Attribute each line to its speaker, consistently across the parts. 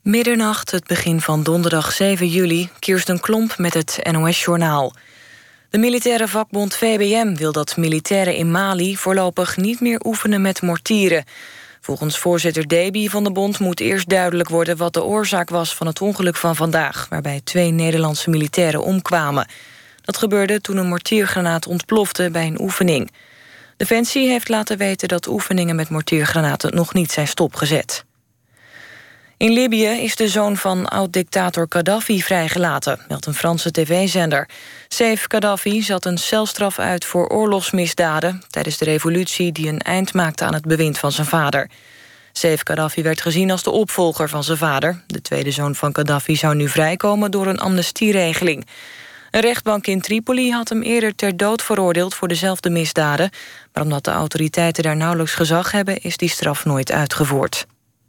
Speaker 1: Middernacht, het begin van donderdag 7 juli, Kirsten Klomp met het NOS-journaal. De militaire vakbond VBM wil dat militairen in Mali voorlopig niet meer oefenen met mortieren. Volgens voorzitter Deby van de bond moet eerst duidelijk worden wat de oorzaak was van het ongeluk van vandaag, waarbij 2 Nederlandse militairen omkwamen. Dat gebeurde toen een mortiergranaat ontplofte bij een oefening. Defensie heeft laten weten dat oefeningen met mortiergranaten nog niet zijn stopgezet. In Libië is de zoon van oud-dictator Gaddafi vrijgelaten, meldt een Franse tv-zender. Saif Gaddafi zat een celstraf uit voor oorlogsmisdaden tijdens de revolutie die een eind maakte aan het bewind van zijn vader. Saif Gaddafi werd gezien als de opvolger van zijn vader. De tweede zoon van Gaddafi zou nu vrijkomen door een amnestieregeling. Een rechtbank in Tripoli had hem eerder ter dood veroordeeld voor dezelfde misdaden, maar omdat de autoriteiten daar nauwelijks gezag hebben, is die straf nooit uitgevoerd.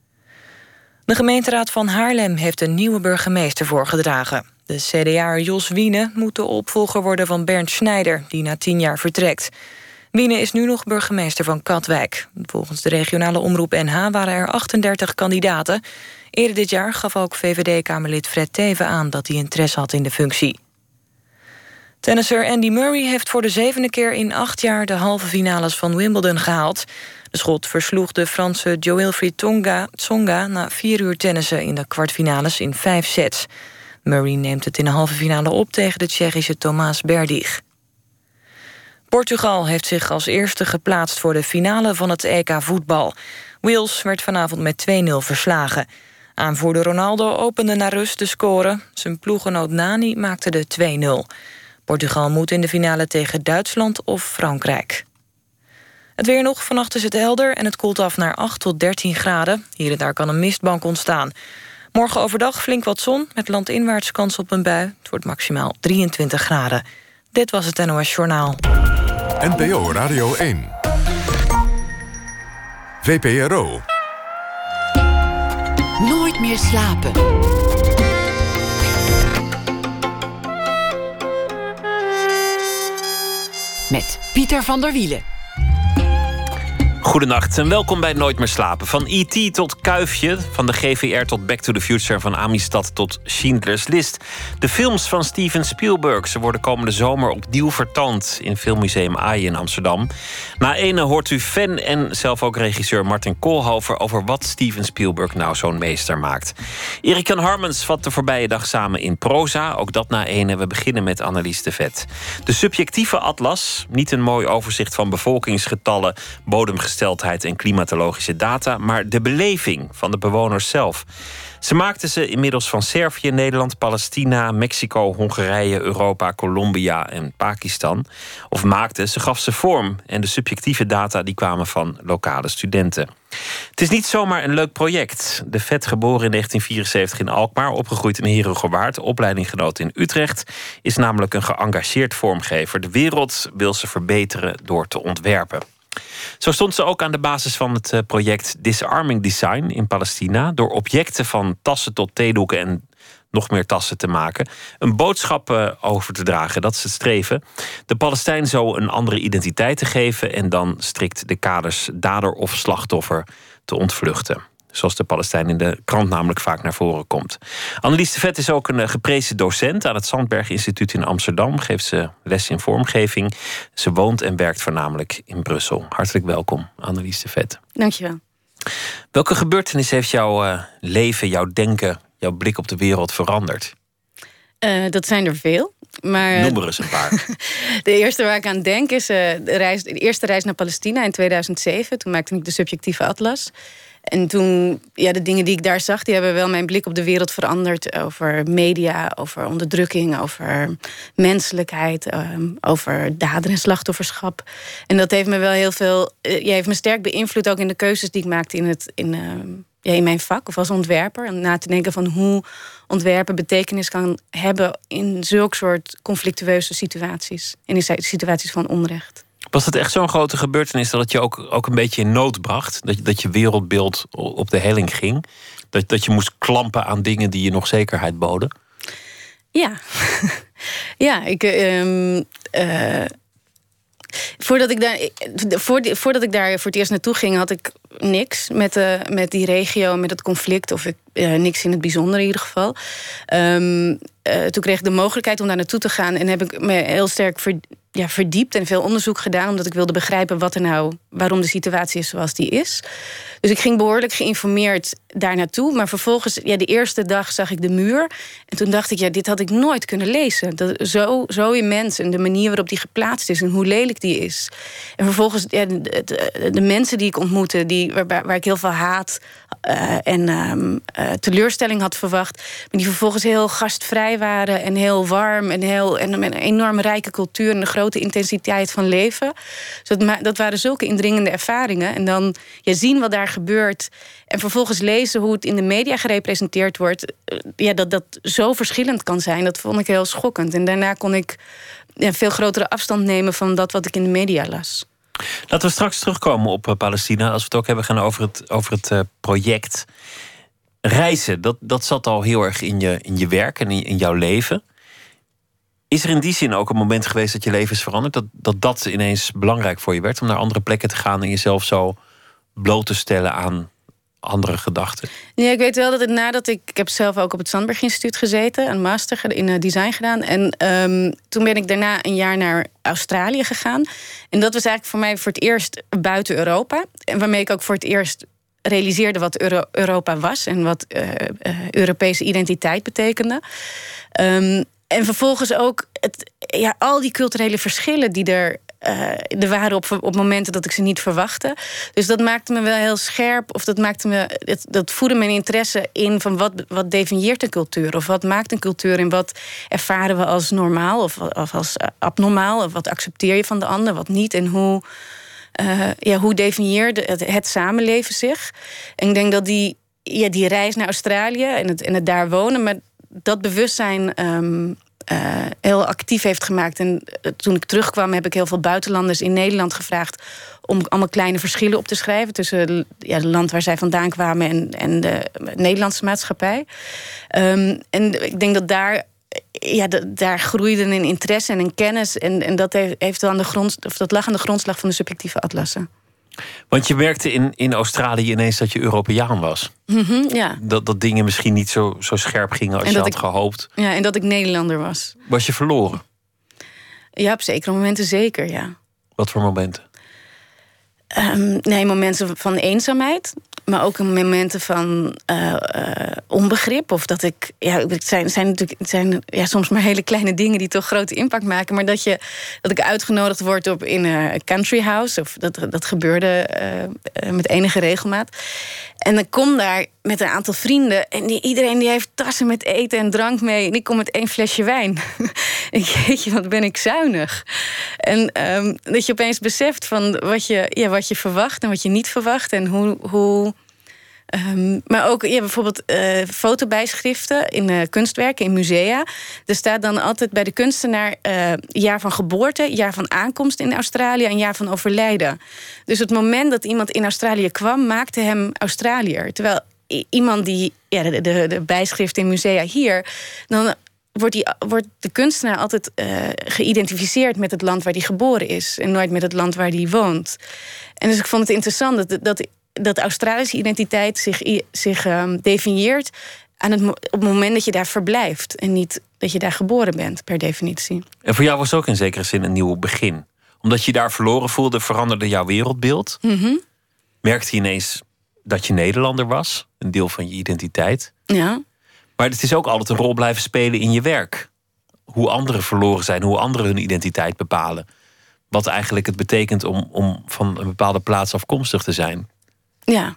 Speaker 1: De gemeenteraad van Haarlem heeft een nieuwe burgemeester voorgedragen. De CDA'er Jos Wiene moet de opvolger worden van Bernd Schneider, die na 10 jaar vertrekt. Wiene is nu nog burgemeester van Katwijk. Volgens de regionale omroep NH waren er 38 kandidaten. Eerder dit jaar gaf ook VVD-kamerlid Fred Teeven aan dat hij interesse had in de functie. Tennisser Andy Murray heeft voor de 7e keer in 8 jaar de halve finales van Wimbledon gehaald. De Schot versloeg de Franse Jo-Wilfried Tsonga na 4 uur tennissen in de kwartfinales in 5 sets. Murray neemt het in de halve finale op tegen de Tsjechische Tomás Berdych. Portugal heeft zich als eerste geplaatst voor de finale van het EK voetbal. Wales werd vanavond met 2-0 verslagen. Aanvoerder Ronaldo opende na rust de score. Zijn ploeggenoot Nani maakte de 2-0. Portugal moet in de finale tegen Duitsland of Frankrijk. Het weer nog, vannacht is het helder en het koelt af naar 8 tot 13 graden. Hier en daar kan een mistbank ontstaan. Morgen overdag flink wat zon, met landinwaarts kans op een bui. Het wordt maximaal 23 graden. Dit was het NOS Journaal.
Speaker 2: NPO Radio 1. VPRO.
Speaker 3: Nooit meer slapen. Met Pieter van der Wielen.
Speaker 4: Goedenacht en welkom bij Nooit meer slapen. Van E.T. tot Kuifje, van de GVR tot Back to the Future... van Amistad tot Schindler's List. De films van Steven Spielberg, ze worden komende zomer opnieuw vertoond... in Filmmuseum AI in Amsterdam. Na ene hoort u fan en zelf ook regisseur Martin Koolhover... over wat Steven Spielberg nou zo'n meester maakt. Erik-Jan Harmens vat de voorbije dag samen in proza. Ook dat na ene. We beginnen met Annelies de Vet. De subjectieve atlas, niet een mooi overzicht van bevolkingsgetallen... bodemgesteldheid en klimatologische data, maar de beleving van de bewoners zelf. Ze maakten ze inmiddels van Servië, Nederland, Palestina, Mexico, Hongarije, Europa, Colombia en Pakistan. Of ze gaf ze vorm en de subjectieve data die kwamen van lokale studenten. Het is niet zomaar een leuk project. De Vet, geboren in 1974 in Alkmaar, opgegroeid in Herugewaard, opleidinggenoot in Utrecht, is namelijk een geëngageerd vormgever. De wereld wil ze verbeteren door te ontwerpen. Zo stond ze ook aan de basis van het project Disarming Design in Palestina. Door objecten van tassen tot theedoeken en nog meer tassen te maken. Een boodschap over te dragen, dat is het streven. De Palestijn zo een andere identiteit te geven... en dan strikt de kaders dader of slachtoffer te ontvluchten. Zoals de Palestijn in de krant namelijk vaak naar voren komt. Annelies de Vet is ook een geprezen docent aan het Sandberg Instituut in Amsterdam. Geeft ze les in vormgeving. Ze woont en werkt voornamelijk in Brussel. Hartelijk welkom, Annelies de Vet.
Speaker 5: Dankjewel.
Speaker 4: Welke gebeurtenis heeft jouw leven, jouw denken, jouw blik op de wereld veranderd?
Speaker 5: Dat zijn er veel. Maar
Speaker 4: noem er eens een paar.
Speaker 5: De eerste waar ik aan denk is de eerste reis naar Palestina in 2007. Toen maakte ik de subjectieve atlas. En toen, de dingen die ik daar zag, die hebben wel mijn blik op de wereld veranderd. Over media, over onderdrukking, over menselijkheid, over dader en slachtofferschap. En dat heeft me wel heel veel, heeft me sterk beïnvloed ook in de keuzes die ik maakte in mijn vak of als ontwerper. En na te denken van hoe ontwerpen betekenis kan hebben in zulke soort conflictueuze situaties. En in situaties van onrecht.
Speaker 4: Was het echt zo'n grote gebeurtenis dat het je ook een beetje in nood bracht? Dat je wereldbeeld op de helling ging? Dat je moest klampen aan dingen die je nog zekerheid boden?
Speaker 5: Ja. Ja, Voordat ik daar voor het eerst naartoe ging, had ik niks met die regio, met het conflict. Of niks in het bijzonder in ieder geval. Toen kreeg ik de mogelijkheid om daar naartoe te gaan. En heb ik me heel sterk verdiept en veel onderzoek gedaan, omdat ik wilde begrijpen waarom de situatie is zoals die is. Dus ik ging behoorlijk geïnformeerd daar naartoe. Maar vervolgens, de eerste dag zag ik de muur. En toen dacht ik, dit had ik nooit kunnen lezen. Zo immens en de manier waarop die geplaatst is en hoe lelijk die is. En vervolgens de mensen die ik ontmoette, waar ik heel veel haat en teleurstelling had verwacht, maar die vervolgens heel gastvrij waren en heel warm en met een enorm rijke cultuur en een grote intensiteit van leven. Dus dat waren zulke indringende ervaringen. En dan zien wat daar gebeurt en vervolgens lezen hoe het in de media gerepresenteerd wordt, dat zo verschillend kan zijn, dat vond ik heel schokkend. En daarna kon ik veel grotere afstand nemen van dat wat ik in de media las.
Speaker 4: Laten we straks terugkomen op Palestina, als we het ook hebben gaan over het project. Reizen, dat zat al heel erg in je werk en in jouw leven. Is er in die zin ook een moment geweest dat je leven is veranderd? Dat ineens belangrijk voor je werd om naar andere plekken te gaan en jezelf zo bloot te stellen aan andere gedachten?
Speaker 5: Ja, ik weet wel dat nadat ik heb zelf ook op het Sandberg Instituut gezeten, een master in design gedaan. En toen ben ik daarna een jaar naar Australië gegaan. En dat was eigenlijk voor mij voor het eerst buiten Europa. En waarmee ik ook voor het eerst realiseerde wat Europa was en wat Europese identiteit betekende. En vervolgens ook al die culturele verschillen die er waren op momenten dat ik ze niet verwachtte. Dus dat maakte me wel heel scherp. Of dat voedde mijn interesse in van wat definieert een cultuur? Of wat maakt een cultuur? En wat ervaren we als normaal of als abnormaal? Of wat accepteer je van de ander, wat niet? En hoe definieert het samenleven zich? En ik denk dat die reis naar Australië en het daar wonen, maar dat bewustzijn heel actief heeft gemaakt. En toen ik terugkwam heb ik heel veel buitenlanders in Nederland gevraagd om allemaal kleine verschillen op te schrijven tussen het land waar zij vandaan kwamen en de Nederlandse maatschappij. En ik denk dat daar groeide een interesse en een kennis. En dat dat lag aan de grondslag van de subjectieve atlassen.
Speaker 4: Want je merkte in Australië ineens dat je Europeaan was.
Speaker 5: Mm-hmm, ja.
Speaker 4: Dat dingen misschien niet zo scherp gingen als je had gehoopt.
Speaker 5: Ja, en dat ik Nederlander was.
Speaker 4: Was je verloren?
Speaker 5: Ja, op zekere momenten zeker, ja.
Speaker 4: Wat voor momenten?
Speaker 5: Momenten van eenzaamheid. Maar ook momenten van onbegrip. Of dat ik. Het zijn soms maar hele kleine dingen die toch grote impact maken. Maar dat ik uitgenodigd word in een country house. Of dat gebeurde met enige regelmaat. En dan kom daar met een aantal vrienden. En iedereen die heeft tassen met eten en drank mee. En ik kom met 1 flesje wijn. En jeetje, wat ben ik zuinig. En dat je opeens beseft van wat je verwacht en wat je niet verwacht. En hoe maar ook bijvoorbeeld fotobijschriften in kunstwerken, in musea. Er staat dan altijd bij de kunstenaar jaar van geboorte, jaar van aankomst in Australië en jaar van overlijden. Dus het moment dat iemand in Australië kwam, maakte hem Australiër. Terwijl iemand die de bijschriften in musea hier, dan wordt de kunstenaar altijd geïdentificeerd met het land waar hij geboren is en nooit met het land waar hij woont. En dus ik vond het interessant dat Australische identiteit zich definieert op het moment dat je daar verblijft en niet dat je daar geboren bent, per definitie.
Speaker 4: En voor jou was het ook in zekere zin een nieuw begin. Omdat je daar verloren voelde, veranderde jouw wereldbeeld.
Speaker 5: Mm-hmm.
Speaker 4: Merkte je ineens dat je Nederlander was, een deel van je identiteit.
Speaker 5: Ja.
Speaker 4: Maar het is ook altijd een rol blijven spelen in je werk. Hoe anderen verloren zijn, hoe anderen hun identiteit bepalen. Wat eigenlijk het betekent om van een bepaalde plaats afkomstig te zijn.
Speaker 5: Ja.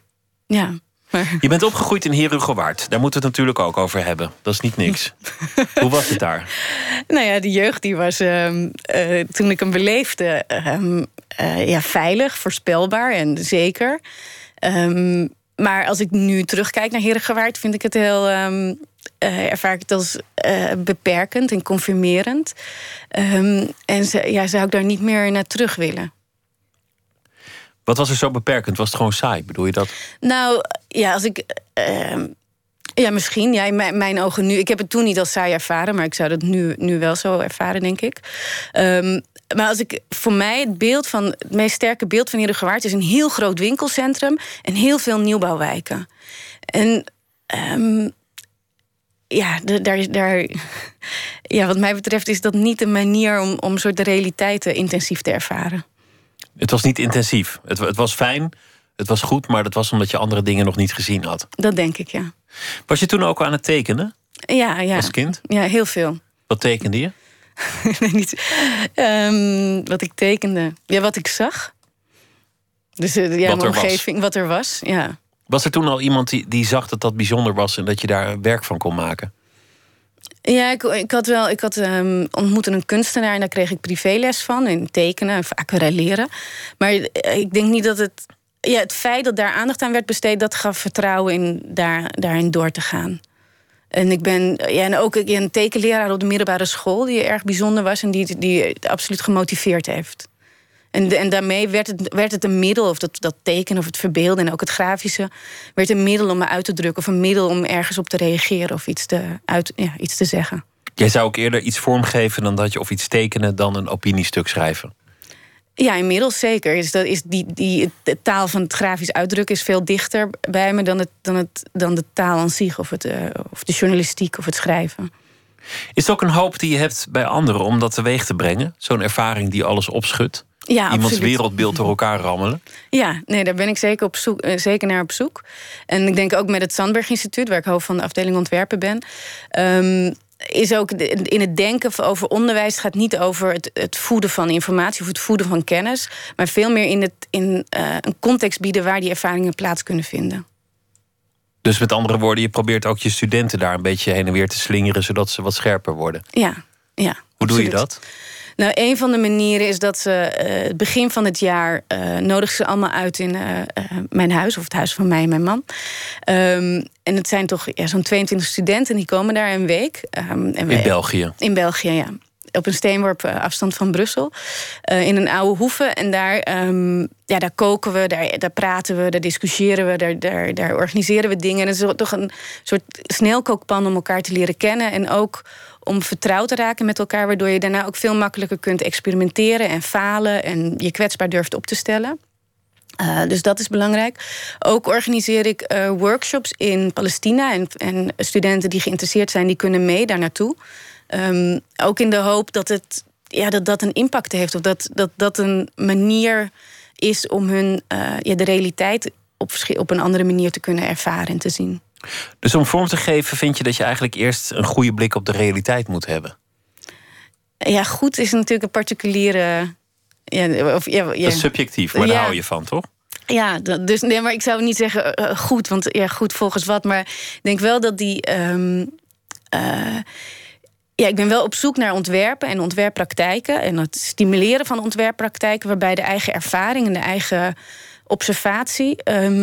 Speaker 4: Je bent opgegroeid in Herugewaard. Daar moeten we het natuurlijk ook over hebben. Dat is niet niks. Hoe was het daar?
Speaker 5: Nou ja, de jeugd die was toen ik hem beleefde veilig, voorspelbaar en zeker. Maar als ik nu terugkijk naar Herugewaard, vind ik het heel ervaar ik het als beperkend en confirmerend. En zou ik daar niet meer naar terug willen.
Speaker 4: Wat was er zo beperkend? Was het gewoon saai? Bedoel je dat?
Speaker 5: Nou, ja, als ik... misschien. Ja, in mijn ogen nu. Ik heb het toen niet als saai ervaren, maar ik zou dat nu wel zo ervaren, denk ik. Maar voor mij het meest sterke beeld van Heerhugowaard is een heel groot winkelcentrum en heel veel nieuwbouwwijken. En wat mij betreft is dat niet een manier om soort de realiteiten intensief te ervaren.
Speaker 4: Het was niet intensief. Het was fijn, het was goed, maar dat was omdat je andere dingen nog niet gezien had.
Speaker 5: Dat denk ik, ja.
Speaker 4: Was je toen ook aan het tekenen?
Speaker 5: Ja.
Speaker 4: Als kind?
Speaker 5: Ja, heel veel.
Speaker 4: Wat tekende je?
Speaker 5: Nee, niet. Wat ik tekende. Ja, wat ik zag. Dus mijn omgeving, wat er was. Ja.
Speaker 4: Was er toen al iemand die zag dat dat bijzonder was en dat je daar werk van kon maken?
Speaker 5: Ja, ik had ontmoette een kunstenaar en daar kreeg ik privéles van. In tekenen of aquarelleren. Maar ik denk niet dat het... Ja, het feit dat daar aandacht aan werd besteed, dat gaf vertrouwen in daarin door te gaan. En ik ben en ook een tekenleraar op de middelbare school die erg bijzonder was en die het absoluut gemotiveerd heeft. En daarmee werd het een middel, of dat tekenen of het verbeelden en ook het grafische, werd een middel om me uit te drukken of een middel om ergens op te reageren of iets te zeggen.
Speaker 4: Jij zou ook eerder iets vormgeven dan dat je of iets tekenen dan een opiniestuk schrijven?
Speaker 5: Ja, inmiddels zeker. Dus de taal van het grafisch uitdrukken is veel dichter bij me dan de taal aan zich, of de journalistiek of het schrijven.
Speaker 4: Is het ook een hoop die je hebt bij anderen om dat teweeg te brengen? Zo'n ervaring die alles opschudt?
Speaker 5: Ja,
Speaker 4: iemands
Speaker 5: absoluut.
Speaker 4: Wereldbeeld door elkaar rammelen?
Speaker 5: Ja, nee, daar ben ik zeker naar op zoek. En ik denk ook met het Sandberg Instituut, waar ik hoofd van de afdeling ontwerpen ben, is ook in het denken over onderwijs. Het gaat niet over het voeden van informatie of het voeden van kennis, maar veel meer in een context bieden waar die ervaringen plaats kunnen vinden.
Speaker 4: Dus met andere woorden, je probeert ook je studenten daar een beetje heen en weer te slingeren, zodat ze wat scherper worden.
Speaker 5: Ja.
Speaker 4: Hoe doe je dat?
Speaker 5: Nou, een van de manieren is dat ze het begin van het jaar nodigen ze allemaal uit in mijn huis, of het huis van mij en mijn man. En het zijn toch zo'n 22 studenten, die komen daar een week.
Speaker 4: In België?
Speaker 5: In België, ja. Op een steenworp afstand van Brussel. In een oude hoeve. En daar koken we, daar praten we, daar discussiëren we, daar organiseren we dingen. En het is toch een soort snelkookpan om elkaar te leren kennen. En ook om vertrouwd te raken met elkaar, waardoor je daarna ook veel makkelijker kunt experimenteren en falen en je kwetsbaar durft op te stellen. Dus dat is belangrijk. Ook organiseer ik workshops in Palestina. En studenten die geïnteresseerd zijn, die kunnen mee daar naartoe. Ook in de hoop dat dat een impact heeft. Of dat een manier is om hun de realiteit op een andere manier te kunnen ervaren en te zien.
Speaker 4: Dus om vorm te geven vind je dat je eigenlijk eerst een goede blik op de realiteit moet hebben?
Speaker 5: Ja, goed is natuurlijk een particuliere...
Speaker 4: Dat is subjectief, maar daar hou je van, toch?
Speaker 5: Ja, dus nee, maar ik zou niet zeggen goed, want goed volgens wat. Maar ik denk wel dat ik ben wel op zoek naar ontwerpen en ontwerppraktijken en het stimuleren van ontwerppraktijken waarbij de eigen ervaring en de eigen observatie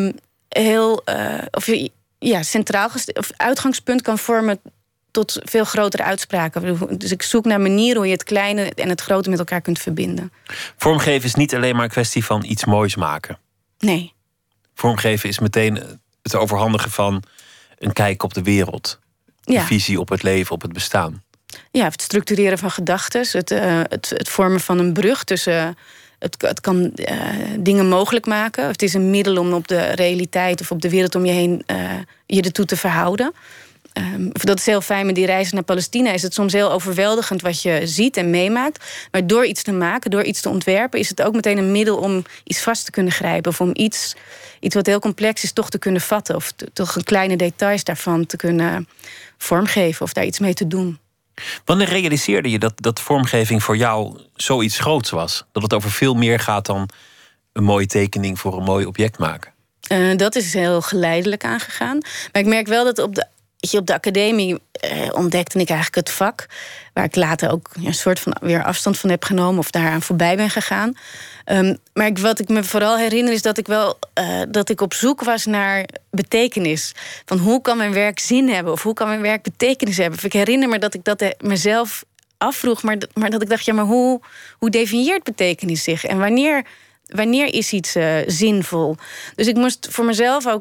Speaker 5: centraal of uitgangspunt kan vormen tot veel grotere uitspraken. Dus ik zoek naar manieren hoe je het kleine en het grote met elkaar kunt verbinden.
Speaker 4: Vormgeven is niet alleen maar een kwestie van iets moois maken.
Speaker 5: Nee.
Speaker 4: Vormgeven is meteen het overhandigen van een kijk op de wereld. Een visie op het leven, op het bestaan. Ja,
Speaker 5: het structureren van gedachten. Het vormen van een brug tussen... Het kan dingen mogelijk maken. Het is een middel om op de realiteit of op de wereld om je heen je ertoe te verhouden. Dat is heel fijn met die reizen naar Palestina. Is het soms heel overweldigend wat je ziet en meemaakt. Maar door iets te maken, door iets te ontwerpen, is het ook meteen een middel om iets vast te kunnen grijpen. Of om iets wat heel complex is toch te kunnen vatten. Of toch een kleine details daarvan te kunnen vormgeven. Of daar iets mee te doen.
Speaker 4: Wanneer realiseerde je dat vormgeving voor jou zoiets groots was? Dat het over veel meer gaat dan een mooie tekening voor een mooi object maken?
Speaker 5: Dat is heel geleidelijk aangegaan. Maar ik merk wel dat op de academie ontdekte ik eigenlijk het vak, waar ik later ook een soort van weer afstand van heb genomen of daaraan voorbij ben gegaan. Maar wat ik me vooral herinner is dat ik op zoek was naar betekenis. Van hoe kan mijn werk zin hebben of hoe kan mijn werk betekenis hebben? Of ik herinner me dat ik dat mezelf afvroeg, maar dat ik dacht, ja, maar hoe definieert betekenis zich? En wanneer is iets zinvol? Dus ik moest voor mezelf ook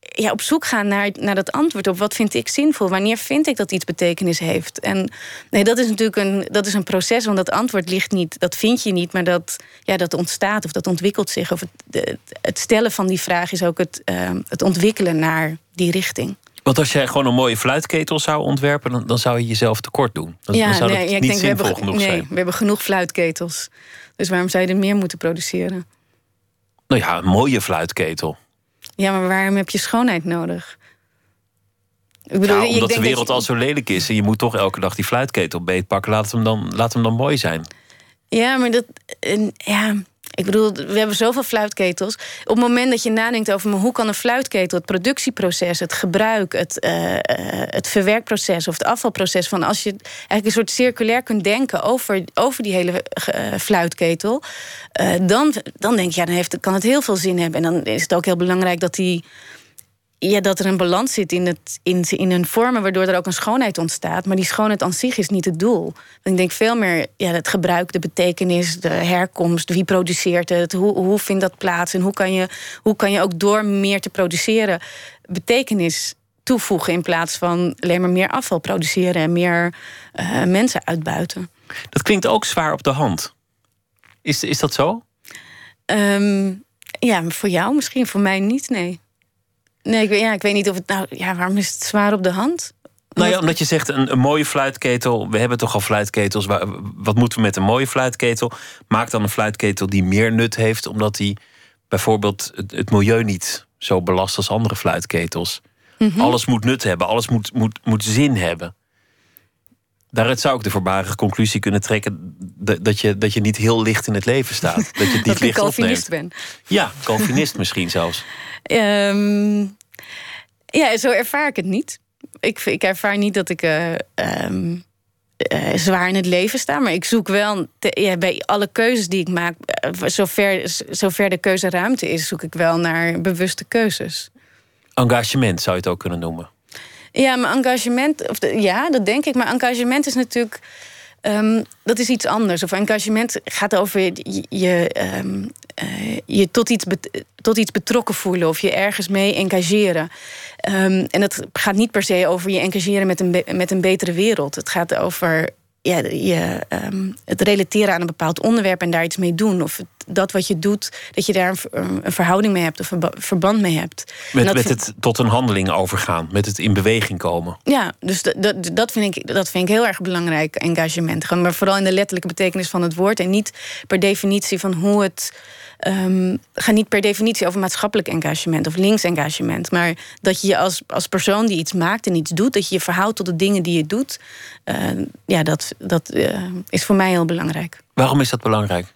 Speaker 5: op zoek gaan naar dat antwoord op wat vind ik zinvol, wanneer vind ik dat iets betekenis heeft. En nee, dat is natuurlijk een proces, want dat antwoord ligt niet, dat vind je niet, maar dat ontstaat of dat ontwikkelt zich. Of het stellen van die vraag is ook het ontwikkelen naar die richting.
Speaker 4: Want als jij gewoon een mooie fluitketel zou ontwerpen, dan zou je jezelf tekort doen. Dan zou dat niet zinvol genoeg zijn.
Speaker 5: Nee, we hebben genoeg fluitketels. Dus waarom zou je er meer moeten produceren?
Speaker 4: Nou ja, een mooie fluitketel.
Speaker 5: Ja, maar waarom heb je schoonheid nodig? Ik bedoel,
Speaker 4: omdat de wereld al zo lelijk is en je moet toch elke dag die fluitketel beetpakken. Laat hem dan mooi zijn.
Speaker 5: Ja, maar ik bedoel, we hebben zoveel fluitketels. Op het moment dat je nadenkt over hoe kan een fluitketel, het productieproces, het gebruik, het verwerkproces of het afvalproces, van als je eigenlijk een soort circulair kunt denken over die hele fluitketel, dan denk je, dan kan het heel veel zin hebben. En dan is het ook heel belangrijk dat er een balans zit in een vormen, waardoor er ook een schoonheid ontstaat. Maar die schoonheid aan zich is niet het doel. Ik denk veel meer het gebruik, de betekenis, de herkomst, wie produceert het, hoe vindt dat plaats en hoe kan je ook door meer te produceren betekenis toevoegen in plaats van alleen maar meer afval produceren en meer mensen uitbuiten. Dat
Speaker 4: klinkt ook zwaar op de hand. Is dat zo?
Speaker 5: Ja, voor jou misschien, voor mij niet, nee. Nee, ik weet niet of het waarom is het zwaar op de hand?
Speaker 4: Nou ja, omdat je zegt een mooie fluitketel. We hebben toch al fluitketels. Wat moeten we met een mooie fluitketel? Maak dan een fluitketel die meer nut heeft, omdat die bijvoorbeeld het milieu niet zo belast als andere fluitketels. Mm-hmm. Alles moet nut hebben, alles moet zin hebben. Daaruit zou ik de voorbarige conclusie kunnen trekken dat je niet heel licht in het leven staat. Dat je het niet licht
Speaker 5: Calvinist
Speaker 4: opneemt.
Speaker 5: Ben.
Speaker 4: Ja, Calvinist misschien zelfs.
Speaker 5: Ja, zo ervaar ik het niet. Ik ervaar niet dat ik zwaar in het leven sta. Maar ik zoek wel bij alle keuzes die ik maak, zover de keuzeruimte is, zoek ik wel naar bewuste keuzes.
Speaker 4: Engagement zou je het ook kunnen noemen.
Speaker 5: Ja, maar engagement, dat denk ik. Maar engagement is natuurlijk, dat is iets anders. Of engagement gaat over je tot iets betrokken voelen of je ergens mee engageren. En dat gaat niet per se over je engageren met een betere wereld. Het gaat over het relateren aan een bepaald onderwerp en daar iets mee doen. Of dat wat je doet, dat je daar een verhouding mee hebt of een verband mee hebt.
Speaker 4: Met het tot een handeling overgaan, met het in beweging komen.
Speaker 5: Ja, dus dat vind ik heel erg belangrijk, engagement. Maar vooral in de letterlijke betekenis van het woord en niet per definitie van hoe het. Ga niet per definitie over maatschappelijk engagement of links engagement. Maar dat je als persoon die iets maakt en iets doet, dat je je verhoudt tot de dingen die je doet. Dat is voor mij heel belangrijk.
Speaker 4: Waarom is dat belangrijk?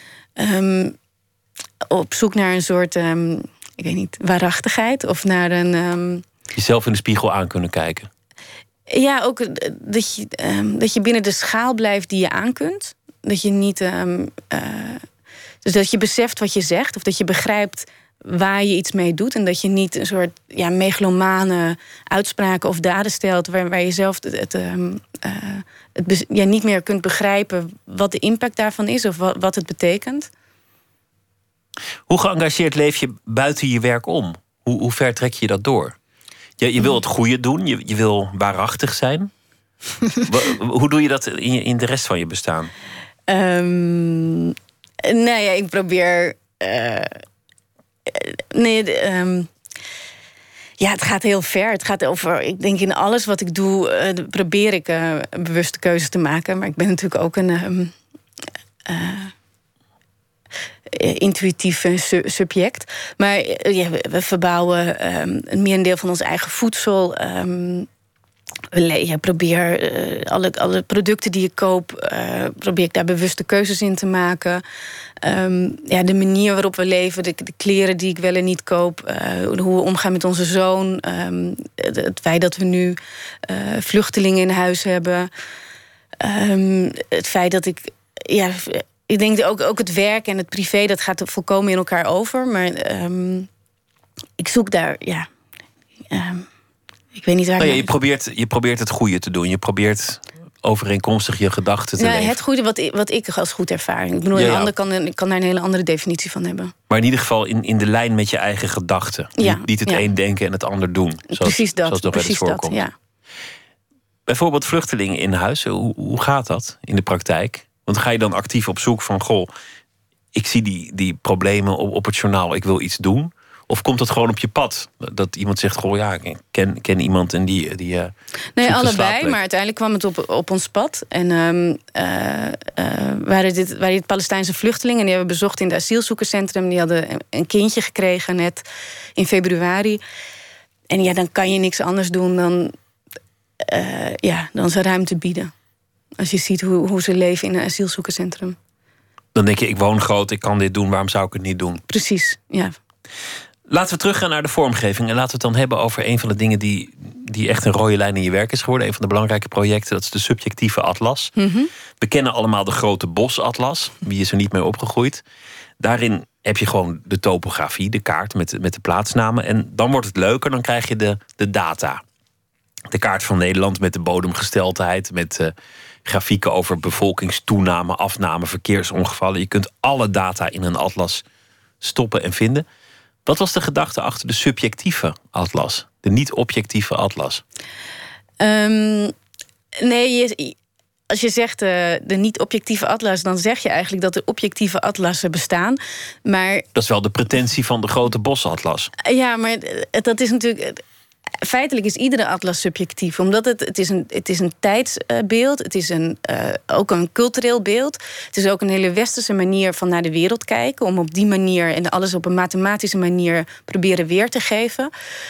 Speaker 5: Op zoek naar een soort, ik weet niet, waarachtigheid of naar een.
Speaker 4: Jezelf in de spiegel aan kunnen kijken.
Speaker 5: Ja, ook dat je binnen de schaal blijft die je aan kunt. Dat je niet. Dus dat je beseft wat je zegt, of dat je begrijpt waar je iets mee doet. En dat je niet een soort megalomane uitspraken of daden stelt waar je zelf niet meer kunt begrijpen wat de impact daarvan is of wat het betekent.
Speaker 4: Hoe geëngageerd leef je buiten je werk om? Hoe ver trek je dat door? Je wil het goede doen, je wil waarachtig zijn. Hoe doe je dat in de rest van je bestaan?
Speaker 5: Ik probeer. Het gaat heel ver. Het gaat over. Ik denk in alles wat ik doe, probeer ik bewuste keuzes te maken. Maar ik ben natuurlijk ook een intuïtief subject. Maar we verbouwen een merendeel van ons eigen voedsel. Probeer alle producten die ik koop, probeer ik daar bewuste keuzes in te maken. De manier waarop we leven, de kleren die ik wel en niet koop, hoe we omgaan met onze zoon, het feit dat we nu vluchtelingen in huis hebben, het feit dat ik denk ook het werk en het privé, dat gaat volkomen in elkaar over. Maar ik zoek daar, ik weet niet waar.
Speaker 4: Je probeert het goede te doen. Je probeert overeenkomstig je gedachten te leven.
Speaker 5: Het goede wat ik als goed ervaar. Ik bedoel, een ander kan daar een hele andere definitie van hebben.
Speaker 4: Maar in ieder geval in de lijn met je eigen gedachten. Niet het een denken en het ander doen.
Speaker 5: Precies dat.
Speaker 4: Zoals nog wel eens voorkomt.
Speaker 5: Ja.
Speaker 4: Bijvoorbeeld vluchtelingen in huis. Hoe gaat dat in de praktijk? Want ga je dan actief op zoek van... goh, ik zie die problemen op het journaal, ik wil iets doen... Of komt het gewoon op je pad? Dat iemand zegt, goh, ja, ik ken iemand en die
Speaker 5: nee, allebei, maar uiteindelijk kwam het op ons pad. En waren dit Palestijnse vluchtelingen... en die hebben we bezocht in het asielzoekerscentrum. Die hadden een kindje gekregen net in februari. En ja, dan kan je niks anders doen dan ze ruimte bieden. Als je ziet hoe ze leven in een asielzoekerscentrum.
Speaker 4: Dan denk je, ik woon groot, ik kan dit doen, waarom zou ik het niet doen?
Speaker 5: Precies, ja.
Speaker 4: Laten we teruggaan naar de vormgeving. En laten we het dan hebben over een van de dingen die echt een rode lijn in je werk is geworden. Een van de belangrijke projecten, dat is de subjectieve atlas.
Speaker 5: Mm-hmm.
Speaker 4: We kennen allemaal de grote bosatlas. Wie is er niet mee opgegroeid? Daarin heb je gewoon de topografie, de kaart met de plaatsnamen. En dan wordt het leuker, dan krijg je de data. De kaart van Nederland met de bodemgesteldheid, met grafieken over bevolkingstoename, afname, verkeersongevallen. Je kunt alle data in een atlas stoppen en vinden. Wat was de gedachte achter de subjectieve atlas? De niet-objectieve atlas?
Speaker 5: Als je zegt de niet-objectieve atlas... dan zeg je eigenlijk dat er objectieve atlassen bestaan. Maar
Speaker 4: dat is wel de pretentie van de grote bosatlas.
Speaker 5: Ja, maar dat is natuurlijk... Feitelijk is iedere atlas subjectief, omdat het is een tijdsbeeld. Het is ook een cultureel beeld. Het is ook een hele westerse manier van naar de wereld kijken, om op die manier en alles op een mathematische manier proberen weer te geven.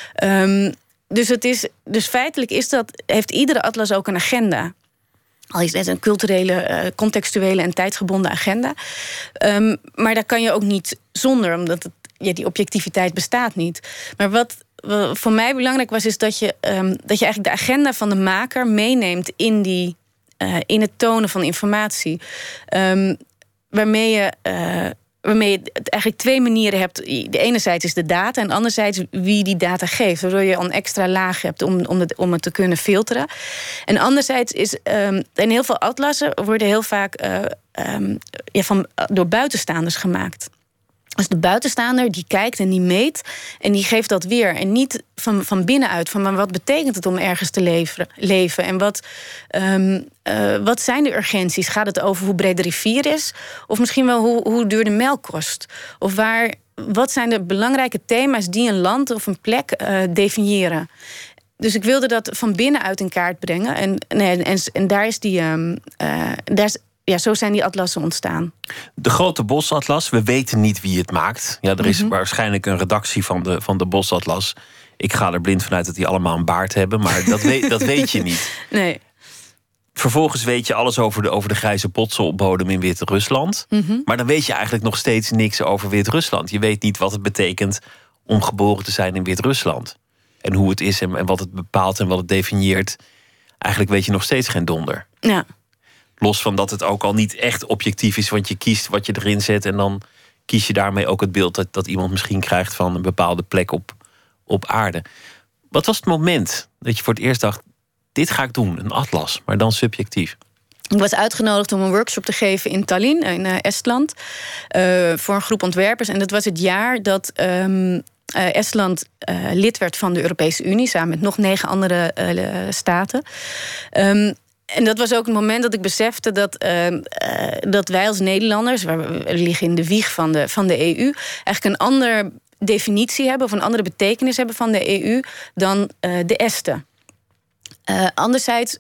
Speaker 5: Dus feitelijk heeft iedere atlas ook een agenda. Al is het een culturele, contextuele en tijdgebonden agenda. Maar daar kan je ook niet zonder, omdat die objectiviteit bestaat niet. Maar wat voor mij belangrijk was, is dat je eigenlijk de agenda van de maker meeneemt in het tonen van informatie. Waarmee je het eigenlijk twee manieren hebt. De enerzijds is de data en anderzijds wie die data geeft. Waardoor je een extra laag hebt om het te kunnen filteren. En anderzijds is in heel veel atlassen worden heel vaak door buitenstaanders gemaakt. Dus de buitenstaander die kijkt en die meet en die geeft dat weer. En niet van binnenuit, maar wat betekent het om ergens te leven? En wat zijn de urgenties? Gaat het over hoe breed de rivier is? Of misschien wel hoe duur de melk kost? Of wat zijn de belangrijke thema's die een land of een plek definiëren? Dus ik wilde dat van binnenuit in kaart brengen. En daar is zo zijn die atlassen ontstaan.
Speaker 4: De grote bosatlas, we weten niet wie het maakt. Ja, er is waarschijnlijk een redactie van de bosatlas. Ik ga er blind vanuit dat die allemaal een baard hebben, maar dat weet je niet.
Speaker 5: Nee.
Speaker 4: Vervolgens weet je alles over de grijze potselbodem in Wit-Rusland.
Speaker 5: Mm-hmm.
Speaker 4: Maar dan weet je eigenlijk nog steeds niks over Wit-Rusland. Je weet niet wat het betekent om geboren te zijn in Wit-Rusland. En hoe het is en wat het bepaalt en wat het definieert. Eigenlijk weet je nog steeds geen donder.
Speaker 5: Ja.
Speaker 4: Los van dat het ook al niet echt objectief is, want je kiest wat je erin zet en dan kies je daarmee ook het beeld dat iemand misschien krijgt van een bepaalde plek op aarde. Wat was het moment dat je voor het eerst dacht, dit ga ik doen, een atlas, maar dan subjectief?
Speaker 5: Ik was uitgenodigd om een workshop te geven in Tallinn, in Estland, voor een groep ontwerpers. En dat was het jaar dat Estland lid werd van de Europese Unie, samen met nog 9 andere staten. En dat was ook het moment dat ik besefte dat wij als Nederlanders, we liggen in de wieg van de EU, eigenlijk een andere definitie hebben of een andere betekenis hebben van de EU dan de Esten. Anderzijds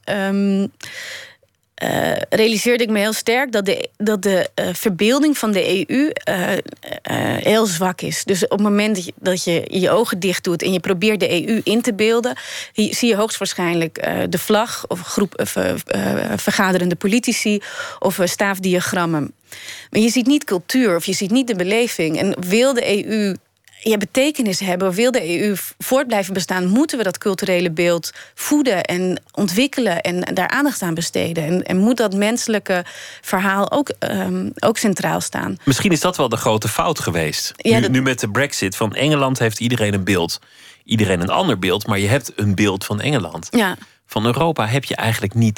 Speaker 5: realiseerde ik me heel sterk dat de verbeelding van de EU heel zwak is. Dus op het moment dat je je ogen dicht doet en je probeert de EU in te beelden, zie je hoogstwaarschijnlijk de vlag of groep vergaderende politici of staafdiagrammen. Maar je ziet niet cultuur of je ziet niet de beleving. En wil de EU betekenis hebben, wil de EU voort blijven bestaan, moeten we dat culturele beeld voeden en ontwikkelen en daar aandacht aan besteden. En moet dat menselijke verhaal ook centraal staan.
Speaker 4: Misschien is dat wel de grote fout geweest. Ja, nu met de Brexit. Van Engeland heeft iedereen een beeld. Iedereen een ander beeld, maar je hebt een beeld van Engeland.
Speaker 5: Ja.
Speaker 4: Van Europa heb je eigenlijk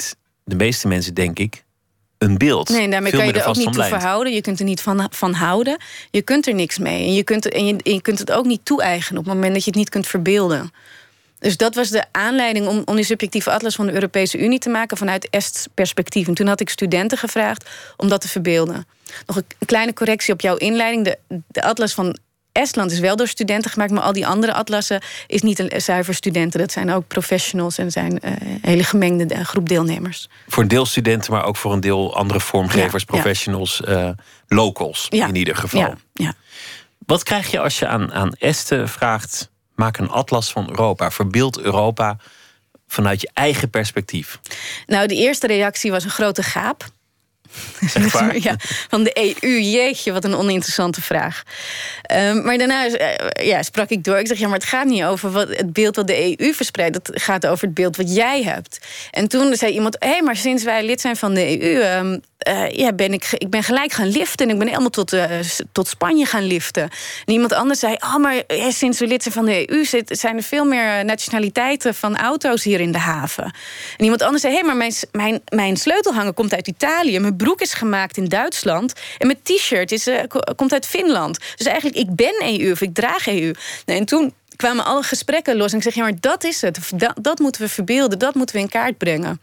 Speaker 4: de meeste mensen, denk ik, een beeld.
Speaker 5: Nee, daarmee kan je er ook niet toe verhouden. Je kunt er niet van houden. Je kunt er niks mee. En je kunt het ook niet toe-eigenen op het moment dat je het niet kunt verbeelden. Dus dat was de aanleiding om die subjectieve atlas van de Europese Unie te maken vanuit Ests perspectief. En toen had ik studenten gevraagd om dat te verbeelden. Nog een kleine correctie op jouw inleiding. De atlas van Estland is wel door studenten gemaakt, maar al die andere atlassen is niet een zuiver studenten. Dat zijn ook professionals en zijn een hele gemengde groep deelnemers.
Speaker 4: Voor een deel studenten, maar ook voor een deel andere vormgevers, professionals, locals in ieder geval.
Speaker 5: Ja.
Speaker 4: Wat krijg je als je aan Este vraagt, maak een atlas van Europa, verbeeld Europa vanuit je eigen perspectief?
Speaker 5: Nou, de eerste reactie was een grote gaap.
Speaker 4: Zeg maar.
Speaker 5: Ja, van de EU, jeetje, wat een oninteressante vraag. Maar daarna sprak ik door. Ik zeg, maar het gaat niet over het beeld wat de EU verspreidt. Het gaat over het beeld wat jij hebt. En toen zei iemand, maar sinds wij lid zijn van de EU... ik ben gelijk gaan liften. En ik ben helemaal tot Spanje gaan liften. En iemand anders zei, maar sinds we lid zijn van de EU... zijn er veel meer nationaliteiten van auto's hier in de haven. En iemand anders zei, maar mijn sleutelhanger komt uit Italië. Mijn broek is gemaakt in Duitsland. En mijn t-shirt komt uit Finland. Dus eigenlijk, ik ben EU of ik draag EU. En toen kwamen alle gesprekken los. En ik zeg, maar dat is het. Dat moeten we verbeelden. Dat moeten we in kaart brengen.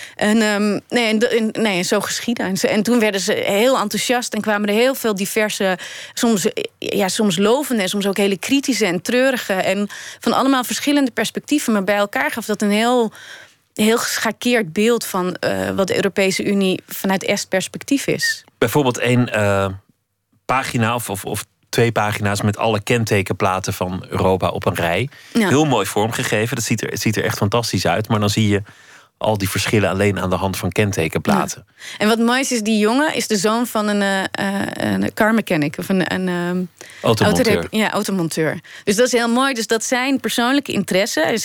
Speaker 5: En zo geschiedde. En toen werden ze heel enthousiast en kwamen er heel veel diverse, soms lovende en soms ook hele kritische en treurige en van allemaal verschillende perspectieven. Maar bij elkaar gaf dat een heel geschakeerd beeld van wat de Europese Unie vanuit Est perspectief is.
Speaker 4: Bijvoorbeeld één pagina of 2 pagina's met alle kentekenplaten van Europa op een rij. Ja. Heel mooi vormgegeven. Dat ziet er echt fantastisch uit. Maar dan zie je al die verschillen alleen aan de hand van kentekenplaten. Ja.
Speaker 5: En wat mooi is, die jongen is de zoon van een car mechanic of een
Speaker 4: automonteur.
Speaker 5: Automonteur. Dus dat is heel mooi. Dus dat zijn persoonlijke interesse.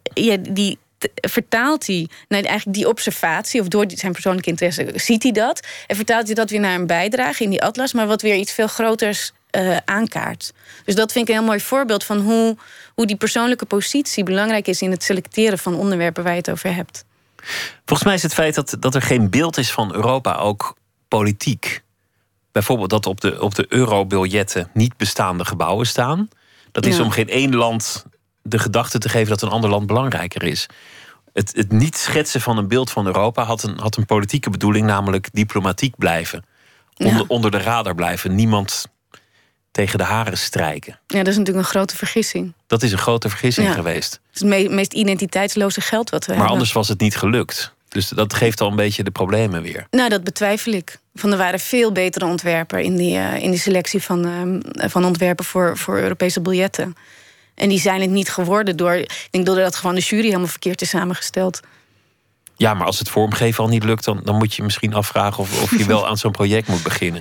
Speaker 5: Die vertaalt hij naar eigenlijk die observatie, of door zijn persoonlijke interesse ziet hij dat. En vertaalt hij dat weer naar een bijdrage in die atlas, maar wat weer iets veel groters aankaart. Dus dat vind ik een heel mooi voorbeeld van hoe die persoonlijke positie belangrijk is in het selecteren van onderwerpen waar je het over hebt.
Speaker 4: Volgens mij is het feit dat er geen beeld is van Europa ook politiek. Bijvoorbeeld dat op de eurobiljetten niet bestaande gebouwen staan. Dat is om geen één land de gedachte te geven dat een ander land belangrijker is. Het niet schetsen van een beeld van Europa had een politieke bedoeling, namelijk diplomatiek blijven. Onder de radar blijven. Niemand tegen de haren strijken. Ja,
Speaker 5: dat is natuurlijk een grote vergissing.
Speaker 4: Dat is een grote vergissing geweest.
Speaker 5: Het is het meest identiteitsloze geld wat we hebben.
Speaker 4: Maar anders was het niet gelukt. Dus dat geeft al een beetje de problemen weer.
Speaker 5: Nou, dat betwijfel ik. Er waren veel betere ontwerpen in die selectie van ontwerpen voor Europese biljetten. En die zijn het niet geworden doordat gewoon de jury helemaal verkeerd is samengesteld.
Speaker 4: Ja, maar als het vormgeven al niet lukt, dan moet je misschien afvragen of je wel aan zo'n project moet beginnen.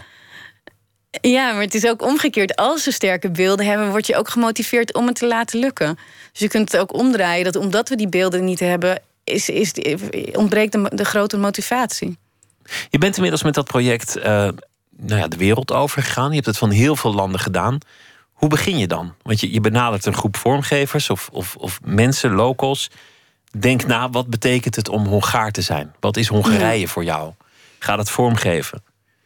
Speaker 5: Ja, maar het is ook omgekeerd. Als we sterke beelden hebben, word je ook gemotiveerd om het te laten lukken. Dus je kunt het ook omdraaien dat omdat we die beelden niet hebben, ontbreekt de grote motivatie.
Speaker 4: Je bent inmiddels met dat project de wereld overgegaan. Je hebt het van heel veel landen gedaan. Hoe begin je dan? Want je benadert een groep vormgevers of mensen, locals. Denk na, wat betekent het om Hongaar te zijn? Wat is Hongarije voor jou? Ga dat vormgeven.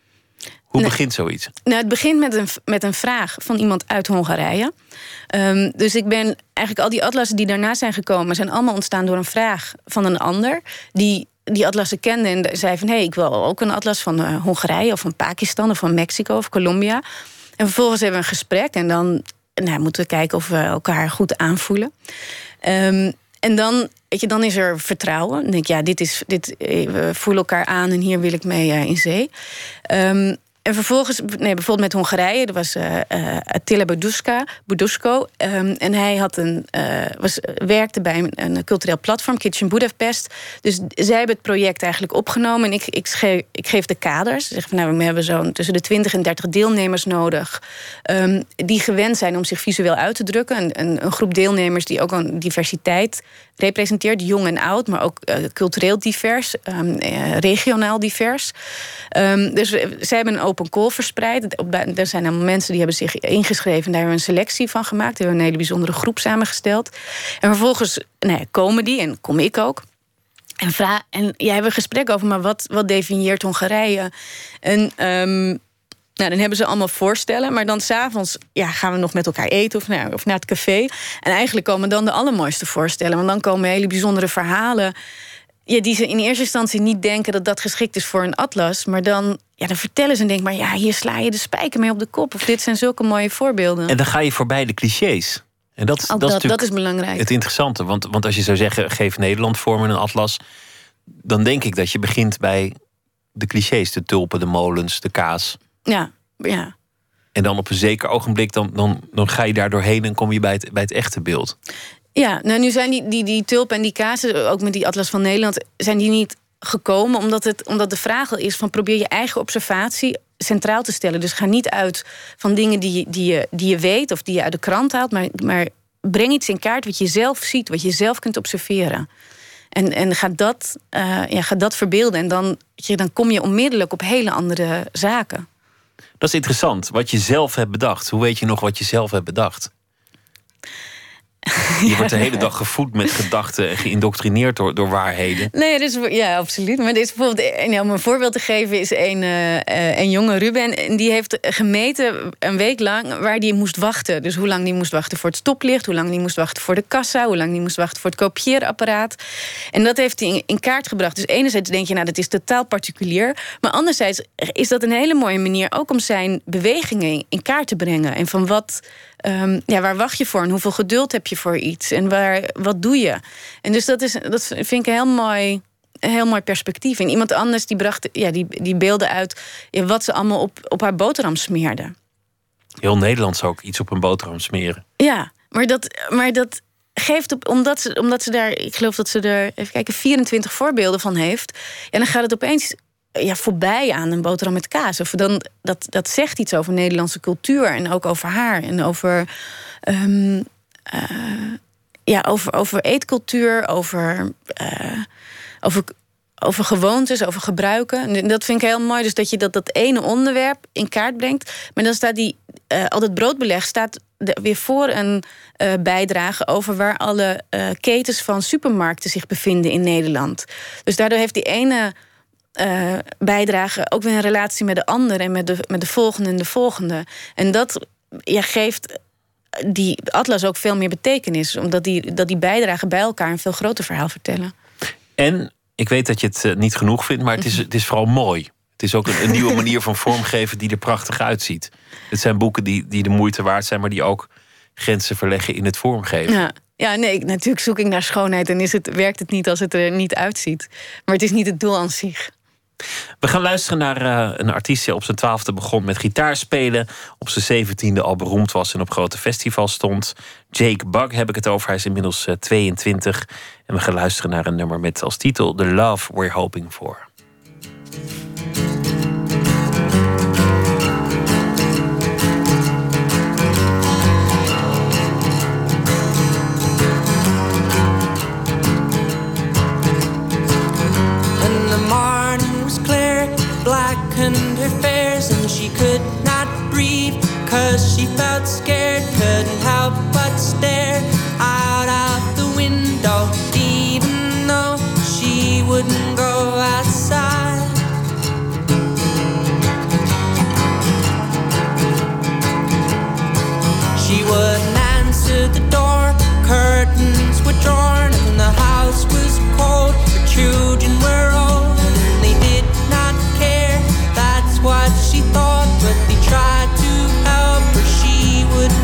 Speaker 4: Hoe begint zoiets? Nou,
Speaker 5: het begint met een vraag van iemand uit Hongarije. Dus ik ben eigenlijk al die atlassen die daarna zijn gekomen, zijn allemaal ontstaan door een vraag van een ander die atlassen kende en zei van ik wil ook een atlas van Hongarije of van Pakistan of van Mexico of Colombia. En vervolgens hebben we een gesprek en dan moeten we kijken of we elkaar goed aanvoelen. En dan is er vertrouwen. Dan denk ik, we voelen elkaar aan en hier wil ik mee in zee. En vervolgens, bijvoorbeeld met Hongarije, er was Attila Budusko. En hij werkte bij een cultureel platform, Kitchen Budapest. Dus zij hebben het project eigenlijk opgenomen. En ik geef de kaders. Zeg van, we hebben zo'n tussen de 20 en 30 deelnemers nodig. Die gewend zijn om zich visueel uit te drukken. Een groep deelnemers die ook een diversiteit representeert. Jong en oud, maar ook cultureel divers. Regionaal divers. Dus zij hebben een open call verspreid. Er zijn allemaal mensen die hebben zich ingeschreven. Daar hebben we een selectie van gemaakt. We hebben een hele bijzondere groep samengesteld. En vervolgens komen die, en kom ik ook. En jij hebt een gesprek over, maar wat definieert Hongarije? En dan hebben ze allemaal voorstellen, maar dan 's avonds gaan we nog met elkaar eten of naar het café. En eigenlijk komen dan de allermooiste voorstellen, want dan komen hele bijzondere verhalen. Ja, die ze in eerste instantie niet denken dat geschikt is voor een atlas. Maar dan vertellen ze en denken, maar hier sla je de spijker mee op de kop. Of dit zijn zulke mooie voorbeelden.
Speaker 4: En dan ga je voorbij de clichés. En dat is belangrijk. Het interessante, want als je zou zeggen, geef Nederland vorm in een atlas, dan denk ik dat je begint bij de clichés. De tulpen, de molens, de kaas. Ja. En dan op een zeker ogenblik, dan ga je daar doorheen en kom je bij het echte beeld.
Speaker 5: Ja, nou nu zijn die tulpen en die kazen, ook met die Atlas van Nederland, zijn die niet gekomen omdat de vraag al is van probeer je eigen observatie centraal te stellen. Dus ga niet uit van dingen die je weet of die je uit de krant haalt, maar breng iets in kaart wat je zelf ziet, wat je zelf kunt observeren. En ga dat verbeelden. En dan kom je onmiddellijk op hele andere zaken.
Speaker 4: Dat is interessant, wat je zelf hebt bedacht. Hoe weet je nog wat je zelf hebt bedacht? Je wordt de hele dag gevoed met gedachten en geïndoctrineerd door waarheden.
Speaker 5: Nee, dus, ja, absoluut. Maar dit is bijvoorbeeld, om een voorbeeld te geven, is een jonge Ruben. En die heeft gemeten een week lang waar die moest wachten. Dus hoe lang die moest wachten voor het stoplicht, hoe lang die moest wachten voor de kassa, hoe lang die moest wachten voor het kopieerapparaat. En dat heeft hij in kaart gebracht. Dus enerzijds denk je, dat is totaal particulier. Maar anderzijds is dat een hele mooie manier ook om zijn bewegingen in kaart te brengen. En van waar wacht je voor en hoeveel geduld heb je voor iets en wat doe je? En dus dat vind ik een heel mooi perspectief. En iemand anders die bracht die beelden uit wat ze allemaal op haar boterham smeerde.
Speaker 4: Heel Nederlands ook iets op een boterham smeren.
Speaker 5: Ja, maar dat geeft omdat ze daar, ik geloof dat ze er, even kijken, 24 voorbeelden van heeft. En dan gaat het opeens voorbij aan een boterham met kaas. Of dat zegt iets over Nederlandse cultuur en ook over haar en over over eetcultuur, over gewoontes, over gebruiken. En dat vind ik heel mooi. Dus dat je dat ene onderwerp in kaart brengt. Maar dan staat al dat broodbeleg staat weer voor een bijdrage over waar alle ketens van supermarkten zich bevinden in Nederland. Dus daardoor heeft die ene bijdrage ook weer een relatie met de andere en met de volgende en de volgende. En dat geeft die atlas ook veel meer betekenis, omdat die bijdragen bij elkaar een veel groter verhaal vertellen.
Speaker 4: En ik weet dat je het niet genoeg vindt, maar het is vooral mooi. Het is ook een nieuwe manier van vormgeven die er prachtig uitziet. Het zijn boeken die de moeite waard zijn, maar die ook grenzen verleggen in het vormgeven.
Speaker 5: Ja, nee, natuurlijk zoek ik naar schoonheid en werkt het niet als het er niet uitziet. Maar het is niet het doel aan zich.
Speaker 4: We gaan luisteren naar een artiest die op zijn 12e begon met gitaarspelen. Op zijn 17e al beroemd was en op grote festivals stond. Jake Bugg heb ik het over. Hij is inmiddels 22. En we gaan luisteren naar een nummer met als titel The Love We're Hoping For.
Speaker 6: Blackened her fears and she could not breathe, 'cause she felt scared, couldn't help but stare out of the window, even though she wouldn't go outside. She wouldn't answer the door, curtains were drawn and the house was cold, her children were old and they did not care. That's what she thought, but they tried to help her, she would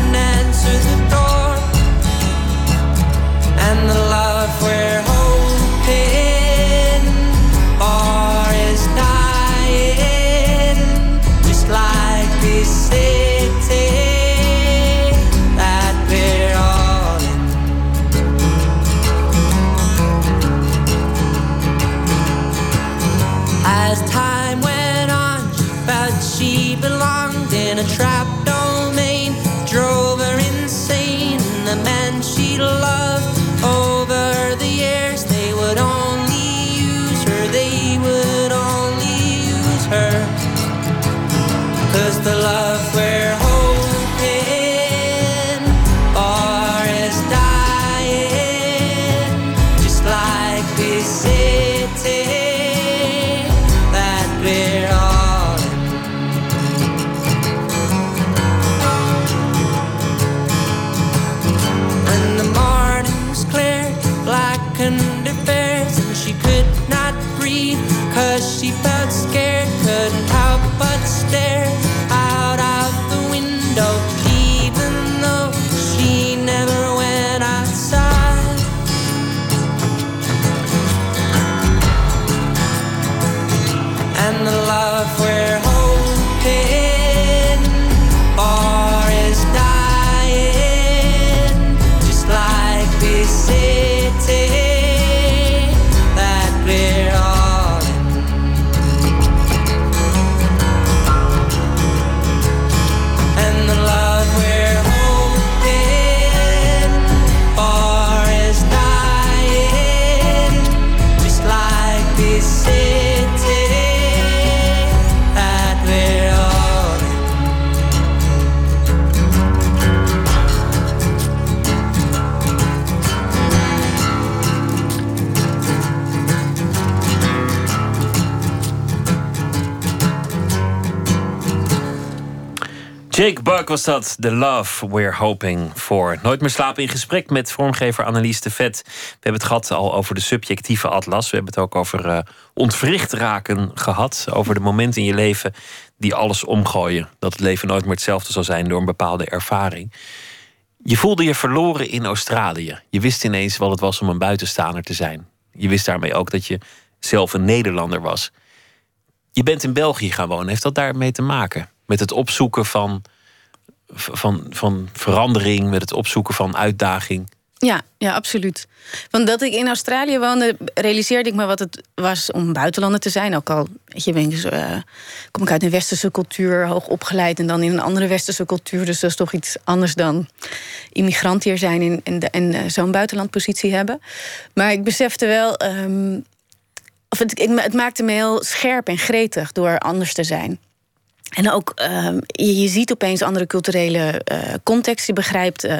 Speaker 4: Jake Buck was dat, The Love We're Hoping For. Nooit meer slapen in gesprek met vormgever Annelies de Vet. We hebben het gehad al over de subjectieve atlas. We hebben het ook over ontwricht raken gehad. Over de momenten in je leven die alles omgooien. Dat het leven nooit meer hetzelfde zal zijn door een bepaalde ervaring. Je voelde je verloren in Australië. Je wist ineens wat het was om een buitenstaander te zijn. Je wist daarmee ook dat je zelf een Nederlander was. Je bent in België gaan wonen. Heeft dat daarmee te maken? Met het opzoeken van verandering, met het opzoeken van uitdaging?
Speaker 5: Ja, absoluut. Want dat ik in Australië woonde, realiseerde ik me wat het was om buitenlander te zijn. Ook al kom ik uit een westerse cultuur, hoog opgeleid, en dan in een andere westerse cultuur. Dus dat is toch iets anders dan immigrant hier zijn en zo'n buitenlandpositie hebben. Maar ik besefte wel, het maakte me heel scherp en gretig door anders te zijn. En ook, je ziet opeens andere culturele context. Je begrijpt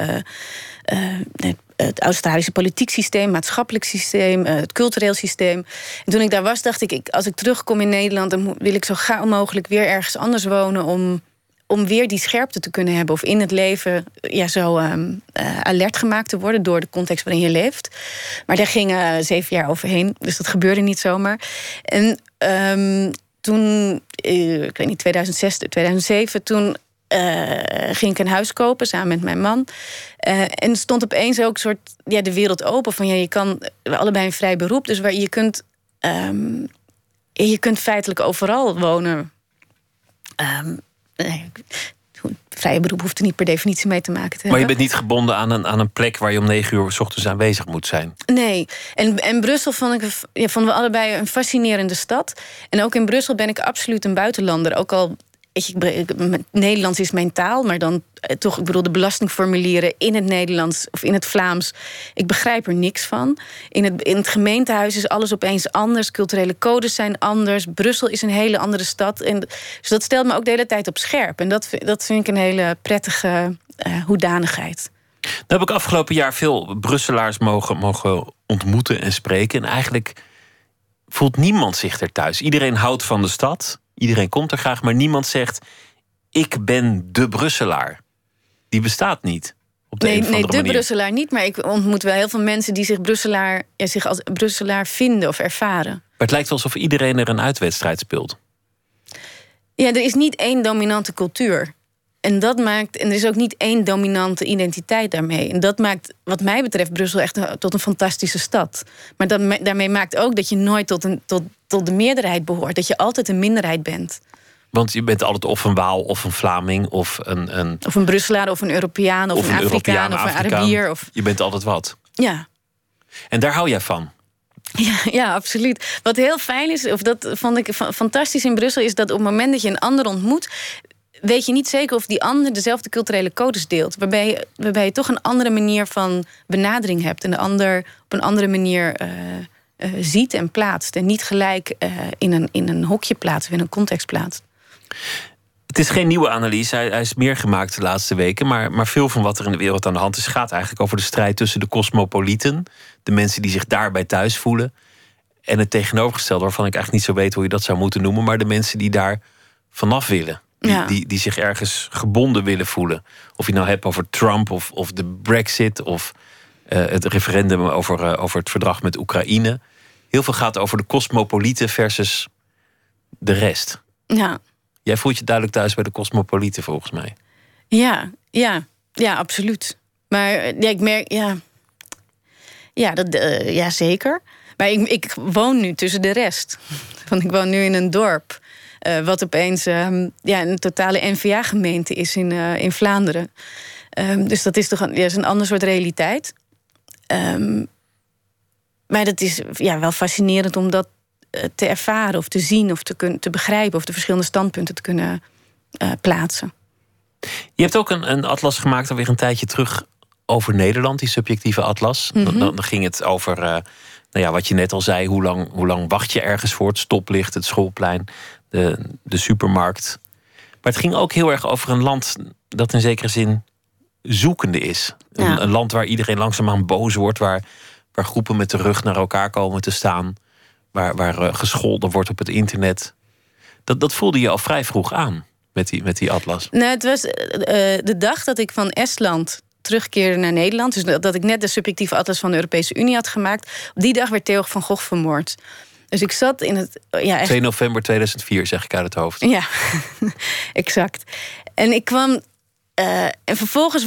Speaker 5: het Australische politiek systeem, maatschappelijk systeem, het cultureel systeem. En toen ik daar was, dacht ik, als ik terugkom in Nederland, dan wil ik zo gauw mogelijk weer ergens anders wonen om weer die scherpte te kunnen hebben. Of in het leven zo alert gemaakt te worden door de context waarin je leeft. Maar daar gingen 7 jaar overheen, dus dat gebeurde niet zomaar. En toen, ik weet niet, 2006, 2007, toen ging ik een huis kopen samen met mijn man. En stond opeens ook soort de wereld open van je kan allebei een vrij beroep, dus waar je kunt feitelijk overal wonen. Vrije beroep hoeft er niet per definitie mee te maken te hebben.
Speaker 4: Maar je bent niet gebonden aan een plek waar je om 9 uur 's ochtends aanwezig moet zijn.
Speaker 5: Nee. En Brussel vonden we allebei een fascinerende stad. En ook in Brussel ben ik absoluut een buitenlander. Ook al, Nederlands is mijn taal, maar dan toch, ik bedoel, de belastingformulieren in het Nederlands of in het Vlaams, ik begrijp er niks van. In het gemeentehuis is alles opeens anders. Culturele codes zijn anders. Brussel is een hele andere stad. En dus dat stelt me ook de hele tijd op scherp. En dat vind ik een hele prettige hoedanigheid.
Speaker 4: Nou heb ik afgelopen jaar veel Brusselaars mogen ontmoeten en spreken. En eigenlijk voelt niemand zich er thuis. Iedereen houdt van de stad. Iedereen komt er graag, maar niemand zegt, ik ben de Brusselaar. Die bestaat niet. Op de een of andere manier.
Speaker 5: De Brusselaar niet, maar ik ontmoet wel heel veel mensen die zich als Brusselaar vinden of ervaren.
Speaker 4: Maar het lijkt wel alsof iedereen er een uitwedstrijd speelt.
Speaker 5: Ja, er is niet één dominante cultuur. En er is ook niet één dominante identiteit daarmee. En dat maakt, wat mij betreft, Brussel echt tot een fantastische stad. Maar daarmee maakt ook dat je nooit tot de meerderheid behoort. Dat je altijd een minderheid bent.
Speaker 4: Want je bent altijd of een Waal of een Vlaming of
Speaker 5: of een Brusselaar of een Europeaan of een Afrikaan of een Arabier.
Speaker 4: Je bent altijd wat.
Speaker 5: Ja.
Speaker 4: En daar hou jij van?
Speaker 5: Ja, absoluut. Wat heel fijn is, of dat vond ik fantastisch in Brussel, is dat op het moment dat je een ander ontmoet, weet je niet zeker of die ander dezelfde culturele codes deelt. Waarbij je toch een andere manier van benadering hebt. En de ander op een andere manier ziet en plaatst. En niet gelijk in een hokje plaatst of in een context plaatst.
Speaker 4: Het is geen nieuwe analyse. Hij is meer gemaakt de laatste weken. Maar veel van wat er in de wereld aan de hand is, gaat eigenlijk over de strijd tussen de cosmopolieten. De mensen die zich daarbij thuis voelen. En het tegenovergestelde, waarvan ik eigenlijk niet zo weet hoe je dat zou moeten noemen. Maar de mensen die daar vanaf willen. Die zich ergens gebonden willen voelen. Of je nou hebt over Trump of de Brexit of het referendum over het verdrag met Oekraïne. Heel veel gaat over de cosmopolieten versus de rest.
Speaker 5: Ja.
Speaker 4: Jij voelt je duidelijk thuis bij de cosmopolieten, volgens mij.
Speaker 5: Ja, absoluut. Maar ik merk, ja, zeker. Maar ik woon nu tussen de rest. Want ik woon nu in een dorp wat opeens een totale N-VA-gemeente is in Vlaanderen. Dus dat is toch een ander soort realiteit. Maar dat is wel fascinerend om dat te ervaren of te zien of te begrijpen of de verschillende standpunten te kunnen plaatsen.
Speaker 4: Je hebt ook een atlas gemaakt alweer een tijdje terug over Nederland, die subjectieve atlas. Mm-hmm. Dan ging het over wat je net al zei, hoe lang wacht je ergens voor, het stoplicht, het schoolplein, de supermarkt. Maar het ging ook heel erg over een land dat in zekere zin zoekende is. Ja. Een land waar iedereen langzaamaan boos wordt, waar groepen met de rug naar elkaar komen te staan, waar gescholden wordt op het internet. Dat voelde je al vrij vroeg aan. met die atlas?
Speaker 5: Nou, het was de dag dat ik van Estland terugkeerde naar Nederland. Dus dat ik net de subjectieve atlas van de Europese Unie had gemaakt. Op die dag werd Theo van Gogh vermoord. Dus ik zat in het...
Speaker 4: 2 november 2004, zeg ik uit het hoofd.
Speaker 5: Ja, exact. En ik kwam... en vervolgens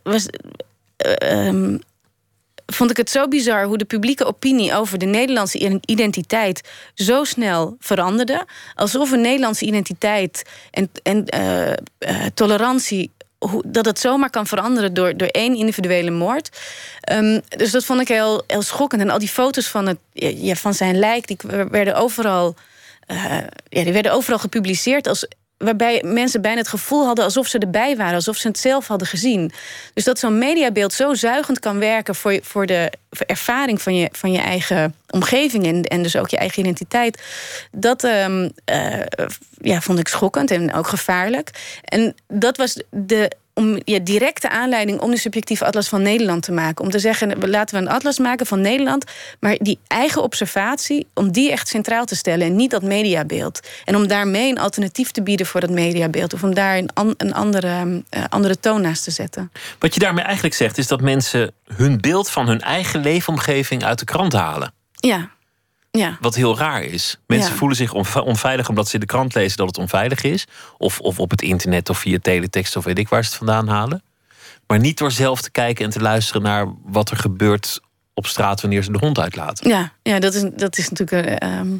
Speaker 5: vond ik het zo bizar hoe de publieke opinie over de Nederlandse identiteit zo snel veranderde. Alsof een Nederlandse identiteit en tolerantie, dat het zomaar kan veranderen door één individuele moord. Dus dat vond ik heel, heel schokkend. En al die foto's van zijn lijk, die werden overal gepubliceerd, waarbij mensen bijna het gevoel hadden alsof ze erbij waren, alsof ze het zelf hadden gezien. Dus dat zo'n mediabeeld zo zuigend kan werken voor de ervaring van je eigen omgeving en dus ook je eigen identiteit, dat vond ik schokkend en ook gevaarlijk. En dat was de directe aanleiding om de subjectieve atlas van Nederland te maken. Om te zeggen, laten we een atlas maken van Nederland, maar die eigen observatie, om die echt centraal te stellen en niet dat mediabeeld. En om daarmee een alternatief te bieden voor dat mediabeeld, of om daar een andere toon naast te zetten.
Speaker 4: Wat je daarmee eigenlijk zegt, is dat mensen hun beeld van hun eigen leefomgeving uit de krant halen.
Speaker 5: Ja. Ja.
Speaker 4: Wat heel raar is. Mensen voelen zich onveilig omdat ze in de krant lezen dat het onveilig is. Of op het internet of via teletext of weet ik waar ze het vandaan halen. Maar niet door zelf te kijken en te luisteren naar wat er gebeurt op straat wanneer ze de hond uitlaten.
Speaker 5: Ja, dat is natuurlijk...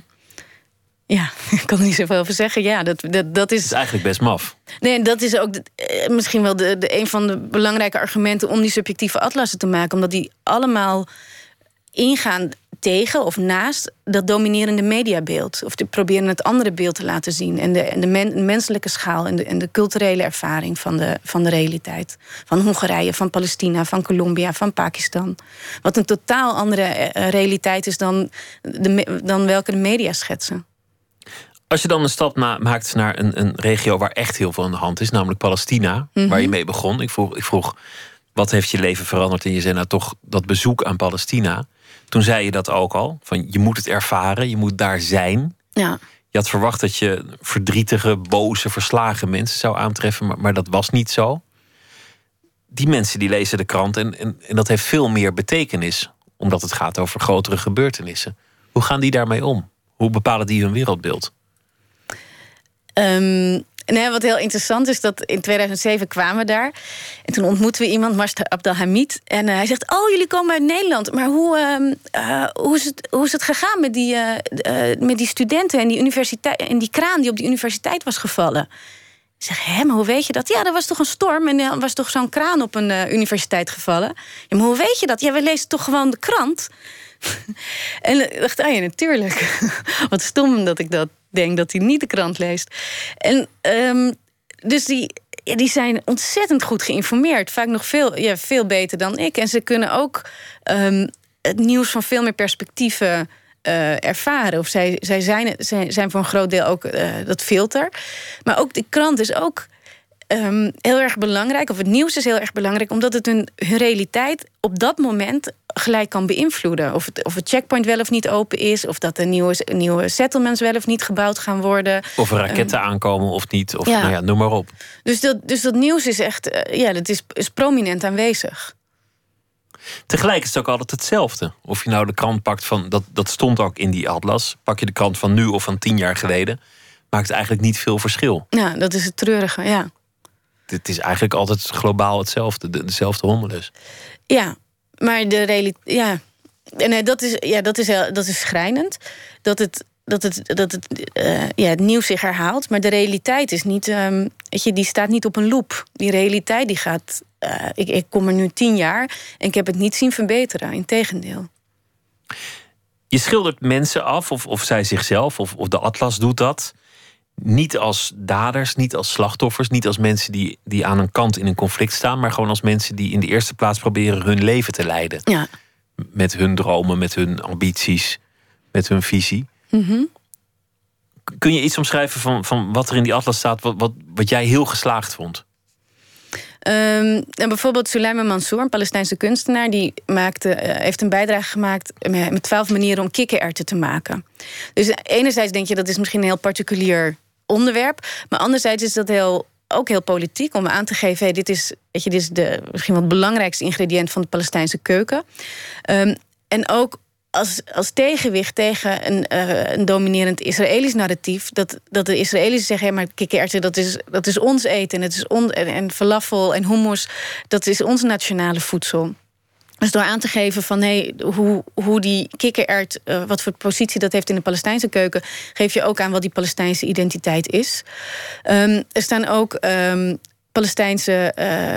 Speaker 5: ik kan er niet zoveel over zeggen. Ja, dat is
Speaker 4: eigenlijk best maf.
Speaker 5: Nee, dat is ook misschien wel een van de belangrijke argumenten om die subjectieve atlassen te maken. Omdat die allemaal ingaan tegen of naast dat dominerende mediabeeld. Of te proberen het andere beeld te laten zien. En de menselijke schaal en de culturele ervaring van de realiteit. Van Hongarije, van Palestina, van Colombia, van Pakistan. Wat een totaal andere realiteit is dan welke de media schetsen.
Speaker 4: Als je dan een stap maakt naar een regio waar echt heel veel aan de hand is, namelijk Palestina, waar je mee begon. Ik vroeg, wat heeft je leven veranderd? En je zei nou toch dat bezoek aan Palestina. Toen zei je dat ook al. Van je moet het ervaren, je moet daar zijn. Ja. Je had verwacht dat je verdrietige, boze, verslagen mensen zou aantreffen, maar dat was niet zo. Die mensen die lezen de krant en dat heeft veel meer betekenis, omdat het gaat over grotere gebeurtenissen. Hoe gaan die daarmee om? Hoe bepalen die hun wereldbeeld?
Speaker 5: Wat heel interessant is, dat in 2007 kwamen we daar. En toen ontmoetten we iemand, Mast Abdelhamid. En hij zegt, jullie komen uit Nederland. Maar hoe is het gegaan met die studenten en die universiteit en die kraan die op die universiteit was gevallen? Ik zeg, maar hoe weet je dat? Ja, er was toch een storm en er was toch zo'n kraan op een universiteit gevallen? Ja, maar hoe weet je dat? Ja, we lezen toch gewoon de krant? En ik dacht, ja, natuurlijk. Wat stom dat ik dat denk, dat hij niet de krant leest. En dus die zijn ontzettend goed geïnformeerd. Vaak nog veel beter dan ik. En ze kunnen ook het nieuws van veel meer perspectieven ervaren. Of zij zijn voor een groot deel ook dat filter. Maar ook de krant is ook heel erg belangrijk. Of het nieuws is heel erg belangrijk, omdat het hun realiteit op dat moment gelijk kan beïnvloeden. Of het checkpoint wel of niet open is, of dat er nieuwe settlements wel of niet gebouwd gaan worden.
Speaker 4: Of er raketten aankomen of niet. Of noem maar op.
Speaker 5: Dus dat nieuws is echt, dat is prominent aanwezig.
Speaker 4: Tegelijk is het ook altijd hetzelfde. Of je nou de krant pakt van, dat stond ook in die atlas. Pak je de krant van nu of van 10 jaar geleden, maakt eigenlijk niet veel verschil. Ja,
Speaker 5: dat is het treurige, ja.
Speaker 4: Het is eigenlijk altijd globaal hetzelfde, dezelfde hommelus.
Speaker 5: Ja, maar de realiteit, dat is schrijnend. Dat het nieuws zich herhaalt, maar de realiteit is niet, die staat niet op een loop. Die realiteit die gaat, ik kom er nu 10 jaar en ik heb het niet zien verbeteren. Integendeel.
Speaker 4: Je schildert mensen af, of zij zichzelf, of de atlas doet dat, niet als daders, niet als slachtoffers, niet als mensen die aan een kant in een conflict staan, maar gewoon als mensen die in de eerste plaats proberen hun leven te leiden. Ja. Met hun dromen, met hun ambities, met hun visie. Mm-hmm. Kun je iets omschrijven van wat er in die atlas staat, wat jij heel geslaagd vond?
Speaker 5: En bijvoorbeeld Suleiman Mansour, een Palestijnse kunstenaar, die heeft een bijdrage gemaakt met 12 manieren om kikkererwten te maken. Dus enerzijds denk je dat is misschien een heel particulier onderwerp. Maar anderzijds is dat ook heel politiek om aan te geven, dit is misschien wel het belangrijkste ingrediënt van de Palestijnse keuken. En ook als tegenwicht tegen een dominerend Israëlisch narratief, dat de Israëli's zeggen, maar kikkererwten, dat is ons eten, en falafel en hummus, dat is ons nationale voedsel. Dus door aan te geven van hoe die kikkerert, wat voor positie dat heeft in de Palestijnse keuken, geef je ook aan wat die Palestijnse identiteit is. Er staan ook Palestijnse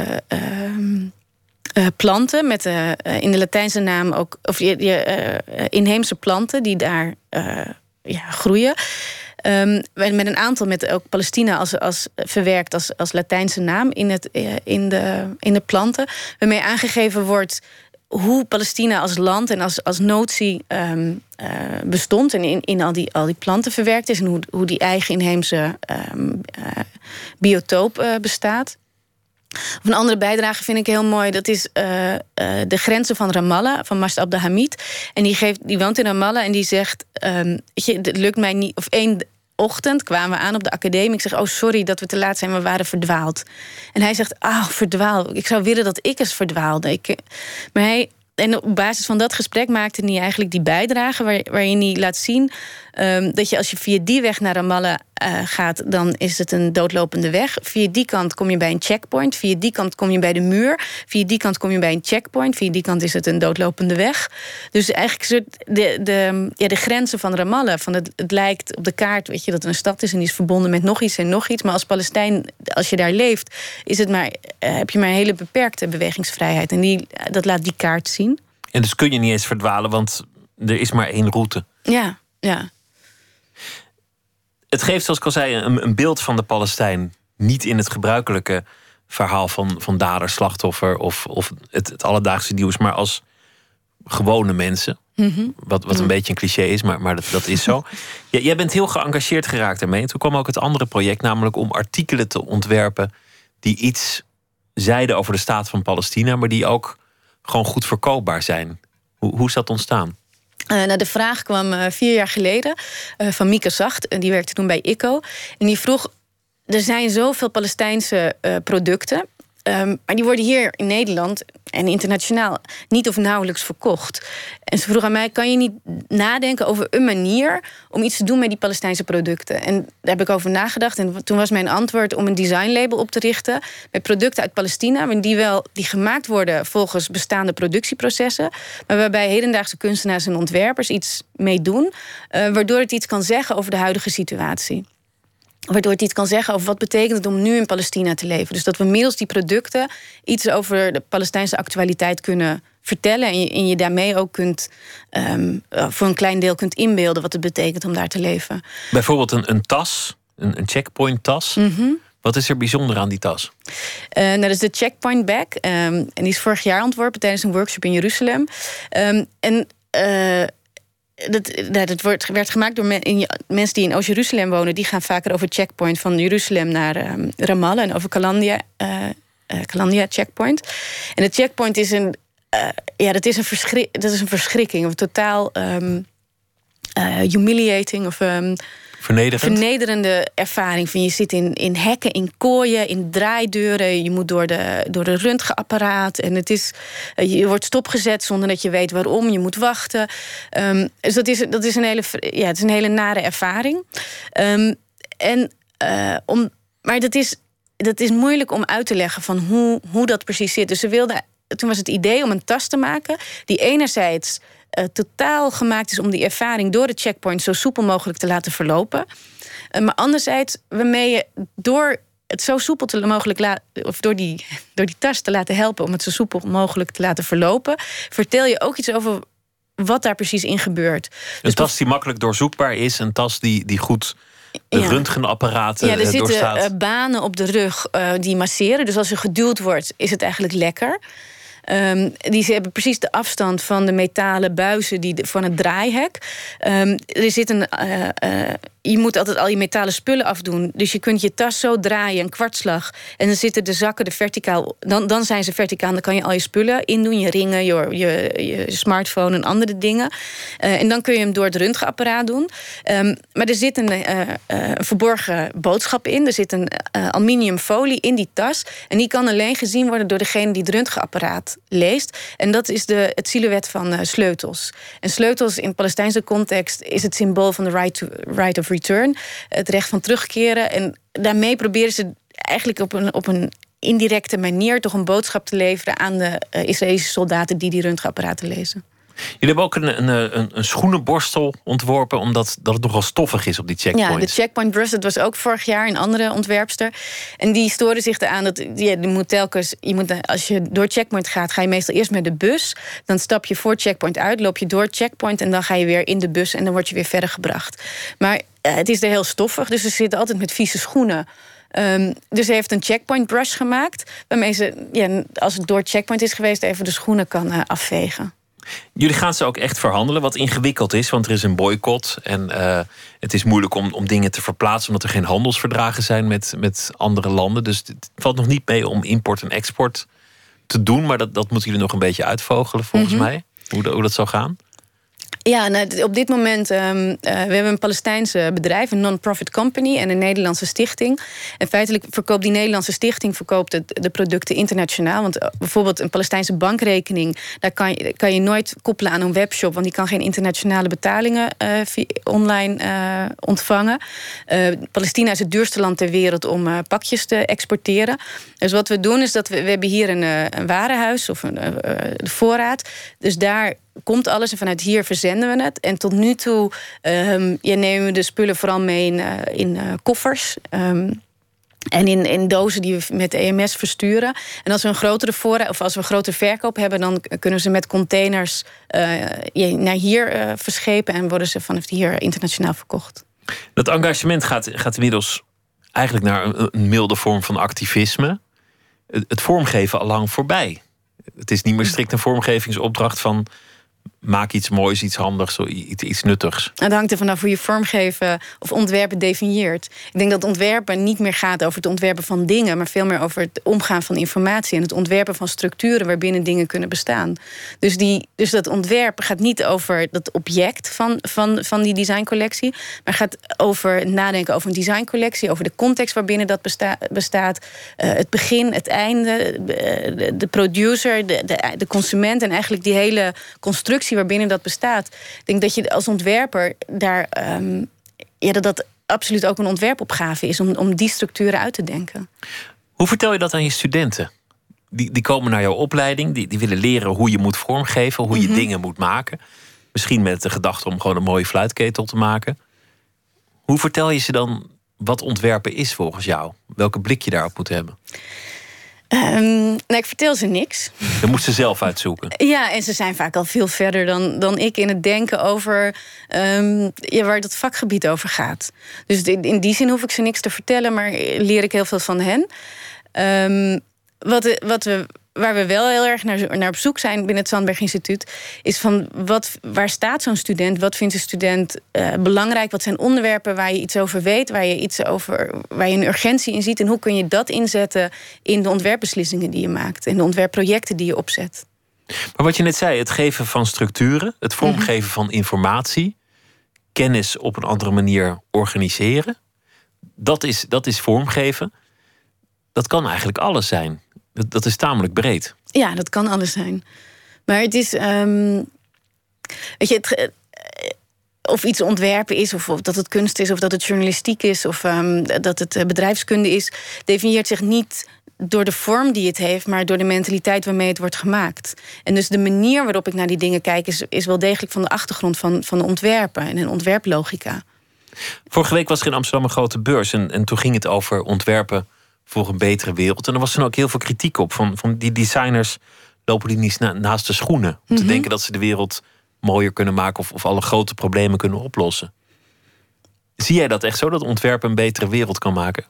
Speaker 5: planten met in de Latijnse naam ook, of inheemse planten die daar groeien. Met een aantal met ook Palestina als verwerkt als Latijnse naam in de planten, waarmee aangegeven wordt hoe Palestina als land en als notie bestond en in al die planten verwerkt is en hoe die eigen inheemse biotoop bestaat. Of een andere bijdrage vind ik heel mooi. Dat is de grenzen van Ramallah, van Masjid Abdelhamid. En die woont in Ramallah en die zegt, het lukt mij niet. Of één ochtend kwamen we aan op de academie. Ik zeg, oh sorry dat we te laat zijn, we waren verdwaald. En hij zegt, verdwaald. Ik zou willen dat ik eens verdwaalde. En op basis van dat gesprek maakte hij eigenlijk die bijdrage, waarin hij laat zien dat je als je via die weg naar Ramallah gaat, dan is het een doodlopende weg. Via die kant kom je bij een checkpoint. Via die kant kom je bij de muur. Via die kant kom je bij een checkpoint. Via die kant is het een doodlopende weg. Dus eigenlijk de grenzen van Ramallah. Het lijkt op de kaart, weet je, dat er een stad is en die is verbonden met nog iets en nog iets. Maar als Palestijn, als je daar leeft, heb je maar een hele beperkte bewegingsvrijheid. En dat laat die kaart zien.
Speaker 4: En dus kun je niet eens verdwalen, want er is maar één route.
Speaker 5: Ja.
Speaker 4: Het geeft, zoals ik al zei, een beeld van de Palestijn. Niet in het gebruikelijke verhaal van dader, slachtoffer of het alledaagse nieuws, maar als gewone mensen. Mm-hmm. Wat een beetje een cliché is, maar dat is zo. Jij bent heel geëngageerd geraakt daarmee. Toen kwam ook het andere project, namelijk om artikelen te ontwerpen die iets zeiden over de staat van Palestina, maar die ook gewoon goed verkoopbaar zijn. Hoe is dat ontstaan?
Speaker 5: De vraag kwam 4 jaar geleden van Mieke Zacht. Die werkte toen bij ICO. En die vroeg, er zijn zoveel Palestijnse producten, maar die worden hier in Nederland en internationaal niet of nauwelijks verkocht. En ze vroeg aan mij, kan je niet nadenken over een manier om iets te doen met die Palestijnse producten? En daar heb ik over nagedacht. En toen was mijn antwoord om een designlabel op te richten met producten uit Palestina, die gemaakt worden volgens bestaande productieprocessen, maar waarbij hedendaagse kunstenaars en ontwerpers iets mee doen, waardoor het iets kan zeggen over de huidige situatie. Waardoor het iets kan zeggen over wat betekent het om nu in Palestina te leven. Dus dat we middels die producten iets over de Palestijnse actualiteit kunnen vertellen. En je daarmee ook voor een klein deel kunt inbeelden wat het betekent om daar te leven.
Speaker 4: Bijvoorbeeld een tas, een checkpoint tas. Mm-hmm. Wat is er bijzonder aan die tas?
Speaker 5: Dat is de checkpoint bag. En die is vorig jaar ontworpen tijdens een workshop in Jeruzalem. Dat werd gemaakt door mensen die in Oost-Jeruzalem wonen. Die gaan vaker over checkpoint van Jeruzalem naar Ramallah en over Kalandia checkpoint. En de checkpoint is een verschrikking, of totaal humiliating of vernederende ervaring. Van je zit in hekken, in kooien, in draaideuren. Je moet door de röntgenapparaat. En je wordt stopgezet zonder dat je weet waarom. Je moet wachten. Dus dat is een hele nare ervaring. Maar dat is moeilijk om uit te leggen van hoe dat precies zit. Dus toen was het idee om een tas te maken die enerzijds totaal gemaakt is om die ervaring door de checkpoint zo soepel mogelijk te laten verlopen. Maar anderzijds, waarmee je door het zo soepel mogelijk door die tas te laten helpen om het zo soepel mogelijk te laten verlopen, vertel je ook iets over wat daar precies in gebeurt.
Speaker 4: Een tas die makkelijk doorzoekbaar is, een tas die goed de röntgenapparaten doorstaat.
Speaker 5: Er zitten banen op de rug die masseren. Dus als er geduwd wordt, is het eigenlijk lekker. Ze hebben precies de afstand van de metalen buizen van het draaihek. Er zit je moet altijd al je metalen spullen afdoen. Dus je kunt je tas zo draaien, een kwartslag. En dan zitten de zakken er verticaal. Dan zijn ze verticaal. Dan kan je al je spullen indoen. Je ringen, je smartphone en andere dingen. En dan kun je hem door het röntgenapparaat doen. Maar er zit een verborgen boodschap in. Er zit een aluminiumfolie in die tas. En die kan alleen gezien worden door degene die het röntgenapparaat leest. En dat is het silhouet van sleutels. En sleutels in de Palestijnse context is het symbool van de right of return. Het recht van terugkeren. En daarmee proberen ze eigenlijk op een indirecte manier toch een boodschap te leveren aan de Israëlische soldaten die röntgenapparaten lezen.
Speaker 4: Jullie hebben ook een schoenenborstel ontworpen, omdat het nogal stoffig is op die checkpoints.
Speaker 5: Ja, de checkpoint brush, dat was ook vorig jaar een andere ontwerpster. En die stoorde zich eraan dat je moet telkens, als je door checkpoint gaat, ga je meestal eerst met de bus. Dan stap je voor checkpoint uit, loop je door checkpoint en dan ga je weer in de bus en dan word je weer verder gebracht. Maar het is er heel stoffig, dus ze zitten altijd met vieze schoenen. Dus ze heeft een checkpoint brush gemaakt, waarmee ze, als het door checkpoint is geweest, even de schoenen kan afvegen.
Speaker 4: Jullie gaan ze ook echt verhandelen, wat ingewikkeld is, want er is een boycott. En het is moeilijk om dingen te verplaatsen, omdat er geen handelsverdragen zijn met andere landen. Dus het valt nog niet mee om import en export te doen. Maar dat moeten jullie nog een beetje uitvogelen, volgens mij. Hoe dat zou gaan.
Speaker 5: Ja, op dit moment, we hebben een Palestijnse bedrijf, een non-profit company en een Nederlandse stichting. En feitelijk verkoopt die Nederlandse stichting de producten internationaal. Want bijvoorbeeld een Palestijnse bankrekening, daar kan je nooit koppelen aan een webshop, want die kan geen internationale betalingen online ontvangen. Palestina is het duurste land ter wereld om pakjes te exporteren. Dus wat we doen is dat we hebben hier een warenhuis of de voorraad. Dus daar komt alles en vanuit hier verzenden we het. En tot nu toe nemen we de spullen vooral mee in koffers. En in dozen die we met EMS versturen. En als we een grotere voorraad of als we een grotere verkoop hebben, dan kunnen ze met containers naar hier verschepen en worden ze vanaf hier internationaal verkocht.
Speaker 4: Dat engagement gaat inmiddels eigenlijk naar een milde vorm van activisme. Het vormgeven allang voorbij. Het is niet meer strikt een vormgevingsopdracht van maak iets moois, iets handigs, iets nuttigs. Het
Speaker 5: hangt er vanaf hoe je vormgeven of ontwerpen definieert. Ik denk dat ontwerpen niet meer gaat over het ontwerpen van dingen, maar veel meer over het omgaan van informatie en het ontwerpen van structuren waarbinnen dingen kunnen bestaan. Dus dat ontwerpen gaat niet over dat object van die designcollectie, maar gaat over nadenken over een designcollectie, over de context waarbinnen dat bestaat, het begin, het einde, de producer, de consument en eigenlijk die hele constructie waarbinnen dat bestaat. Ik denk dat je als ontwerper daar dat absoluut ook een ontwerpopgave is om die structuren uit te denken.
Speaker 4: Hoe vertel je dat aan je studenten? Die komen naar jouw opleiding, die willen leren hoe je moet vormgeven, hoe je dingen moet maken. Misschien met de gedachte om gewoon een mooie fluitketel te maken. Hoe vertel je ze dan wat ontwerpen is volgens jou? Welke blik je daarop moet hebben?
Speaker 5: Ik vertel ze niks.
Speaker 4: Dat moet ze zelf uitzoeken.
Speaker 5: Ja, en ze zijn vaak al veel verder dan ik in het denken over waar dat vakgebied over gaat. Dus in die zin hoef ik ze niks te vertellen, maar leer ik heel veel van hen. Waar we wel heel erg naar op zoek zijn binnen het Zandberg Instituut, is van waar staat zo'n student? Wat vindt een student belangrijk? Wat zijn onderwerpen waar je iets over weet, waar je een urgentie in ziet? En hoe kun je dat inzetten in de ontwerpbeslissingen die je maakt en de ontwerpprojecten die je opzet?
Speaker 4: Maar wat je net zei, het geven van structuren, het vormgeven van informatie, kennis op een andere manier organiseren, dat is vormgeven. Dat kan eigenlijk alles zijn. Dat is tamelijk breed.
Speaker 5: Ja, dat kan alles zijn. Maar het is weet je, of iets ontwerpen is, of dat het kunst is, of dat het journalistiek is, of dat het bedrijfskunde is, definieert zich niet door de vorm die het heeft, maar door de mentaliteit waarmee het wordt gemaakt. En dus de manier waarop ik naar die dingen kijk is wel degelijk van de achtergrond van de ontwerpen en een ontwerplogica.
Speaker 4: Vorige week was er in Amsterdam een grote beurs en toen ging het over ontwerpen voor een betere wereld. En er was dan ook heel veel kritiek op. Van die designers lopen die niet naast de schoenen. Om te denken dat ze de wereld mooier kunnen maken of alle grote problemen kunnen oplossen. Zie jij dat echt zo, dat ontwerpen een betere wereld kan maken?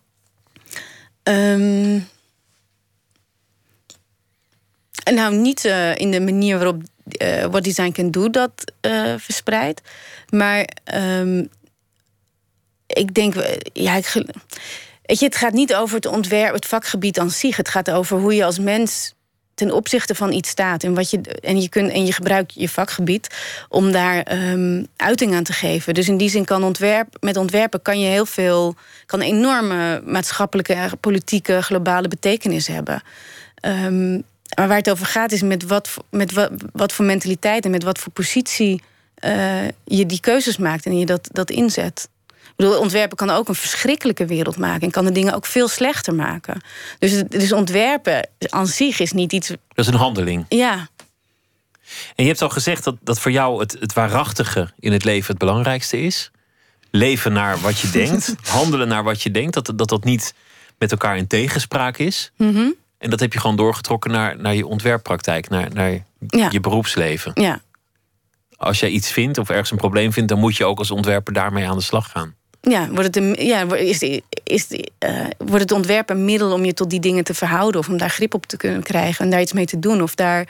Speaker 5: Nou, niet in de manier waarop What Design Can Do dat verspreidt. Maar ik denk, weet je, het gaat niet over het vakgebied aan zich. Het gaat over hoe je als mens ten opzichte van iets staat. En je gebruikt je vakgebied om daar uiting aan te geven. Dus in die zin met ontwerpen kan je kan een enorme maatschappelijke, politieke, globale betekenis hebben. Maar waar het over gaat is met wat voor mentaliteit en met wat voor positie je die keuzes maakt en je dat inzet. Ik bedoel, ontwerpen kan ook een verschrikkelijke wereld maken en kan de dingen ook veel slechter maken. Dus ontwerpen aan zich is niet iets.
Speaker 4: Dat is een handeling.
Speaker 5: Ja.
Speaker 4: En je hebt al gezegd dat voor jou het waarachtige in het leven het belangrijkste is. Leven naar wat je denkt, handelen naar wat je denkt. Dat niet met elkaar in tegenspraak is.
Speaker 5: Mm-hmm.
Speaker 4: En dat heb je gewoon doorgetrokken naar je ontwerppraktijk, naar je beroepsleven.
Speaker 5: Ja.
Speaker 4: Als jij iets vindt of ergens een probleem vindt, dan moet je ook als ontwerper daarmee aan de slag gaan.
Speaker 5: Ja, wordt het ontwerp een middel om je tot die dingen te verhouden, of om daar grip op te kunnen krijgen en daar iets mee te doen, of daar.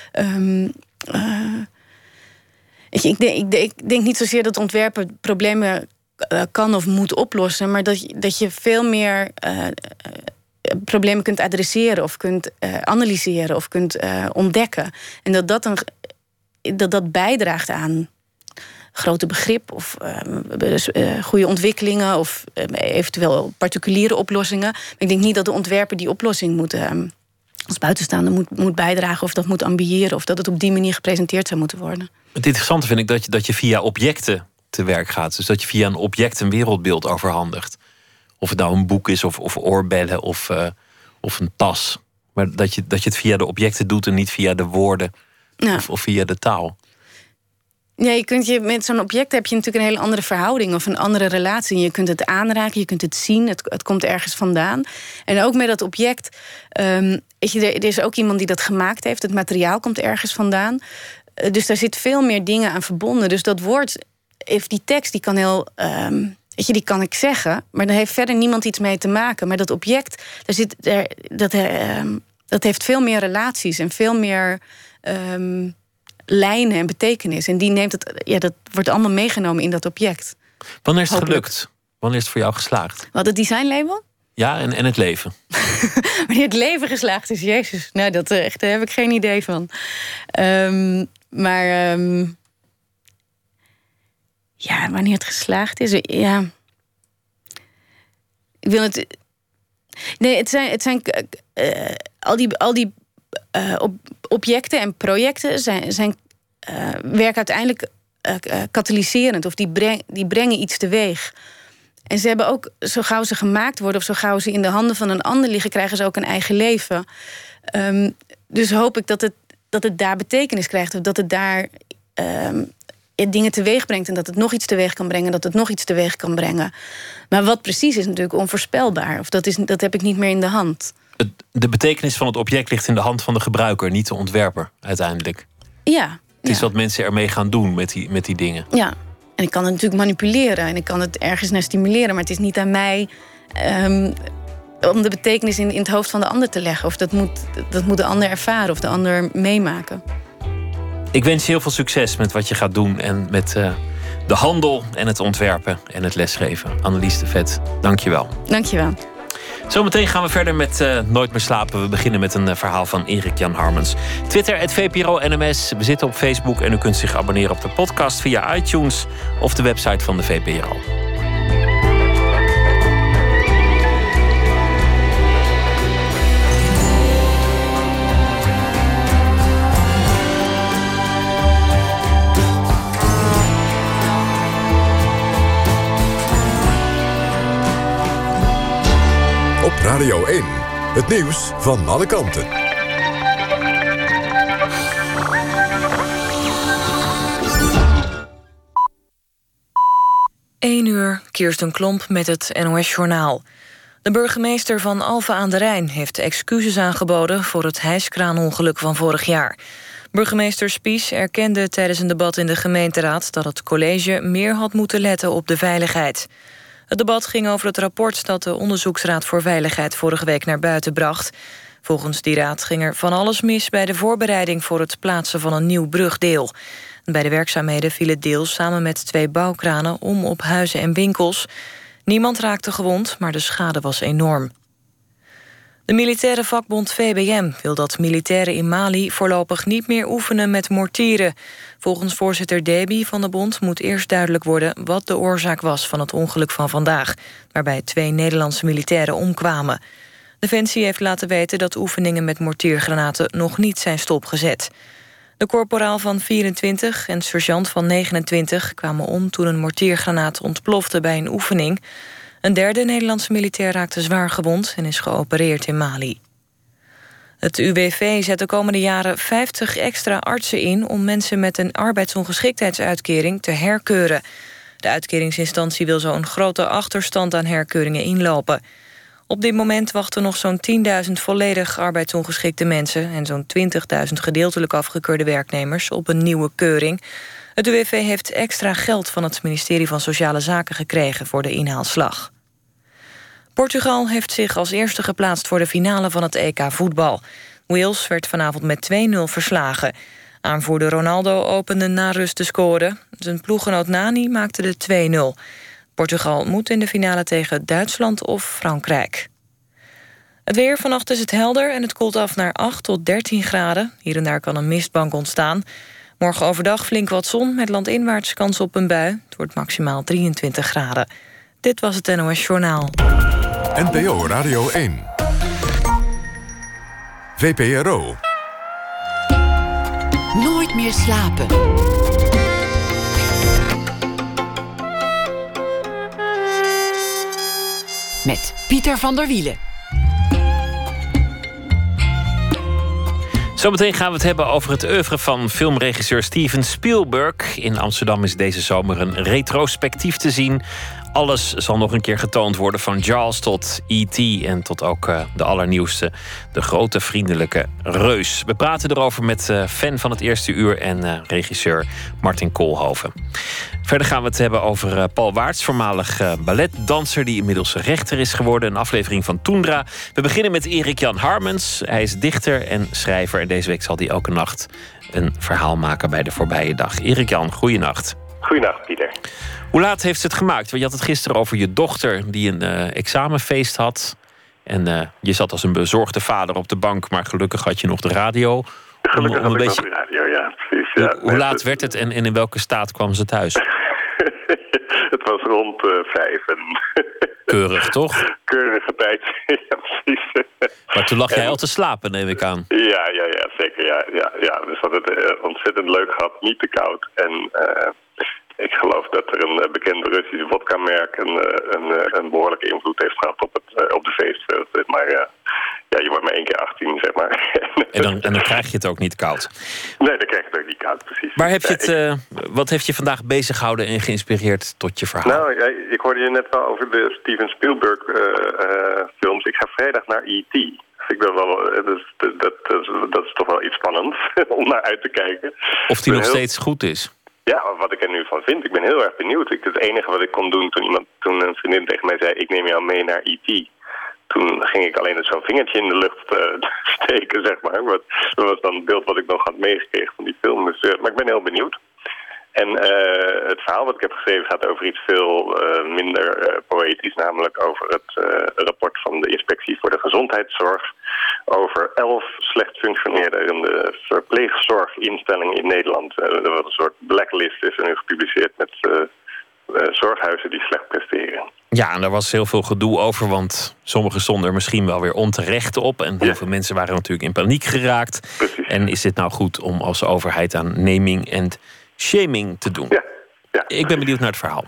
Speaker 5: Ik denk niet zozeer dat ontwerpen problemen kan of moet oplossen, maar dat je veel meer problemen kunt adresseren of kunt analyseren of kunt ontdekken. En dat bijdraagt aan grote begrip of goede ontwikkelingen of eventueel particuliere oplossingen. Maar ik denk niet dat de ontwerper die oplossing moet als buitenstaander moet bijdragen of dat moet ambiëren of dat het op die manier gepresenteerd zou moeten worden. Het
Speaker 4: interessante vind ik dat je via objecten te werk gaat. Dus dat je via een object een wereldbeeld overhandigt. Of het nou een boek is of oorbellen of een tas. Maar dat je het via de objecten doet en niet via de woorden of via de taal.
Speaker 5: Ja, met zo'n object heb je natuurlijk een hele andere verhouding of een andere relatie. Je kunt het aanraken, je kunt het zien, het komt ergens vandaan. En ook met dat object, er is ook iemand die dat gemaakt heeft. Het materiaal komt ergens vandaan. Dus daar zit veel meer dingen aan verbonden. Dus dat woord, die tekst, die kan heel. Die kan ik zeggen, maar daar heeft verder niemand iets mee te maken. Maar dat object, dat heeft veel meer relaties en veel meer lijnen en betekenis. En die dat wordt allemaal meegenomen in dat object.
Speaker 4: Wanneer is het gelukt? Wanneer is het voor jou geslaagd?
Speaker 5: Wat, het designlabel?
Speaker 4: Ja, en het leven.
Speaker 5: Wanneer het leven geslaagd is, Jezus. Nou, daar heb ik geen idee van. Ja, wanneer het geslaagd is, ja. Ik wil het. Nee, het zijn al die objecten en projecten werken uiteindelijk katalyserend of die brengen iets teweeg. En ze hebben ook, zo gauw ze gemaakt worden of zo gauw ze in de handen van een ander liggen, krijgen ze ook een eigen leven. Dus hoop ik dat het daar betekenis krijgt of dat het daar dingen teweeg brengt en dat het nog iets teweeg kan brengen, dat het nog iets teweeg kan brengen. Maar wat precies is natuurlijk onvoorspelbaar. Of dat heb ik niet meer in de hand.
Speaker 4: De betekenis van het object ligt in de hand van de gebruiker, niet de ontwerper uiteindelijk.
Speaker 5: Ja.
Speaker 4: Het is wat mensen ermee gaan doen met die dingen.
Speaker 5: Ja, en ik kan het natuurlijk manipuleren en ik kan het ergens naar stimuleren, maar het is niet aan mij om de betekenis in het hoofd van de ander te leggen. Of dat moet de ander ervaren of de ander meemaken.
Speaker 4: Ik wens je heel veel succes met wat je gaat doen en met de handel en het ontwerpen en het lesgeven. Annelies de Vet, dank je wel.
Speaker 5: Dank je wel.
Speaker 4: Zometeen gaan we verder met Nooit meer slapen. We beginnen met een verhaal van Erik-Jan Harmens. Twitter, @VPRO-NMS. We zitten op Facebook en u kunt zich abonneren op de podcast via iTunes of de website van de VPRO.
Speaker 2: Op Radio 1, het nieuws van alle kanten.
Speaker 1: 1 uur, Kirsten Klomp met het NOS-journaal. De burgemeester van Alphen aan de Rijn heeft excuses aangeboden voor het hijskraanongeluk van vorig jaar. Burgemeester Spies erkende tijdens een debat in de gemeenteraad dat het college meer had moeten letten op de veiligheid. Het debat ging over het rapport dat de Onderzoeksraad voor Veiligheid vorige week naar buiten bracht. Volgens die raad ging er van alles mis bij de voorbereiding voor het plaatsen van een nieuw brugdeel. Bij de werkzaamheden viel het deel samen met 2 bouwkranen om op huizen en winkels. Niemand raakte gewond, maar de schade was enorm. De militaire vakbond VBM wil dat militairen in Mali voorlopig niet meer oefenen met mortieren. Volgens voorzitter Deby van de bond moet eerst duidelijk worden wat de oorzaak was van het ongeluk van vandaag, waarbij 2 Nederlandse militairen omkwamen. Defensie heeft laten weten dat oefeningen met mortiergranaten nog niet zijn stopgezet. De korporaal van 24 en sergeant van 29 kwamen om toen een mortiergranaat ontplofte bij een oefening. Een derde Nederlandse militair raakte zwaar gewond en is geopereerd in Mali. Het UWV zet de komende jaren 50 extra artsen in om mensen met een arbeidsongeschiktheidsuitkering te herkeuren. De uitkeringsinstantie wil zo een grote achterstand aan herkeuringen inlopen. Op dit moment wachten nog zo'n 10.000 volledig arbeidsongeschikte mensen en zo'n 20.000 gedeeltelijk afgekeurde werknemers op een nieuwe keuring. Het UWV heeft extra geld van het ministerie van Sociale Zaken gekregen voor de inhaalslag. Portugal heeft zich als eerste geplaatst voor de finale van het EK voetbal. Wales werd vanavond met 2-0 verslagen. Aanvoerder Ronaldo opende na rust de score. Zijn ploeggenoot Nani maakte de 2-0. Portugal moet in de finale tegen Duitsland of Frankrijk. Het weer, vannacht is het helder en het koelt af naar 8 tot 13 graden. Hier en daar kan een mistbank ontstaan. Morgen overdag flink wat zon met landinwaarts kans op een bui. Het wordt maximaal 23 graden. Dit was het NOS Journaal.
Speaker 2: NPO Radio 1. VPRO.
Speaker 3: Nooit meer slapen. Met Pieter van der Wielen.
Speaker 4: Zometeen gaan we het hebben over het oeuvre van filmregisseur Steven Spielberg. In Amsterdam is deze zomer een retrospectief te zien. Alles zal nog een keer getoond worden, van Jaws tot E.T. en tot ook de allernieuwste, de grote vriendelijke reus. We praten erover met fan van het eerste uur en regisseur Martin Koolhoven. Verder gaan we het hebben over Paul Waarts, voormalig balletdanser die inmiddels rechter is geworden. Een aflevering van Toendra. We beginnen met Erik-Jan Harmens. Hij is dichter en schrijver en deze week zal hij elke nacht een verhaal maken bij de voorbije dag. Erik-Jan, goeienacht.
Speaker 7: Goeienacht, Pieter.
Speaker 4: Hoe laat heeft ze het gemaakt? Want je had het gisteren over je dochter die een examenfeest had. En je zat als een bezorgde vader op de bank, maar gelukkig had je nog de radio.
Speaker 7: Gelukkig had ik nog de radio, ja, precies. Ja.
Speaker 4: Hoe laat werd het en in welke staat kwam ze thuis?
Speaker 7: Het was rond 5.
Speaker 4: Keurig, toch?
Speaker 7: Keurige tijd, ja, precies.
Speaker 4: Maar toen lag jij al te slapen, neem ik aan.
Speaker 7: Ja, zeker. Ja. Dus we hadden het ontzettend leuk gehad, niet te koud. En ik geloof dat er een bekende Russische vodka-merk een behoorlijke invloed heeft gehad op de feestvreugde. Maar ja, je wordt maar 1 keer 18, zeg maar.
Speaker 4: En dan krijg je het ook niet koud.
Speaker 7: Nee, dan krijg je het ook niet koud, precies.
Speaker 4: Maar heb je het, wat heeft je vandaag bezig gehouden en geïnspireerd tot je verhaal? Nou,
Speaker 7: ja, ik hoorde je net wel over de Steven Spielberg films. Ik ga vrijdag naar E.T. Ik dacht wel, dat is toch wel iets spannends om naar uit te kijken.
Speaker 4: Of die nog steeds goed is.
Speaker 7: Ja, wat ik er nu van vind. Ik ben heel erg benieuwd. Het enige wat ik kon doen toen een vriendin tegen mij zei, ik neem jou mee naar E.T. Toen ging ik alleen zo'n vingertje in de lucht steken, zeg maar. Dat was dan het beeld wat ik nog had meegekregen van die film. Dus, maar ik ben heel benieuwd. En het verhaal wat ik heb geschreven gaat over iets veel minder poëtisch. Namelijk over het rapport van de Inspectie voor de Gezondheidszorg. Over 11 slecht functionerende verpleegzorginstellingen in Nederland. Er was een soort blacklist is er nu gepubliceerd met zorghuizen die slecht presteren.
Speaker 4: Ja, en daar was heel veel gedoe over, want sommigen stonden er misschien wel weer onterecht op. En heel veel mensen waren natuurlijk in paniek geraakt.
Speaker 7: Precies.
Speaker 4: En is dit nou goed om als overheid aan naming en shaming te doen?
Speaker 7: Ja,
Speaker 4: ik ben benieuwd naar het verhaal.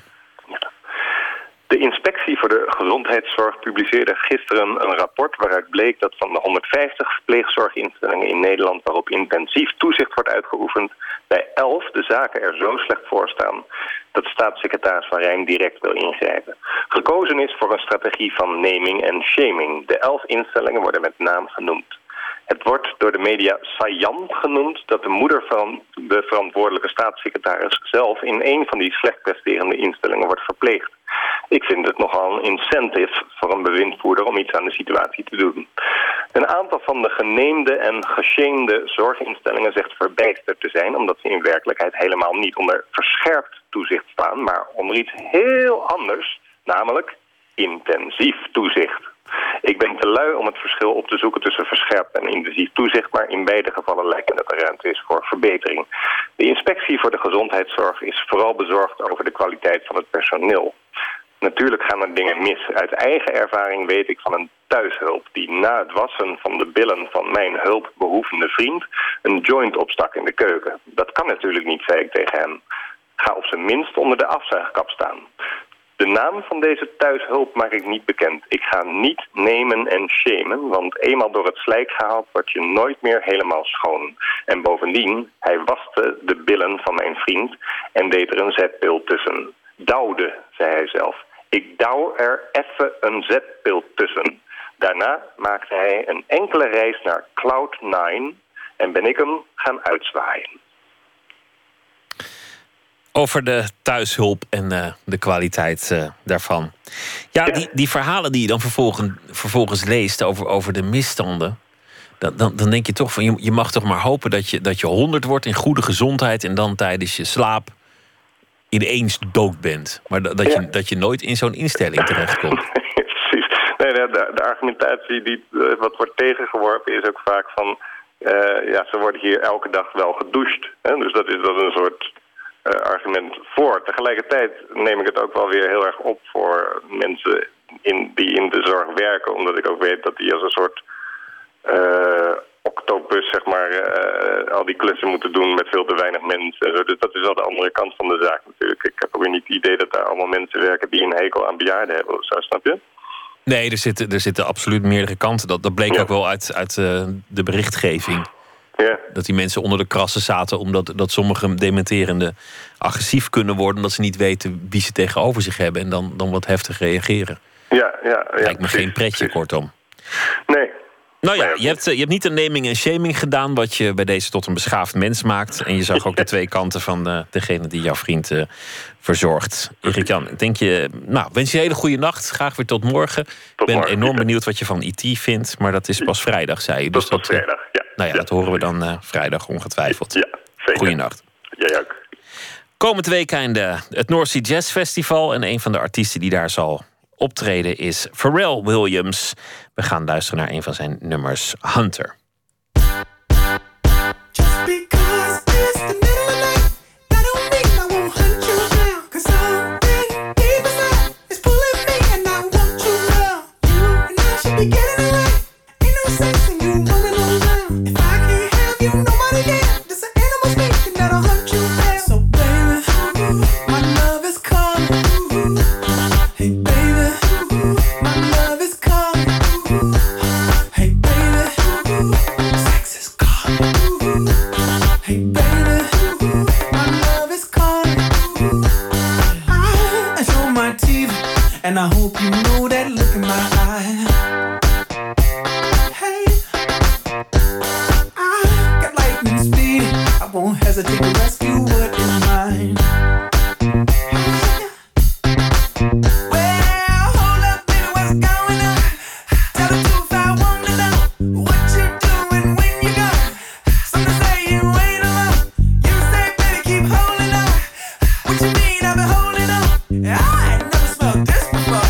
Speaker 7: De Inspectie voor de Gezondheidszorg publiceerde gisteren een rapport waaruit bleek dat van de 150 verpleegzorginstellingen in Nederland waarop intensief toezicht wordt uitgeoefend, bij 11 de zaken er zo slecht voor staan dat staatssecretaris Van Rijn direct wil ingrijpen. Gekozen is voor een strategie van naming en shaming. De 11 instellingen worden met naam genoemd. Het wordt door de media saillant genoemd dat de moeder van de verantwoordelijke staatssecretaris zelf in een van die slecht presterende instellingen wordt verpleegd. Ik vind het nogal een incentive voor een bewindvoerder om iets aan de situatie te doen. Een aantal van de geneemde en geshamed zorginstellingen zegt verbijsterd te zijn, omdat ze in werkelijkheid helemaal niet onder verscherpt toezicht staan, maar onder iets heel anders, namelijk intensief toezicht. Ik ben te lui om het verschil op te zoeken tussen verscherpt en intensief toezicht, maar in beide gevallen lijkt me dat er ruimte is voor verbetering. De inspectie voor de gezondheidszorg is vooral bezorgd over de kwaliteit van het personeel. Natuurlijk gaan er dingen mis. Uit eigen ervaring weet ik van een thuishulp die na het wassen van de billen van mijn hulpbehoevende vriend een joint opstak in de keuken. Dat kan natuurlijk niet, zei ik tegen hem. Ga op zijn minst onder de afzuigkap staan. De naam van deze thuishulp maak ik niet bekend. Ik ga niet nemen en shamen, want eenmaal door het slijk gehaald word je nooit meer helemaal schoon. En bovendien, hij waste de billen van mijn vriend en deed er een zetpil tussen. Douwde, zei hij zelf. Ik douw er even een zetpil tussen. Daarna maakte hij een enkele reis naar Cloud9 en ben ik hem gaan uitzwaaien.
Speaker 4: Over de thuishulp en de kwaliteit daarvan. Ja, die verhalen die je dan vervolgens leest over de misstanden. Dan denk je toch van, je mag toch maar hopen dat je 100 wordt in goede gezondheid en dan tijdens je slaap ineens dood bent. Maar dat je nooit in zo'n instelling terechtkomt.
Speaker 7: Precies. Nee, de argumentatie die wat wordt tegengeworpen is ook vaak van, ze worden hier elke dag wel gedoucht. Hè? Dus dat is een soort argument voor. Tegelijkertijd neem ik het ook wel weer heel erg op voor mensen die in de zorg werken, omdat ik ook weet dat die als een soort octopus, zeg maar, al die klussen moeten doen met veel te weinig mensen. En zo. Dus dat is wel de andere kant van de zaak natuurlijk. Ik heb ook weer niet het idee dat daar allemaal mensen werken die een hekel aan bejaarden hebben of zo, snap je?
Speaker 4: Nee, er zitten absoluut meerdere kanten. Dat bleek ook wel uit de berichtgeving.
Speaker 7: Ja.
Speaker 4: Dat die mensen onder de krassen zaten omdat sommige dementerende agressief kunnen worden, omdat ze niet weten wie ze tegenover zich hebben en dan wat heftig reageren.
Speaker 7: Ja,
Speaker 4: lijkt me geen pretje, kortom.
Speaker 7: Nee.
Speaker 4: Nou ja, je hebt niet een naming en shaming gedaan, wat je bij deze tot een beschaafd mens maakt. En je zag ook de twee kanten van degene die jouw vriend verzorgt. Erik-Jan, wens je een hele goede nacht. Graag weer tot morgen. Ik ben enorm benieuwd wat je van IT vindt, maar dat is pas vrijdag, zei je. Dus
Speaker 7: dat vrijdag, ja.
Speaker 4: Nou ja, dat horen we dan vrijdag ongetwijfeld.
Speaker 7: Ja, zeker.
Speaker 4: Goeienacht.
Speaker 7: Jij ook.
Speaker 4: Komend weekend het North Sea Jazz Festival. En een van de artiesten die daar zal optreden is Pharrell Williams. We gaan luisteren naar een van zijn nummers, Hunter.
Speaker 6: And I hope you know that look in my eye. Hey, I got lightning speed. I won't hesitate to rescue what is mine. Well, hold up, baby, what's going on? Tell the truth, I want to know what you're doing when you go. Some say you ain't alone. You say, baby, keep holding on. What you mean, I've been holding on. I ain't never smelled this.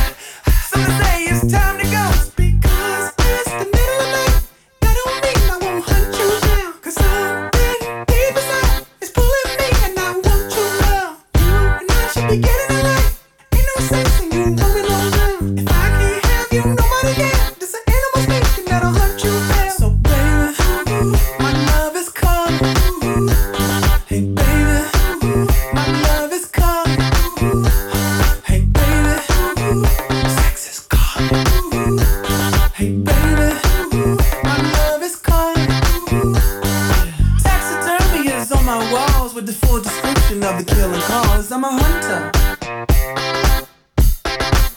Speaker 6: Time to go. Because it's the middle of the night, that don't mean I won't hunt you down. 'Cause something deep inside is pulling me and I want you well. You and I should be getting it right. Ain't no sense in you moving on down. If I can't have you, nobody can. There's an animal speaking that'll hunt you down. So baby, my love is calling. Hey baby, my love is calling. Hey baby, sex is calling. Hey baby, my love is calling. Taxidermy is on my walls with the full description of the killing cause. I'm a hunter.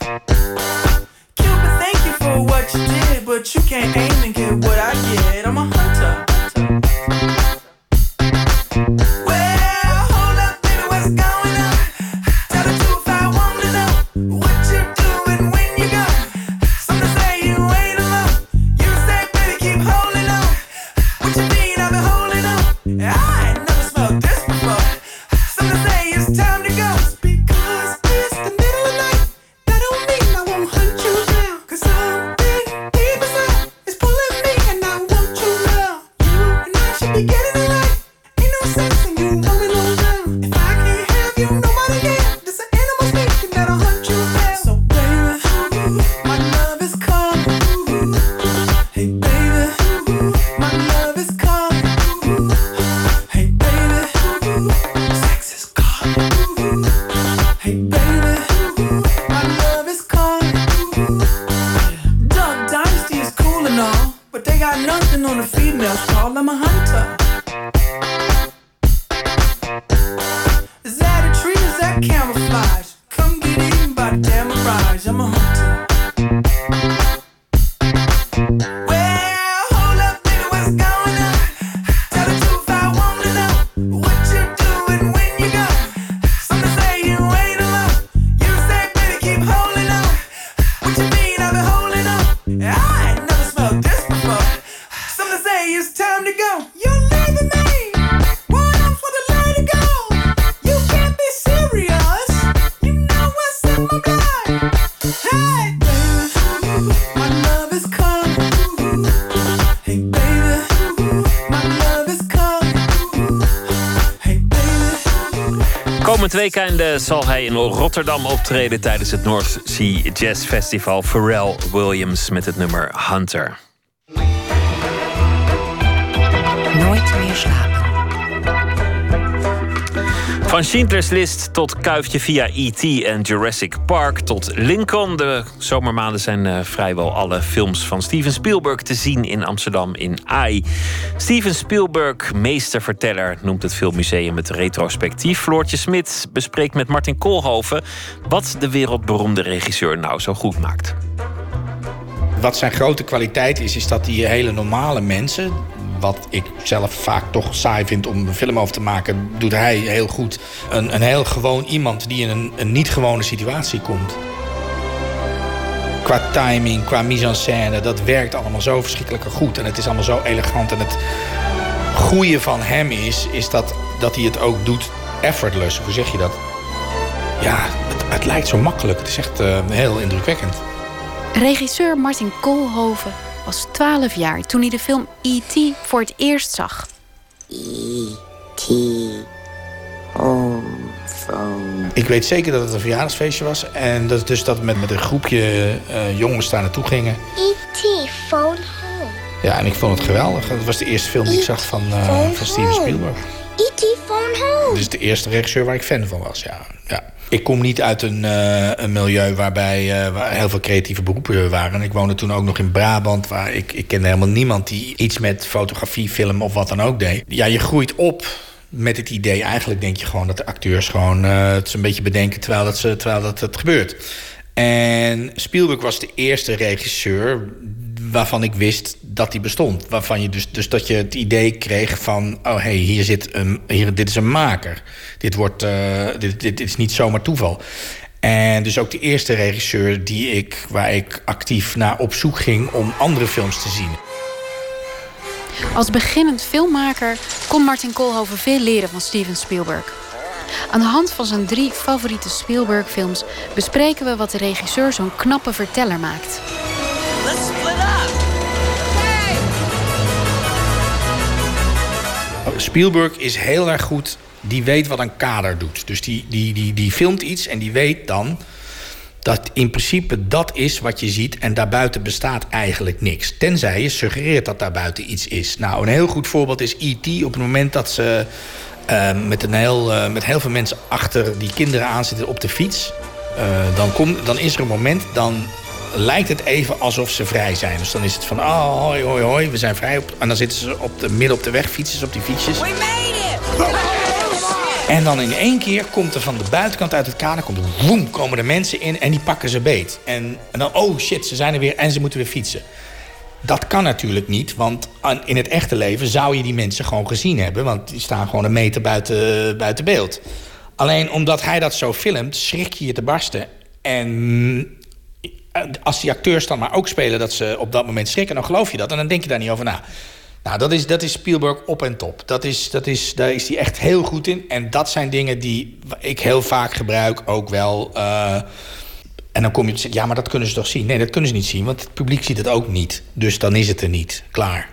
Speaker 4: weekende zal hij in Rotterdam optreden tijdens het North Sea Jazz Festival. Pharrell Williams met het nummer Hunter.
Speaker 3: Nooit meer slapen.
Speaker 4: Van Schindler's List tot Kuifje via E.T. en Jurassic Park tot Lincoln. De zomermaanden zijn vrijwel alle films van Steven Spielberg te zien in Amsterdam in AI. Steven Spielberg, meesterverteller, noemt het Filmmuseum het retrospectief. Floortje Smit bespreekt met Martin Koolhoven wat de wereldberoemde regisseur nou zo goed maakt.
Speaker 8: Wat zijn grote kwaliteit is dat die hele normale mensen, wat ik zelf vaak toch saai vind om een film over te maken, doet hij heel goed. Een heel gewoon iemand die in een niet gewone situatie komt. Qua timing, qua mise en scène, dat werkt allemaal zo verschrikkelijk goed. En het is allemaal zo elegant. En het goeie van hem is dat hij het ook doet effortless. Hoe zeg je dat? Ja, het lijkt zo makkelijk. Het is echt heel indrukwekkend.
Speaker 9: Regisseur Martin Koolhoven was 12 jaar toen hij de film E.T. voor het eerst zag.
Speaker 10: E.T. Home Phone.
Speaker 8: Ik weet zeker dat het een verjaardagsfeestje was. En dat met een groepje jongens daar naartoe gingen.
Speaker 10: E.T. Phone Home.
Speaker 8: Ja, en ik vond het geweldig. Het was de eerste film die ik zag van Steven Spielberg.
Speaker 10: E.T. Phone Home.
Speaker 8: Dit is de eerste regisseur waar ik fan van was, ja. Ik kom niet uit een milieu waar heel veel creatieve beroepen waren. Ik woonde toen ook nog in Brabant, waar ik kende helemaal niemand die iets met fotografie, film of wat dan ook deed. Ja, je groeit op met het idee. Eigenlijk denk je gewoon dat de acteurs gewoon het een beetje bedenken terwijl het gebeurt. En Spielberg was de eerste regisseur waarvan ik wist dat hij bestond. Waarvan je dus dat je het idee kreeg van, oh hey, dit is een maker. Dit is niet zomaar toeval. En dus ook de eerste regisseur waar ik actief naar op zoek ging om andere films te zien.
Speaker 9: Als beginnend filmmaker kon Martin Koolhoven veel leren van Steven Spielberg. Aan de hand van zijn 3 favoriete Spielberg-films bespreken we wat de regisseur zo'n knappe verteller maakt.
Speaker 6: Let's split up! Hey!
Speaker 8: Spielberg is heel erg goed. Die weet wat een kader doet. Dus die filmt iets en die weet dan dat in principe dat is wat je ziet en daarbuiten bestaat eigenlijk niks. Tenzij je suggereert dat daarbuiten iets is. Nou, een heel goed voorbeeld is E.T. Op het moment dat ze met heel veel mensen achter die kinderen aanzitten op de fiets. Dan is er een moment, dan lijkt het even alsof ze vrij zijn. Dus dan is het van, oh, hoi, hoi, hoi, we zijn vrij. En dan zitten ze midden op de weg, fietsen ze op die fietsjes.
Speaker 6: We made it!
Speaker 8: En dan in één keer komt er van de buitenkant uit het kader, komen de mensen in en die pakken ze beet. En dan, oh shit, ze zijn er weer en ze moeten weer fietsen. Dat kan natuurlijk niet, want in het echte leven zou je die mensen gewoon gezien hebben. Want die staan gewoon een meter buiten beeld. Alleen omdat hij dat zo filmt, schrik je te barsten. En als die acteurs dan maar ook spelen dat ze op dat moment schrikken, dan geloof je dat. En dan denk je daar niet over na. Nou, dat is Spielberg op en top. Daar is hij echt heel goed in. En dat zijn dingen die ik heel vaak gebruik ook wel. En dan kom je te zeggen, ja, maar dat kunnen ze toch zien? Nee, dat kunnen ze niet zien, want het publiek ziet het ook niet. Dus dan is het er niet. Klaar.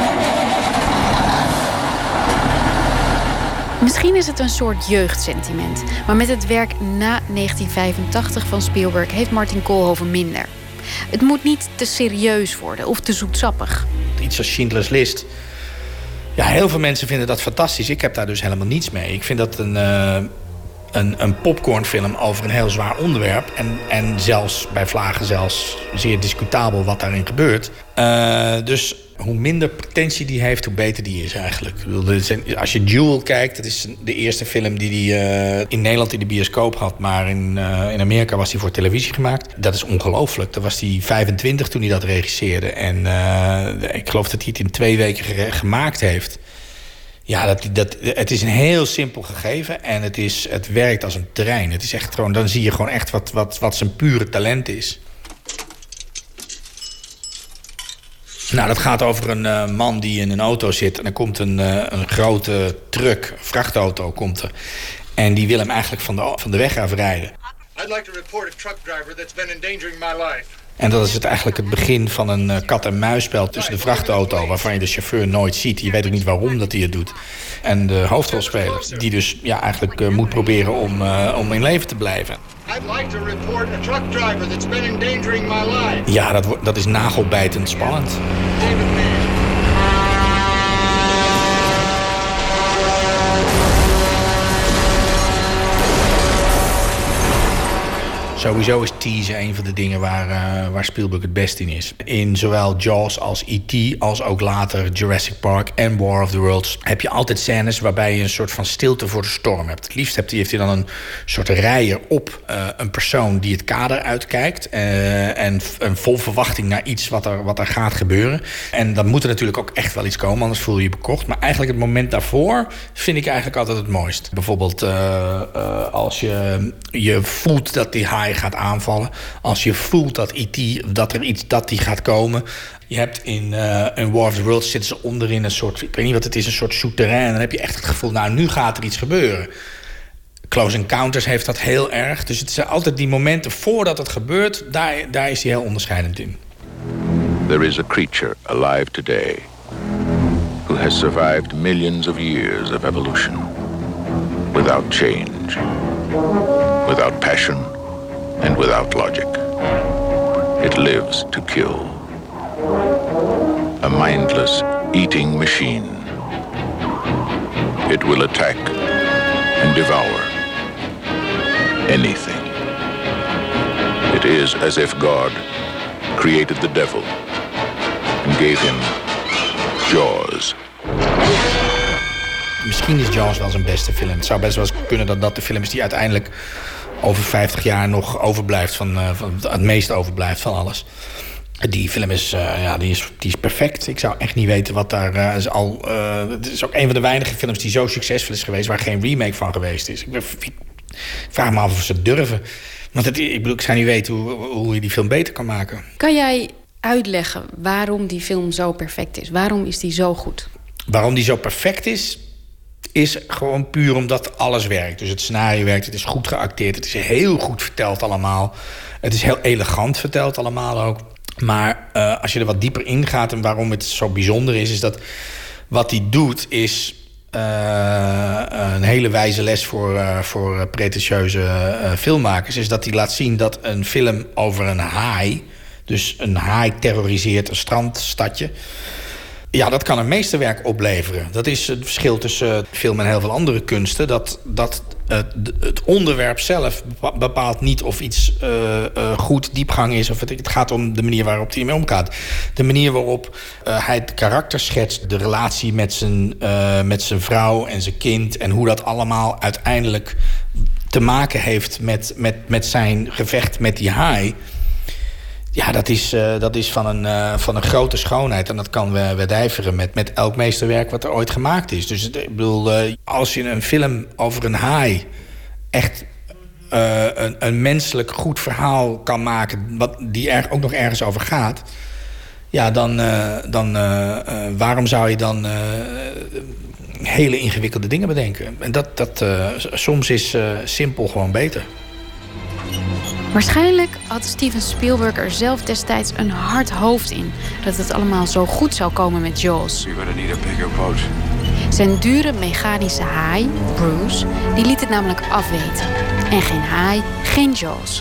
Speaker 9: Misschien is het een soort jeugdsentiment. Maar met het werk na 1985 van Spielberg heeft Martin Koolhoven minder. Het moet niet te serieus worden of te zoetsappig.
Speaker 8: Iets als Schindler's List. Ja, heel veel mensen vinden dat fantastisch. Ik heb daar dus helemaal niets mee. Ik vind dat een popcornfilm over een heel zwaar onderwerp. En zelfs bij vlagen zeer discutabel wat daarin gebeurt. Dus hoe minder pretentie die heeft, hoe beter die is eigenlijk. Als je Jewel kijkt, dat is de eerste film die hij in Nederland in de bioscoop had. Maar in Amerika was hij voor televisie gemaakt. Dat is ongelooflijk. Dan was hij 25 toen hij dat regisseerde. En ik geloof dat hij het in 2 weken gemaakt heeft. Ja, het is een heel simpel gegeven en het werkt als een trein. Het is echt gewoon, dan zie je gewoon echt wat zijn pure talent is. Nou, dat gaat over een man die in een auto zit en er komt een grote truck, vrachtauto komt er. En die wil hem eigenlijk van de weg afrijden.
Speaker 11: I'd like to report a truck driver that's been endangering my life.
Speaker 8: En dat is eigenlijk het begin van een kat-en-muisspel tussen de vrachtauto, waarvan je de chauffeur nooit ziet. Je weet ook niet waarom dat hij het doet. En de hoofdrolspeler, die dus eigenlijk moet proberen om in leven te blijven.
Speaker 11: I'd like to report a truck driver that's been endangering my life.
Speaker 8: Ja, dat is nagelbijtend spannend.
Speaker 11: David Mann.
Speaker 8: Sowieso is teasen een van de dingen waar Spielberg het best in is. In zowel Jaws als E.T. als ook later Jurassic Park en War of the Worlds heb je altijd scènes waarbij je een soort van stilte voor de storm hebt. Het liefst heeft hij dan een soort rijer op een persoon die het kader uitkijkt en vol verwachting naar iets wat er gaat gebeuren. En dan moet er natuurlijk ook echt wel iets komen, anders voel je je bekocht. Maar eigenlijk het moment daarvoor vind ik eigenlijk altijd het mooist. Bijvoorbeeld als je voelt dat die haai gaat aanvallen. Als je voelt dat die gaat komen. Je hebt in War of the Worlds zitten ze onderin een soort, ik weet niet wat het is, een soort souterrain. En dan heb je echt het gevoel, nou, nu gaat er iets gebeuren. Close Encounters heeft dat heel erg. Dus het zijn altijd die momenten voordat het gebeurt, daar is hij heel onderscheidend in.
Speaker 12: There is a creature alive today who has survived millions of years of evolution without change, without passion and without logic. It lives to kill. A mindless eating machine. It will attack and devour anything. It is as if God created the devil and gave him Jaws.
Speaker 8: Misschien is Jaws wel zijn beste film. Het zou best wel eens kunnen dat dat de film is die uiteindelijk over 50 jaar nog overblijft van het meest overblijft van alles. Die film is, die is perfect. Ik zou echt niet weten wat daar het is ook een van de weinige films die zo succesvol is geweest waar geen remake van geweest is. Ik vraag me af of ze het durven. Want ik zou niet weten hoe je die film beter kan maken.
Speaker 9: Kan jij uitleggen waarom die film zo perfect is? Waarom is die zo goed?
Speaker 8: Waarom die zo perfect is gewoon puur omdat alles werkt. Dus het scenario werkt, het is goed geacteerd, het is heel goed verteld allemaal. Het is heel elegant verteld allemaal ook. Maar als je er wat dieper in gaat en waarom het zo bijzonder is dat wat hij doet is een hele wijze les voor pretentieuze filmmakers. Is dat hij laat zien dat een film over een haai, dus een haai terroriseert een strandstadje. Ja, dat kan een meesterwerk opleveren. Dat is het verschil tussen film en heel veel andere kunsten. Dat het onderwerp zelf bepaalt niet of iets goed diepgang is. Of het gaat om de manier waarop hij ermee omgaat. De manier waarop hij het karakter schetst. De relatie met zijn vrouw en zijn kind. En hoe dat allemaal uiteindelijk te maken heeft met zijn gevecht met die haai. Ja, dat is van een grote schoonheid. En dat kan wedijveren met elk meesterwerk wat er ooit gemaakt is. Dus ik bedoel, als je een film over een haai echt een menselijk goed verhaal kan maken, die ook nog ergens over gaat, ja, dan waarom zou je dan hele ingewikkelde dingen bedenken? En soms is simpel gewoon beter.
Speaker 9: Waarschijnlijk had Steven Spielberg er zelf destijds een hard hoofd in dat het allemaal zo goed zou komen met Jaws. Zijn dure mechanische haai, Bruce, die liet het namelijk afweten. En geen haai, geen Jaws.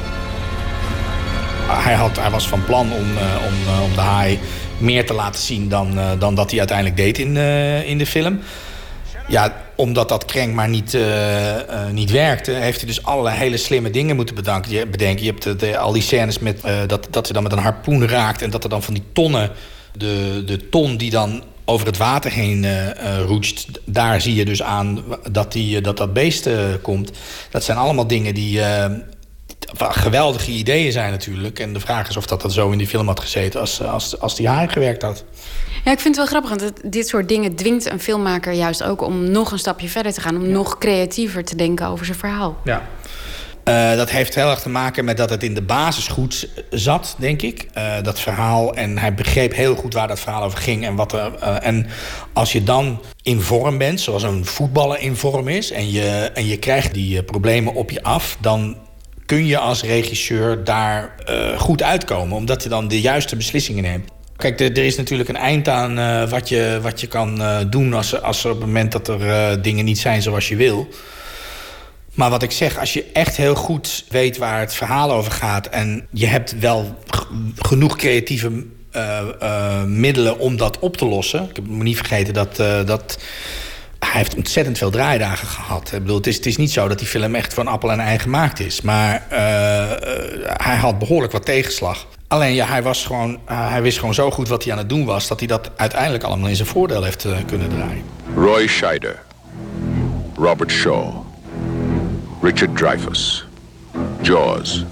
Speaker 8: Hij was van plan om de haai meer te laten zien dan dat hij uiteindelijk deed in de film. Ja, omdat dat krenk maar niet werkte, heeft hij dus allerlei hele slimme dingen moeten bedenken. Je hebt al die scènes met dat hij dan met een harpoen raakt en dat er dan van die tonnen, de ton die dan over het water heen roetst, daar zie je dus aan dat beest komt. Dat zijn allemaal dingen die geweldige ideeën zijn natuurlijk. En de vraag is of dat zo in die film had gezeten als die haai gewerkt had.
Speaker 9: Ja, ik vind het wel grappig, want dit soort dingen dwingt een filmmaker juist ook om nog een stapje verder te gaan, om nog creatiever te denken over zijn verhaal. Ja.
Speaker 8: Dat heeft heel erg te maken met dat het in de basis goed zat, denk ik. Dat verhaal. En hij begreep heel goed waar dat verhaal over ging. En als je dan in vorm bent, zoals een voetballer in vorm is, en je krijgt die problemen op je af, dan kun je als regisseur daar goed uitkomen. Omdat je dan de juiste beslissingen neemt. Kijk, er is natuurlijk een eind aan wat je kan doen als op het moment dat er dingen niet zijn zoals je wil. Maar wat ik zeg, als je echt heel goed weet waar het verhaal over gaat en je hebt wel genoeg creatieve middelen om dat op te lossen. Ik moet niet vergeten dat hij heeft ontzettend veel draaidagen gehad. Ik bedoel, het is niet zo dat die film echt van appel en ei gemaakt is. Maar hij had behoorlijk wat tegenslag. Alleen ja, hij wist gewoon zo goed wat hij aan het doen was, dat hij dat uiteindelijk allemaal in zijn voordeel heeft kunnen draaien.
Speaker 12: Roy Scheider, Robert Shaw, Richard Dreyfuss, Jaws.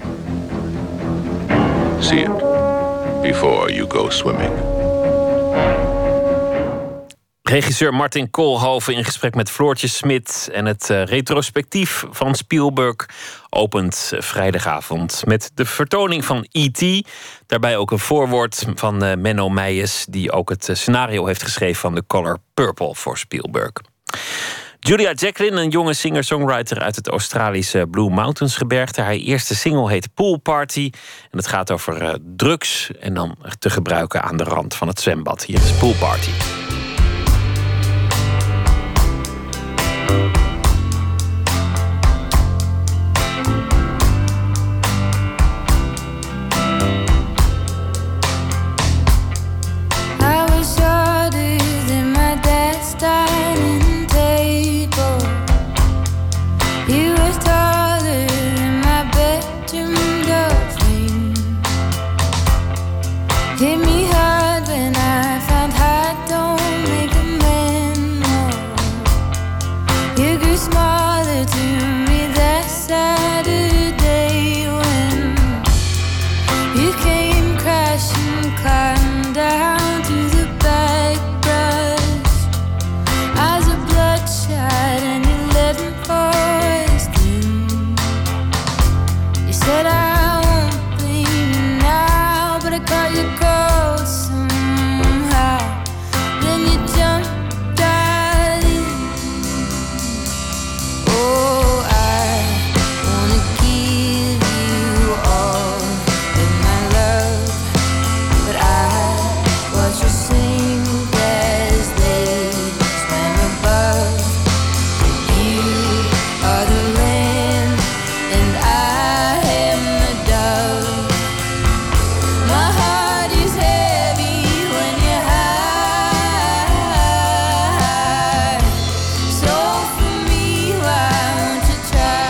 Speaker 12: See it before you go swimming.
Speaker 4: Regisseur Martin Koolhoven in gesprek met Floortje Smit. En het retrospectief van Spielberg opent vrijdagavond met de vertoning van E.T. Daarbij ook een voorwoord van Menno Meijers, die ook het scenario heeft geschreven van The Color Purple voor Spielberg. Julia Jacklin, een jonge singer-songwriter uit het Australische Blue Mountains gebergte. Haar eerste single heet Pool Party. En het gaat over drugs en dan te gebruiken aan de rand van het zwembad. Hier is Pool Party.
Speaker 13: Hit me hard when I found hot, don't make a man more. You grew smaller to me that Saturday when you came crashing, climbed down to the back brush. Eyes are bloodshot and you let them force through. You said I won't blame you now, but I caught you cold somehow. Then you jumped right in. Oh, I wanna give you all of my love, but I watch you sink as they swam above. You are the land and I am the dove. My heart is heavy when you're high. So for me, why won't you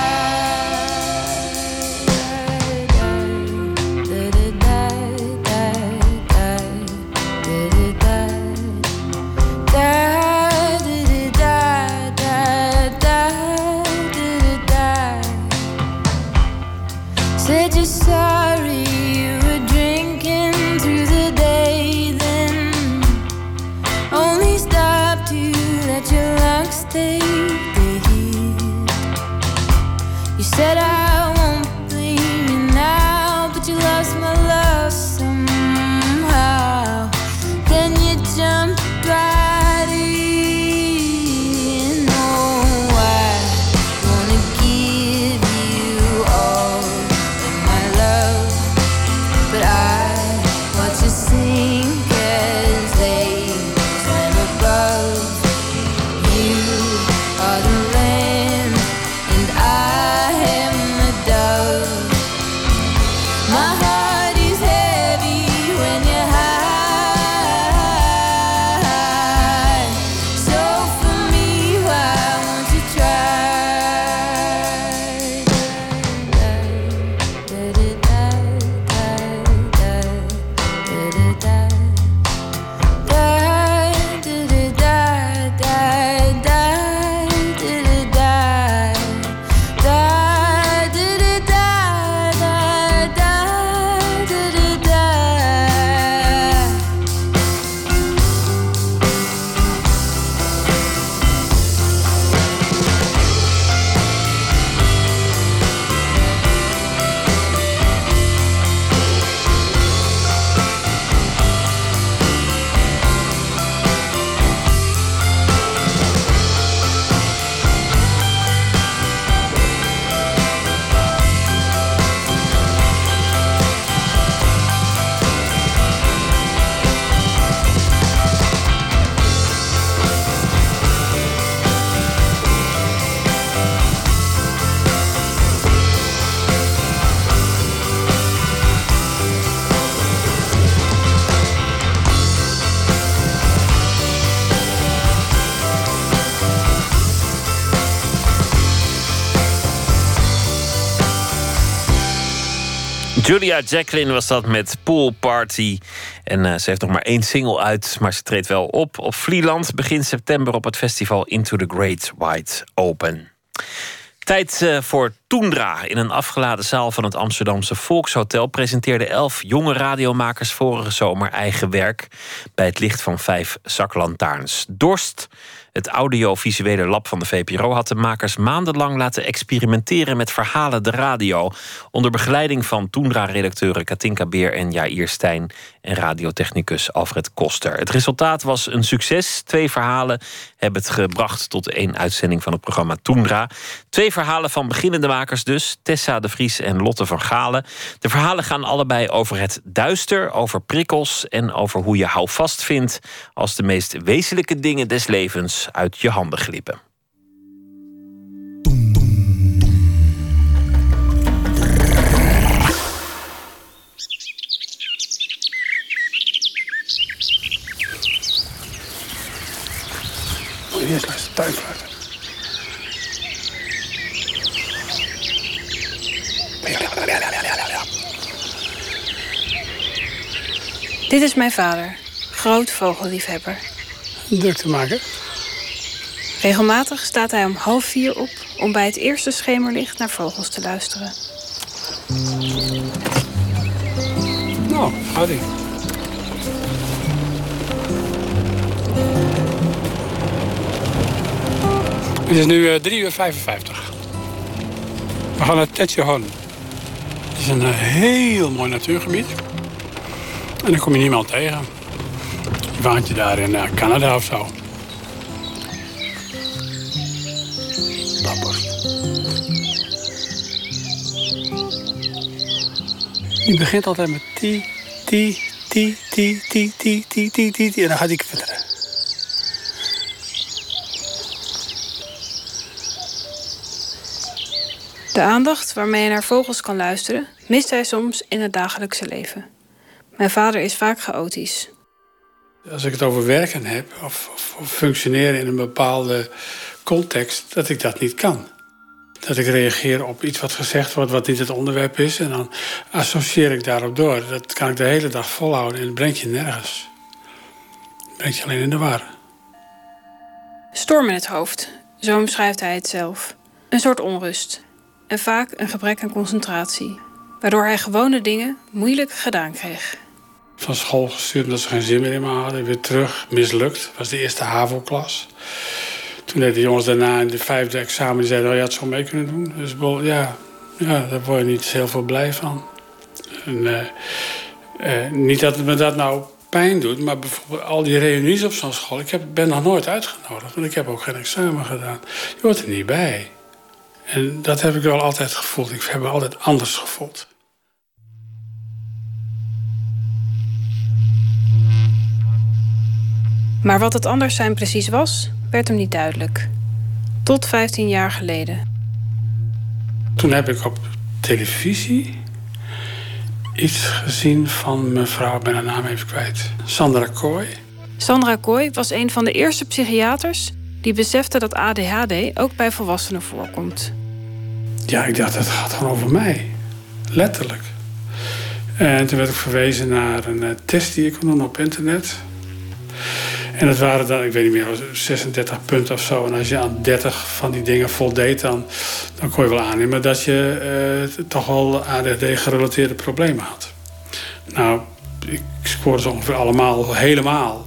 Speaker 13: Said you're sorry you were drinking through the day, then only stopped to let your lungs take the heat. You said I won't blame you now, but you lost my love somehow. Then you jumped right in. Oh, I wanna give you all of my love, but I watch you sink as they swim above. You are the land and I am the dove. My heart is heavy when you're high. So for me, why won't you try?
Speaker 4: Julia Jacqueline was dat met Pool Party. En ze heeft nog maar 1 single uit, maar ze treedt wel op Vlieland begin september op het festival Into the Great Wide Open. Tijd voor Toendra. In een afgeladen zaal van het Amsterdamse Volkshotel presenteerden 11 jonge radiomakers vorige zomer eigen werk bij het licht van 5 zaklantaarns. Dorst, het audiovisuele lab van de VPRO, had de makers maandenlang laten experimenteren met verhalen de radio, onder begeleiding van Toendra-redacteuren Katinka Beer en Jair Stijn en radiotechnicus Alfred Koster. Het resultaat was een succes. 2 verhalen hebben het gebracht tot 1 uitzending van het programma Toendra. 2 verhalen van beginnende makers dus, Tessa de Vries en Lotte van Galen. De verhalen gaan allebei over het duister, over prikkels en over hoe je houvast vindt als de meest wezenlijke dingen des levens uit je handen glippen.
Speaker 14: Eerst naar de tuinfluiten.
Speaker 9: Dit is mijn vader, groot vogelliefhebber.
Speaker 14: Druk te maken.
Speaker 9: Regelmatig staat hij om 3:30 op om bij het eerste schemerlicht naar vogels te luisteren.
Speaker 14: Nou, howdy. Het is nu 3:55. We gaan naar Tetjehorn. Het is een heel mooi natuurgebied. En dan kom je niemand tegen. Je waant je daar in Canada of zo. Die begint altijd met ti, ti, ti, ti, ti, ti, ti, ti, ti, en dan gaat hij kwitteren.
Speaker 9: De aandacht waarmee hij naar vogels kan luisteren mist hij soms in het dagelijkse leven. Mijn vader is vaak chaotisch.
Speaker 14: Als ik het over werken heb of functioneren in een bepaalde context, dat ik dat niet kan. Dat ik reageer op iets wat gezegd wordt wat niet het onderwerp is en dan associeer ik daarop door. Dat kan ik de hele dag volhouden en dat brengt je nergens. Dat brengt je alleen in de war.
Speaker 9: Storm in het hoofd, zo omschrijft hij het zelf. Een soort onrust en vaak een gebrek aan concentratie, waardoor hij gewone dingen moeilijk gedaan kreeg.
Speaker 14: Van school gestuurd omdat ze geen zin meer in me hadden. Weer terug, mislukt. Dat was de eerste HAVO-klas. Toen deden de jongens daarna in de 5e examen, die zeiden, oh, je had zo mee kunnen doen. Dus ja, daar word je niet heel veel blij van. En, niet dat me dat nou pijn doet, maar bijvoorbeeld al die reunies op zo'n school. Ben nog nooit uitgenodigd, want ik heb ook geen examen gedaan. Je hoort er niet bij. En dat heb ik wel altijd gevoeld. Ik heb me altijd anders gevoeld.
Speaker 9: Maar wat het anders zijn precies was, werd hem niet duidelijk. Tot 15 jaar geleden.
Speaker 14: Toen heb ik op televisie iets gezien van mevrouw, ik ben haar naam even kwijt, Sandra Kooi.
Speaker 9: Sandra Kooi was een van de eerste psychiaters die besefte dat ADHD ook bij volwassenen voorkomt.
Speaker 14: Ja, ik dacht, dat gaat gewoon over mij. Letterlijk. En toen werd ik verwezen naar een test die ik kon doen op internet. En dat waren dan, ik weet niet meer, 36 punten of zo. En als je aan 30 van die dingen voldeed, dan kon je wel aannemen dat je toch wel ADHD-gerelateerde problemen had. Nou, ik scoorde ze ongeveer allemaal helemaal.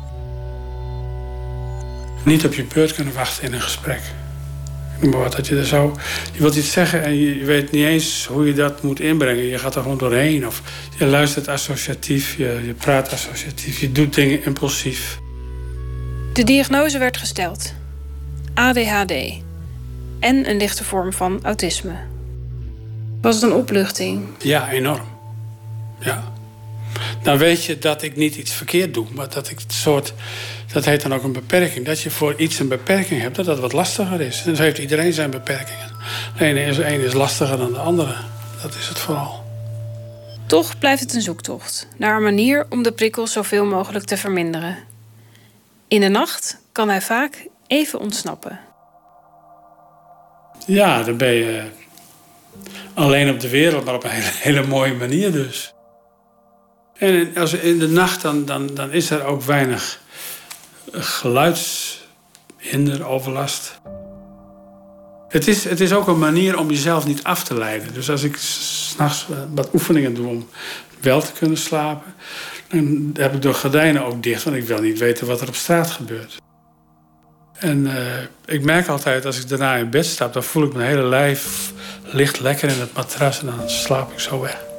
Speaker 14: Niet op je beurt kunnen wachten in een gesprek. Noem maar wat, dat je er zo... Je wilt iets zeggen en je weet niet eens hoe je dat moet inbrengen. Je gaat er gewoon doorheen. Of je luistert associatief, je praat associatief, je doet dingen impulsief.
Speaker 9: De diagnose werd gesteld. ADHD. En een lichte vorm van autisme. Was het een opluchting?
Speaker 14: Ja, enorm. Ja. Dan weet je dat ik niet iets verkeerd doe, maar dat ik het soort... Dat heet dan ook een beperking. Dat je voor iets een beperking hebt, dat dat wat lastiger is. En zo heeft iedereen zijn beperkingen. De ene is lastiger dan de andere. Dat is het vooral.
Speaker 9: Toch blijft het een zoektocht naar een manier om de prikkels zoveel mogelijk te verminderen. In de nacht kan hij vaak even ontsnappen.
Speaker 14: Ja, dan ben je alleen op de wereld, maar op een hele mooie manier dus. En als in de nacht, dan is er ook weinig geluidshinder, overlast. Het is ook een manier om jezelf niet af te leiden. Dus als ik 's nachts wat oefeningen doe om wel te kunnen slapen, dan heb ik de gordijnen ook dicht, want ik wil niet weten wat er op straat gebeurt. En ik merk altijd, als ik daarna in bed stap, dan voel ik mijn hele lijf ligt lekker in het matras en dan slaap ik zo weg.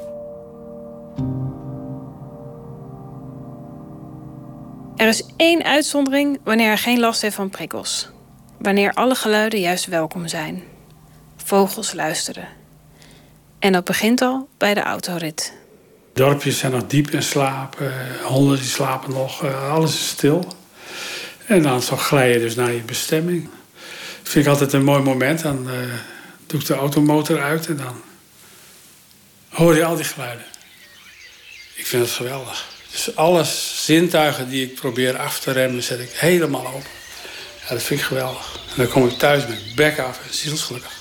Speaker 15: Er is 1 uitzondering wanneer hij geen last heeft van prikkels. Wanneer alle geluiden juist welkom zijn. Vogels luisteren. En dat begint al bij de autorit.
Speaker 14: Dorpjes zijn nog diep in slaap. Honden die slapen nog. Alles is stil. En dan zo glij je dus naar je bestemming. Dat vind ik altijd een mooi moment. Dan doe ik de automotor uit en dan hoor je al die geluiden. Ik vind het geweldig. Dus alle zintuigen die ik probeer af te remmen, zet ik helemaal open. Ja, dat vind ik geweldig. En dan kom ik thuis met bek af en zielsgelukkig.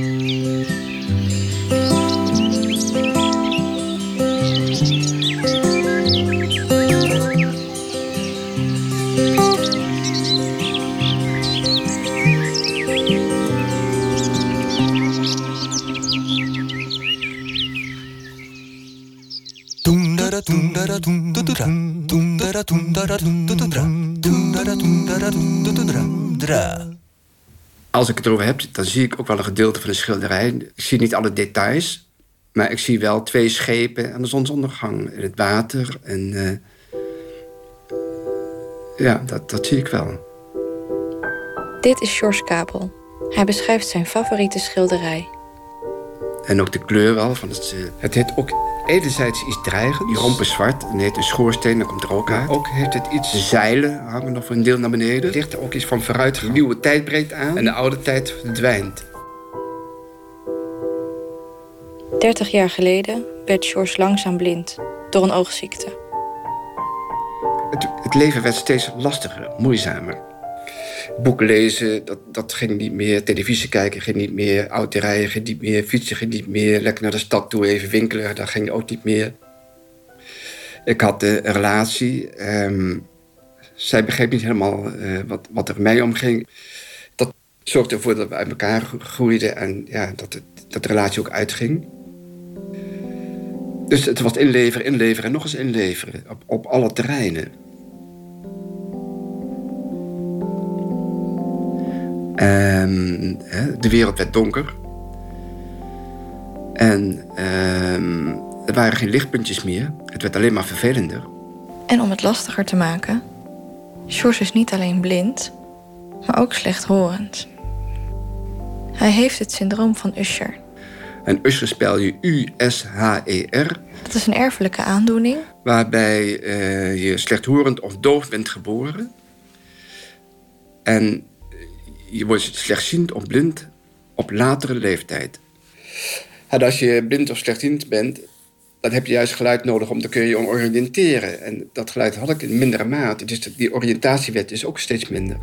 Speaker 16: Als ik het erover heb, dan zie ik ook wel een gedeelte van de schilderij. Ik zie niet alle details, maar ik zie wel 2 schepen aan de zonsondergang in het water. En ja, dat zie ik wel.
Speaker 17: Dit is George Kabel. Hij beschrijft zijn favoriete schilderij.
Speaker 16: En ook de kleur wel. Het heeft ook enerzijds iets dreigends. Die romp is zwart en heet een schoorsteen, dan komt er ook uit. Ook heeft het iets. De zeilen hangen nog voor een deel naar beneden. Er ligt er ook iets van vooruitgang. De nieuwe tijd breekt aan en de oude tijd verdwijnt.
Speaker 17: 30 jaar geleden werd George langzaam blind door een oogziekte.
Speaker 16: Het leven werd steeds lastiger, moeizamer. Boeken lezen, dat ging niet meer. Televisie kijken ging niet meer. Auto rijden ging niet meer. Fietsen ging niet meer. Lekker naar de stad toe even winkelen, dat ging ook niet meer. Ik had een relatie. Zij begreep niet helemaal wat er mij omging. Dat zorgde ervoor dat we uit elkaar groeiden en ja, dat de relatie ook uitging. Dus het was inleveren en nog eens inleveren. Op alle terreinen. De wereld werd donker. En er waren geen lichtpuntjes meer. Het werd alleen maar vervelender.
Speaker 17: En om het lastiger te maken, George is niet alleen blind, maar ook slechthorend. Hij heeft het syndroom van Usher.
Speaker 16: En Usher spel je U-S-H-E-R.
Speaker 17: Dat is een erfelijke aandoening.
Speaker 16: Waarbij je slechthorend of doof bent geboren. En je wordt slechtziend of blind op latere leeftijd. En als je blind of slechtziend bent, dan heb je juist geluid nodig om te kun je oriënteren. En dat geluid had ik in mindere mate. Dus die oriëntatiewet is ook steeds minder.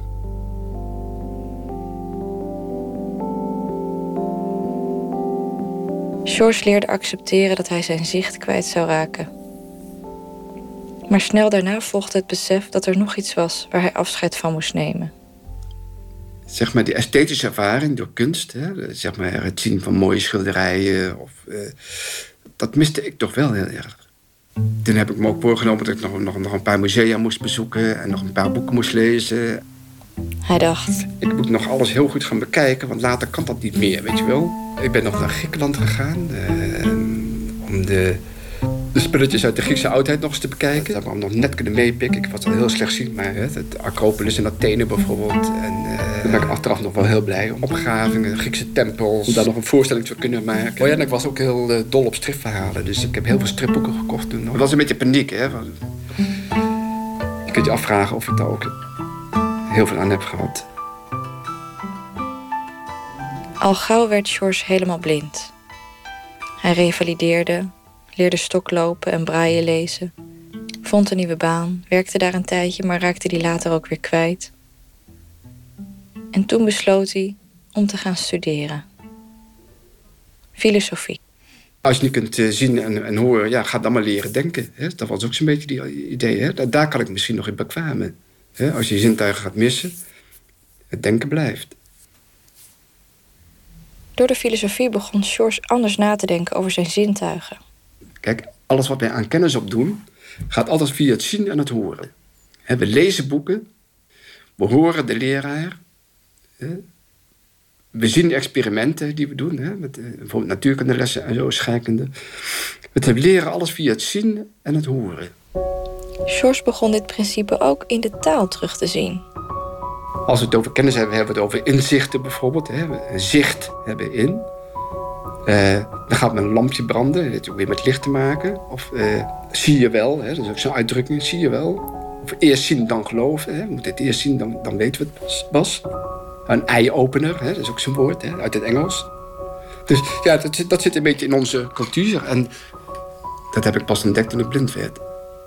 Speaker 17: George leerde accepteren dat hij zijn zicht kwijt zou raken. Maar snel daarna volgde het besef dat er nog iets was waar hij afscheid van moest nemen.
Speaker 16: Zeg maar die esthetische ervaring door kunst, hè, zeg maar het zien van mooie schilderijen, dat miste ik toch wel heel erg. Toen heb ik me ook voorgenomen dat ik nog een paar musea moest bezoeken en nog een paar boeken moest lezen.
Speaker 17: Hij dacht,
Speaker 16: ik moet nog alles heel goed gaan bekijken, want later kan dat niet meer, weet je wel. Ik ben nog naar Griekenland gegaan om de spulletjes uit de Griekse oudheid nog eens te bekijken. Dat heb ik nog net kunnen meepikken. Ik was al heel slechtziend, maar het Acropolis in Athene bijvoorbeeld. En daar ben ik achteraf nog wel heel blij om. Opgravingen, Griekse tempels, om daar nog een voorstelling te kunnen maken. Oh ja, en ik was ook heel dol op stripverhalen, dus ik heb heel veel stripboeken gekocht toen. Het was een beetje paniek, hè. Je kunt je afvragen of ik daar ook heel veel aan heb gehad.
Speaker 17: Al gauw werd George helemaal blind. Hij revalideerde, leerde stoklopen en braaien lezen. Vond een nieuwe baan, werkte daar een tijdje, maar raakte die later ook weer kwijt. En toen besloot hij om te gaan studeren. filosofie.
Speaker 16: Als je niet kunt zien en horen, ga dan maar leren denken. Hè? Dat was ook zo'n beetje die idee. Hè? Daar kan ik misschien nog in bekwamen. Hè? Als je je zintuigen gaat missen, het denken blijft.
Speaker 17: Door de filosofie begon George anders na te denken over zijn zintuigen.
Speaker 16: Kijk, alles wat wij aan kennis opdoen, gaat altijd via het zien en het horen. We lezen boeken, we horen de leraar. We zien experimenten die we doen, met bijvoorbeeld natuurkundelessen en zo, scheikunde. We leren alles via het zien en het horen.
Speaker 17: George begon dit principe ook in de taal terug te zien.
Speaker 16: Als we het over kennis hebben, hebben we het over inzichten bijvoorbeeld. Een zicht hebben in. Dan gaat men een lampje branden, dat heeft ook weer met licht te maken. Of zie je wel, dat is ook zo'n uitdrukking, zie je wel. Of eerst zien dan geloven, we moeten het eerst zien, dan weten we het pas. Een ei-opener, dat is ook zo'n woord, uit het Engels. Dus ja, dat zit een beetje in onze cultuur. En dat heb ik pas ontdekt toen ik blind werd.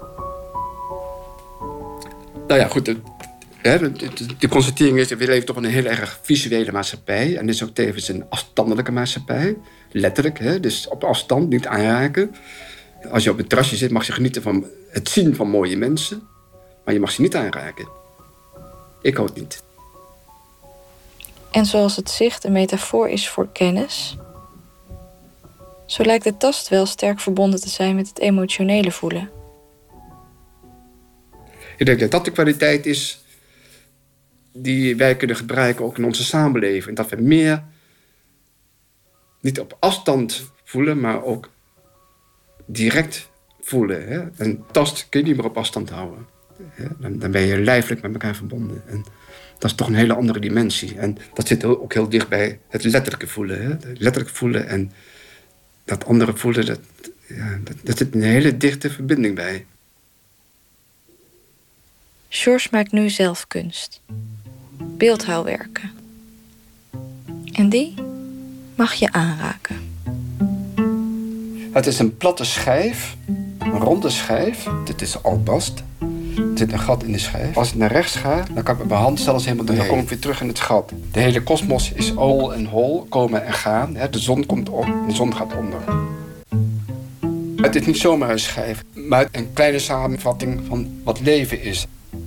Speaker 16: Nou ja, goed, de constatering is, we leven toch in een heel erg visuele maatschappij. En dit is ook tevens een afstandelijke maatschappij. Letterlijk, dus op afstand, niet aanraken. Als je op het terrasje zit, mag je genieten van het zien van mooie mensen. Maar je mag ze niet aanraken. Ik ook niet.
Speaker 17: En zoals het zicht een metafoor is voor kennis, zo lijkt de tast wel sterk verbonden te zijn met het emotionele voelen.
Speaker 16: Ik denk dat dat de kwaliteit is die wij kunnen gebruiken ook in onze samenleving. Dat we meer niet op afstand voelen, maar ook direct voelen. Een tast kun je niet meer op afstand houden. Dan ben je lijfelijk met elkaar verbonden. En dat is toch een hele andere dimensie. En dat zit ook heel dicht bij het letterlijke voelen. Het letterlijk voelen en dat andere voelen, dat zit een hele dichte verbinding bij.
Speaker 17: George maakt nu zelf kunst. Beeldhouwwerken. En die mag je aanraken.
Speaker 16: Het is een platte schijf, een ronde schijf. Dit is albast. Er zit een gat in de schijf. Als ik naar rechts ga, dan kan ik met mijn hand zelfs helemaal doorheen. Dan kom ik weer terug in het gat. De hele kosmos is hol en hol, komen en gaan. De zon komt op en de zon gaat onder. Het is niet zomaar een schijf, maar een kleine samenvatting van wat leven is.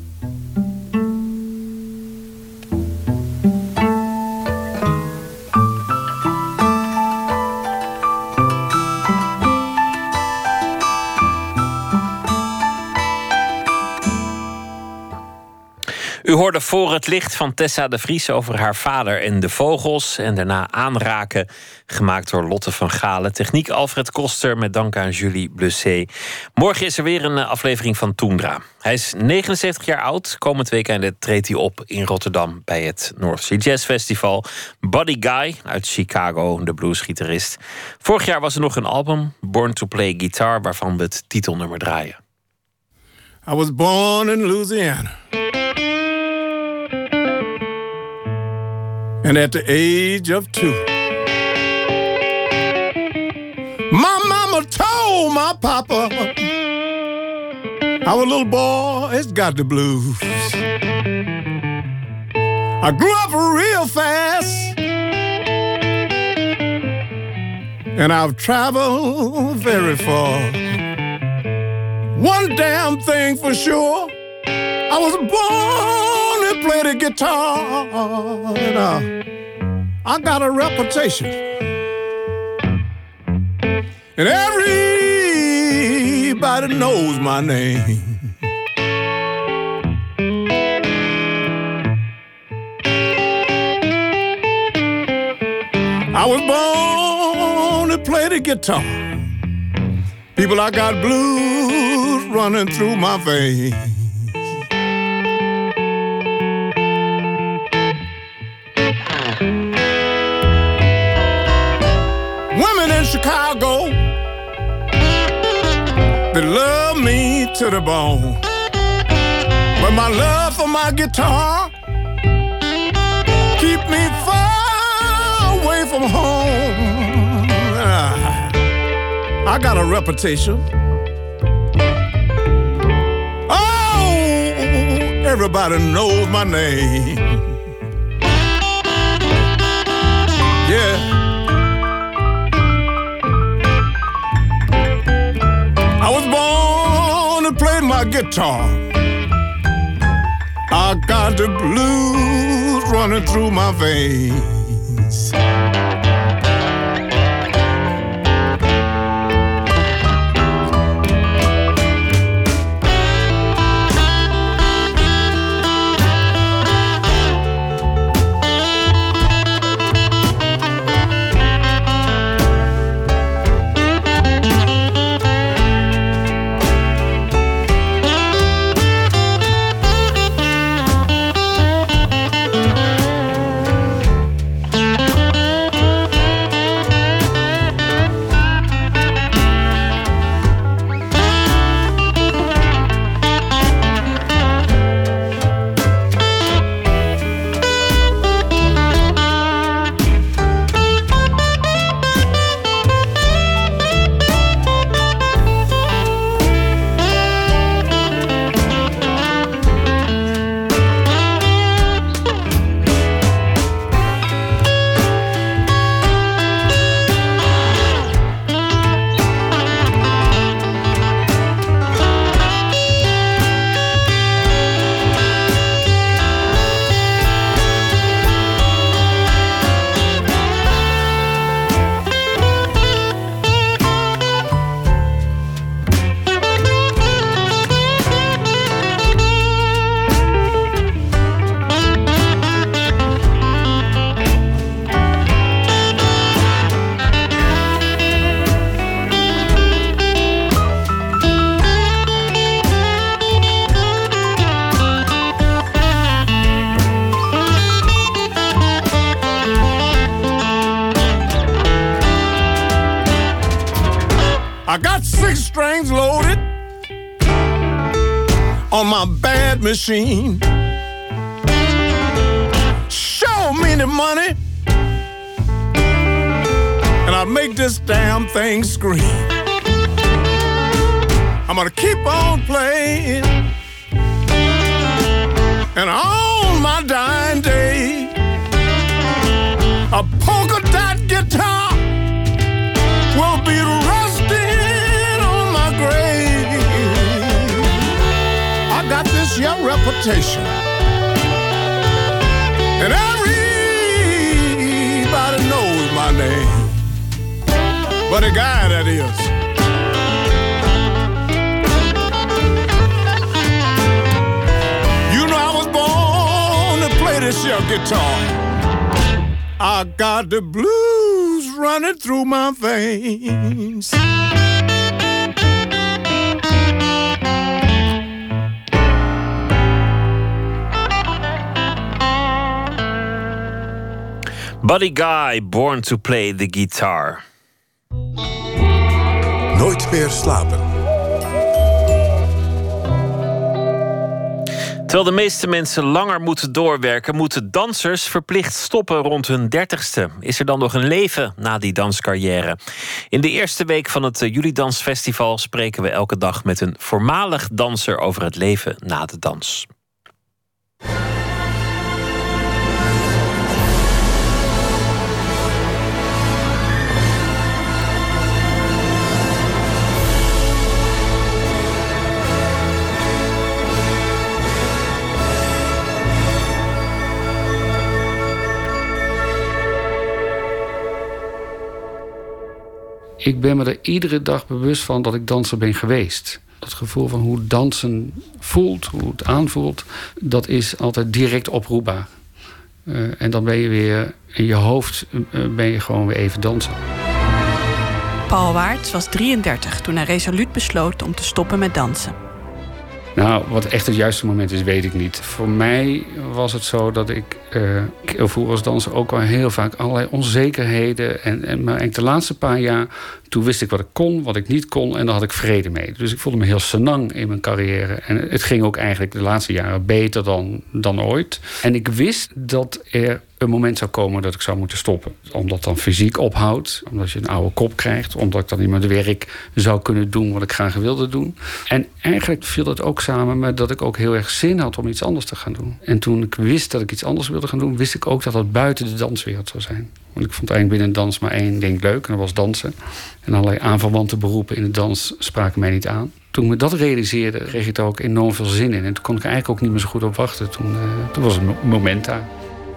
Speaker 4: U hoorde Voor het licht van Tessa de Vries over haar vader en de vogels. En daarna Aanraken, gemaakt door Lotte van Galen. Techniek Alfred Koster, met dank aan Julie Blessé. Morgen is er weer een aflevering van Toendra. Hij is 79 jaar oud. Komend weekend treedt hij op in Rotterdam bij het North Sea Jazz Festival. Buddy Guy uit Chicago, de bluesgitarist. Vorig jaar was er nog een album, Born to Play Guitar, waarvan we het titelnummer draaien.
Speaker 18: I was born in Louisiana. And at the age of 2, my mama told my papa, our little boy has got the blues. I grew up real fast, and I've traveled very far. One damn thing for sure, I was born to play the guitar, and I got a reputation, and everybody knows my name. I was born to play the guitar. People, I got blues running through my veins. Women in Chicago, they love me to the bone. But my love for my guitar keep me far away from home. I got a reputation. Oh, everybody knows my name. Yeah. my guitar. I got the blues running through my veins. I got 6 strings loaded on my bad machine. Show me the money and I'll make this damn thing scream. I'm gonna keep on playing and on my dying day a polka dot guitar will be rusting on my grave. I got this young reputation and everybody knows my name, but the guy that is this your guitar. I got the blues running through my veins.
Speaker 4: Buddy Guy, Born to Play the Guitar.
Speaker 2: Nooit meer slapen.
Speaker 4: Terwijl de meeste mensen langer moeten doorwerken, moeten dansers verplicht stoppen rond hun 30ste. Is er dan nog een leven na die danscarrière? In de eerste week van het Julidansfestival spreken we elke dag met een voormalig danser over het leven na de dans.
Speaker 19: Ik ben me er iedere dag bewust van dat ik danser ben geweest. Dat gevoel van hoe dansen voelt, hoe het aanvoelt, dat is altijd direct oproepbaar. En dan ben je weer in je hoofd, ben je gewoon weer even dansen.
Speaker 20: Paul Waarts was 33 toen hij resoluut besloot om te stoppen met dansen.
Speaker 19: Nou, wat echt het juiste moment is, weet ik niet. Voor mij was het zo dat ik ervoer als danser ook al heel vaak allerlei onzekerheden. Maar de laatste paar jaar, toen wist ik wat ik kon, wat ik niet kon. En daar had ik vrede mee. Dus ik voelde me heel senang in mijn carrière. En het ging ook eigenlijk de laatste jaren beter dan ooit. En ik wist dat er een moment zou komen dat ik zou moeten stoppen. Omdat dan fysiek ophoudt, omdat je een oude kop krijgt, omdat ik dan niet meer het werk zou kunnen doen wat ik graag wilde doen. En eigenlijk viel dat ook samen met dat ik ook heel erg zin had om iets anders te gaan doen. En toen ik wist dat ik iets anders wilde gaan doen, wist ik ook dat dat buiten de danswereld zou zijn. Want ik vond eigenlijk binnen dans maar één ding leuk, en dat was dansen. En allerlei aanverwante beroepen in de dans spraken mij niet aan. Toen ik me dat realiseerde, kreeg ik daar ook enorm veel zin in. En toen kon ik er eigenlijk ook niet meer zo goed op wachten. Toen was het moment daar.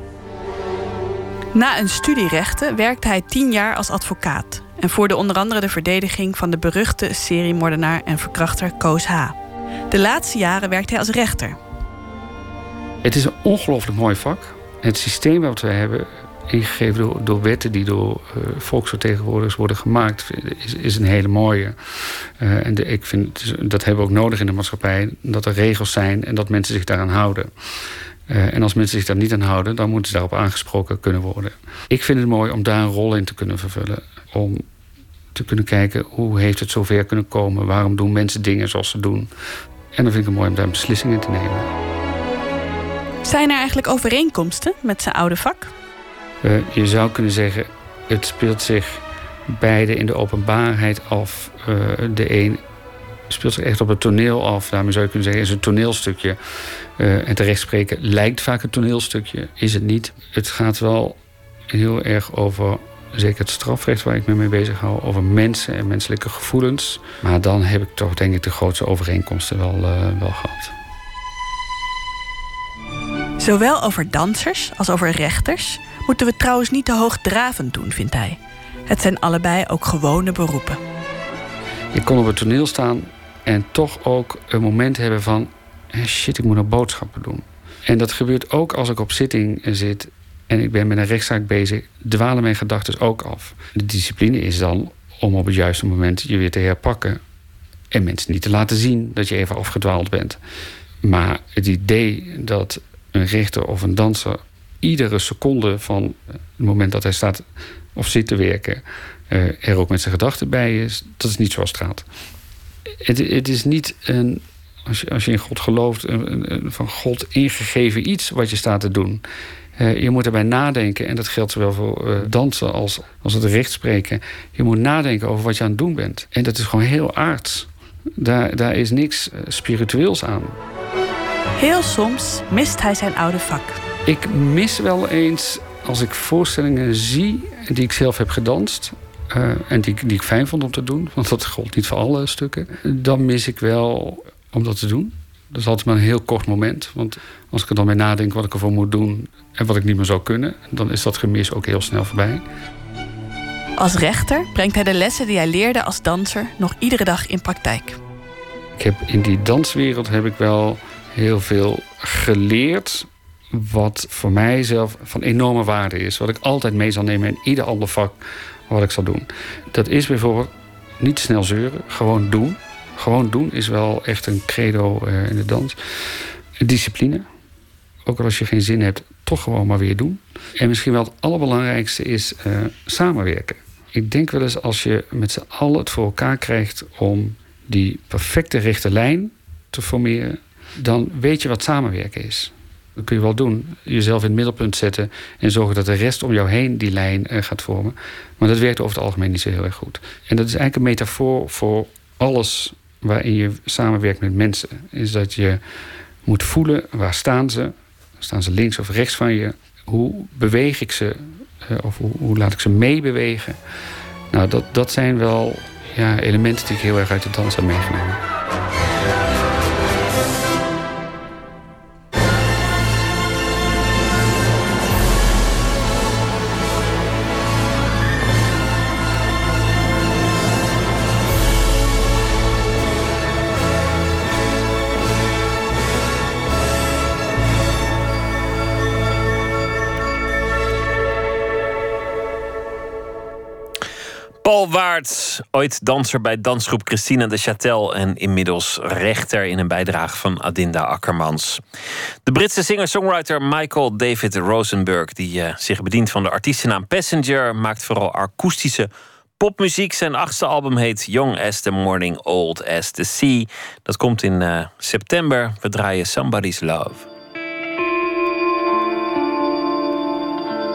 Speaker 20: Na een studie rechten werkte hij 10 jaar als advocaat en voerde onder andere de verdediging van de beruchte seriemoordenaar en verkrachter Koos H. De laatste jaren werkte hij als rechter.
Speaker 19: Het is een ongelooflijk mooi vak. Het systeem wat we hebben, ingegeven door wetten die door volksvertegenwoordigers worden gemaakt, is een hele mooie. Ik vind, dat hebben we ook nodig in de maatschappij, dat er regels zijn en dat mensen zich daaraan houden. En als mensen zich daar niet aan houden, dan moeten ze daarop aangesproken kunnen worden. Ik vind het mooi om daar een rol in te kunnen vervullen. Om te kunnen kijken, hoe heeft het zover kunnen komen? Waarom doen mensen dingen zoals ze doen? En dan vind ik het mooi om daar een beslissing in te nemen.
Speaker 20: Zijn er eigenlijk overeenkomsten met zijn oude vak?
Speaker 19: Je zou kunnen zeggen, het speelt zich beide in de openbaarheid af. De een speelt zich echt op het toneel af. Daarmee zou je kunnen zeggen, is een toneelstukje. En terechtspreken lijkt vaak een toneelstukje, is het niet. Het gaat wel heel erg over, zeker het strafrecht waar ik me mee bezig hou, over mensen en menselijke gevoelens. Maar dan heb ik toch denk ik de grootste overeenkomsten wel gehad.
Speaker 20: Zowel over dansers als over rechters moeten we trouwens niet te hoogdravend doen, vindt hij. Het zijn allebei ook gewone beroepen.
Speaker 19: Ik kon op het toneel staan en toch ook een moment hebben van, shit, ik moet nog boodschappen doen. En dat gebeurt ook als ik op zitting zit en ik ben met een rechtszaak bezig, dwalen mijn gedachten ook af. De discipline is dan om op het juiste moment je weer te herpakken en mensen niet te laten zien dat je even afgedwaald bent. Maar het idee dat een rechter of een danser iedere seconde van het moment dat hij staat of zit te werken er ook met zijn gedachten bij is, dat is niet zoals het gaat. Het is niet een, als je in God gelooft, een van God ingegeven iets wat je staat te doen. Je moet erbij nadenken, en dat geldt zowel voor dansen als het rechtspreken. Je moet nadenken over wat je aan het doen bent. En dat is gewoon heel aards. Daar is niks spiritueels aan.
Speaker 20: Heel soms mist hij zijn oude vak.
Speaker 19: Ik mis wel eens, als ik voorstellingen zie die ik zelf heb gedanst, en die ik fijn vond om te doen, want dat gold niet voor alle stukken, dan mis ik wel om dat te doen. Dat is altijd maar een heel kort moment. Want als ik er dan bij nadenk wat ik ervoor moet doen en wat ik niet meer zou kunnen, dan is dat gemis ook heel snel voorbij.
Speaker 20: Als rechter brengt hij de lessen die hij leerde als danser nog iedere dag in praktijk.
Speaker 19: In die danswereld heb ik wel heel veel geleerd wat voor mijzelf van enorme waarde is. Wat ik altijd mee zal nemen in ieder ander vak wat ik zal doen. Dat is bijvoorbeeld niet snel zeuren, gewoon doen. Gewoon doen is wel echt een credo in de dans. Discipline. Ook al als je geen zin hebt, toch gewoon maar weer doen. En misschien wel het allerbelangrijkste is samenwerken. Ik denk wel eens als je met z'n allen het voor elkaar krijgt om die perfecte rechte lijn te formeren, dan weet je wat samenwerken is. Dat kun je wel doen. Jezelf in het middelpunt zetten en zorgen dat de rest om jou heen die lijn gaat vormen. Maar dat werkt over het algemeen niet zo heel erg goed. En dat is eigenlijk een metafoor voor alles waarin je samenwerkt met mensen. Is dat je moet voelen, waar staan ze? Staan ze links of rechts van je? Hoe beweeg ik ze? Of hoe laat ik ze meebewegen? Nou, dat zijn wel elementen die ik heel erg uit de dans heb meegenomen.
Speaker 4: Paul Waard, ooit danser bij dansgroep Christina de Châtel en inmiddels rechter in een bijdrage van Adinda Akkermans. De Britse singer-songwriter Michael David Rosenberg, die zich bedient van de artiestennaam Passenger, maakt vooral akoestische popmuziek. Zijn 8e album heet Young as the Morning, Old as the Sea. Dat komt in september. We draaien Somebody's Love.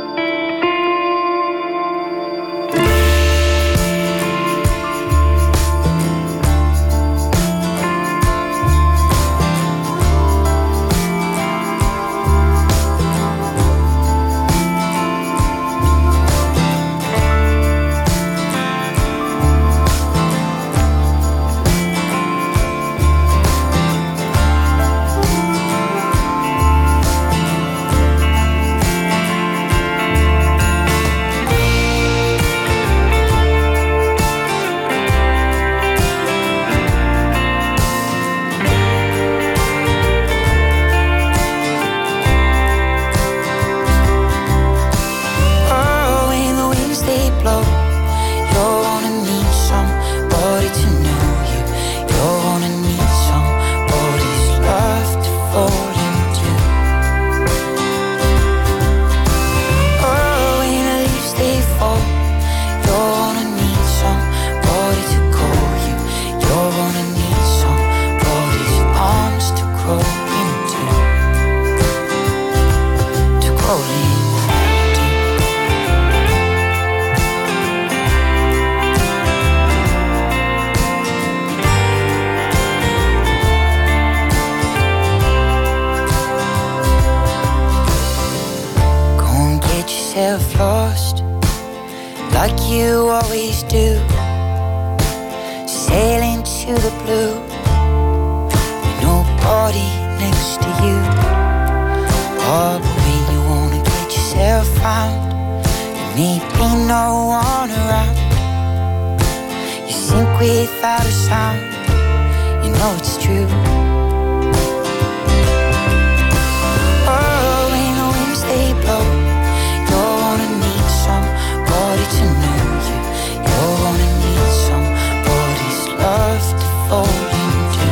Speaker 6: you always do. Sailing to the blue, with nobody next to you. Oh, but when you wanna get yourself found, there may be no one around. You sink without a sound, you know it's true. Oh, when the winds they blow, you're gonna need somebody to know you. You're gonna need somebody's love to fall into.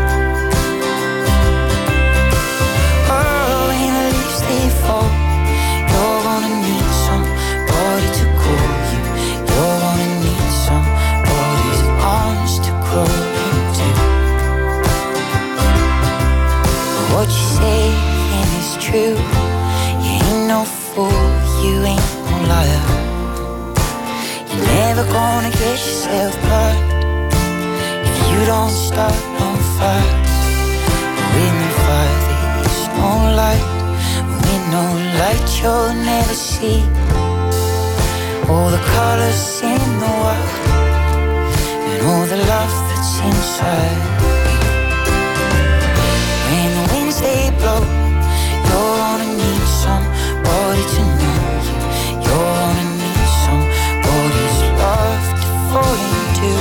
Speaker 6: Oh, when the leaves they fall, you're gonna need somebody to cool you. You're gonna need somebody's arms to crawl into. What you say is true. You ain't no fool, you ain't no liar. You're never gonna get yourself burned if you don't start on fire. With no fire there is no light. With no light you'll never see all the colors in the world and all the love that's inside. When the winds they blow, you're gonna need somebody to know you. You're gonna need somebody's love to fall into.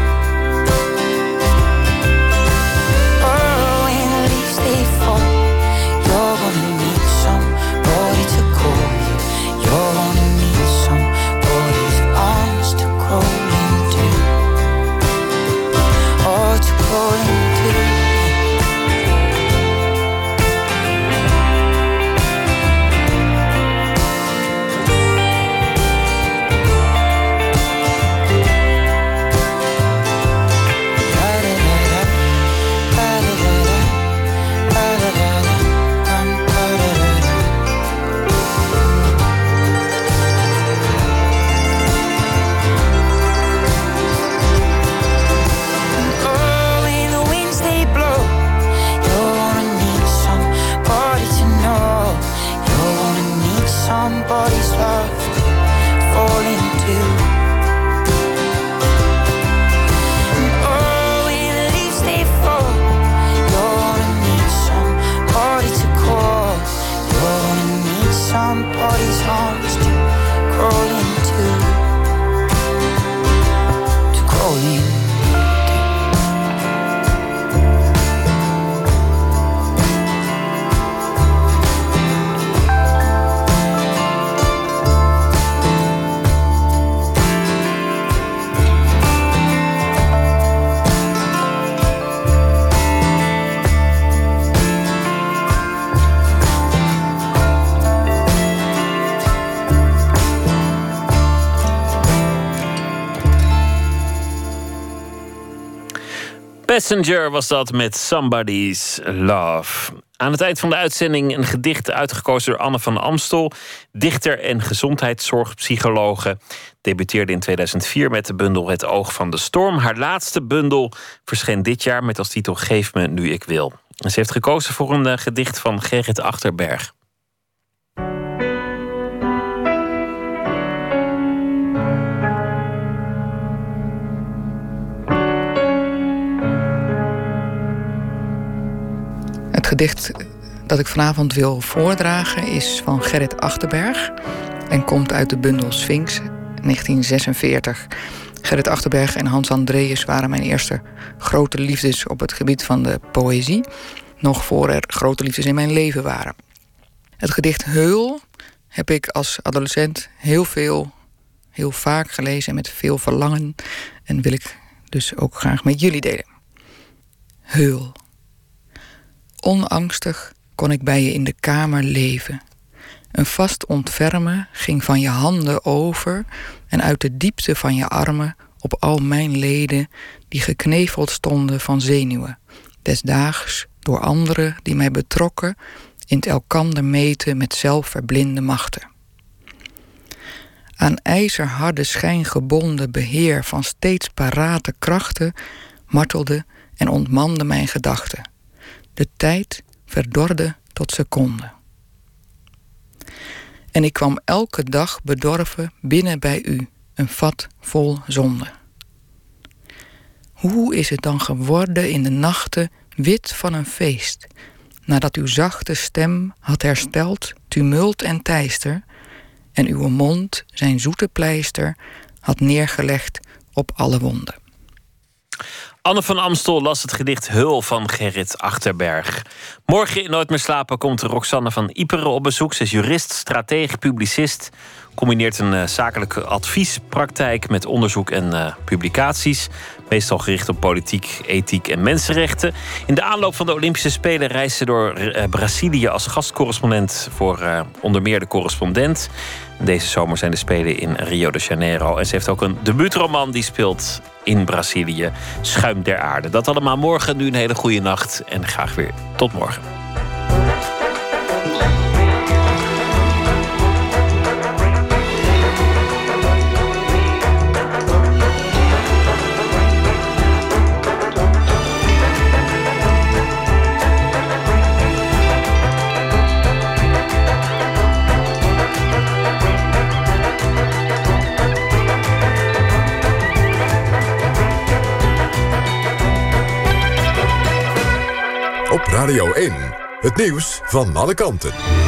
Speaker 6: Oh, when the leaves they fall, you're gonna need somebody to call you. You're gonna need somebody's arms to crawl into. Oh, to crawl into. Somebody's love to fall into. Oh, when the leaves they fall, you're gonna need somebody to call. You're gonna need somebody's arms to crawl into. To crawl into.
Speaker 4: Passenger was dat met Somebody's Love. Aan het eind van de uitzending een gedicht uitgekozen door Anne van Amstel. Dichter en gezondheidszorgpsychologe. Debuteerde in 2004 met de bundel Het Oog van de Storm. Haar laatste bundel verscheen dit jaar met als titel Geef me nu ik wil. En ze heeft gekozen voor een gedicht van Gerrit Achterberg.
Speaker 21: Het gedicht dat ik vanavond wil voordragen is van Gerrit Achterberg en komt uit de bundel Sphinx, 1946. Gerrit Achterberg en Hans Andreas waren mijn eerste grote liefdes op het gebied van de poëzie, nog voor er grote liefdes in mijn leven waren. Het gedicht Heul heb ik als adolescent heel vaak gelezen en met veel verlangen en wil ik dus ook graag met jullie delen. Heul. Onangstig kon ik bij je in de kamer leven. Een vast ontfermen ging van je handen over en uit de diepte van je armen op al mijn leden die gekneveld stonden van zenuwen, desdaags door anderen die mij betrokken in het elkander meten met zelfverblinde machten. Aan ijzerharde schijn gebonden beheer van steeds parate krachten martelde en ontmande mijn gedachten. De tijd verdorde tot seconden. En ik kwam elke dag bedorven binnen bij u, een vat vol zonde. Hoe is het dan geworden in de nachten wit van een feest, nadat uw zachte stem had hersteld tumult en teister, en uw mond zijn zoete pleister had neergelegd op alle wonden.
Speaker 4: Anne van Amstel las het gedicht Heul van Gerrit Achterberg. Morgen in Nooit meer slapen komt Roxanne van Iperen op bezoek. Ze is jurist, strateeg, publicist. Combineert een zakelijke adviespraktijk met onderzoek en publicaties. Meestal gericht op politiek, ethiek en mensenrechten. In de aanloop van de Olympische Spelen reist ze door Brazilië als gastcorrespondent voor onder meer De Correspondent. Deze zomer zijn de Spelen in Rio de Janeiro. En ze heeft ook een debuutroman die speelt in Brazilië, Schuim der Aarde. Dat allemaal morgen. Nu een hele goede nacht en graag weer tot morgen.
Speaker 2: Op Radio 1, het nieuws van alle kanten.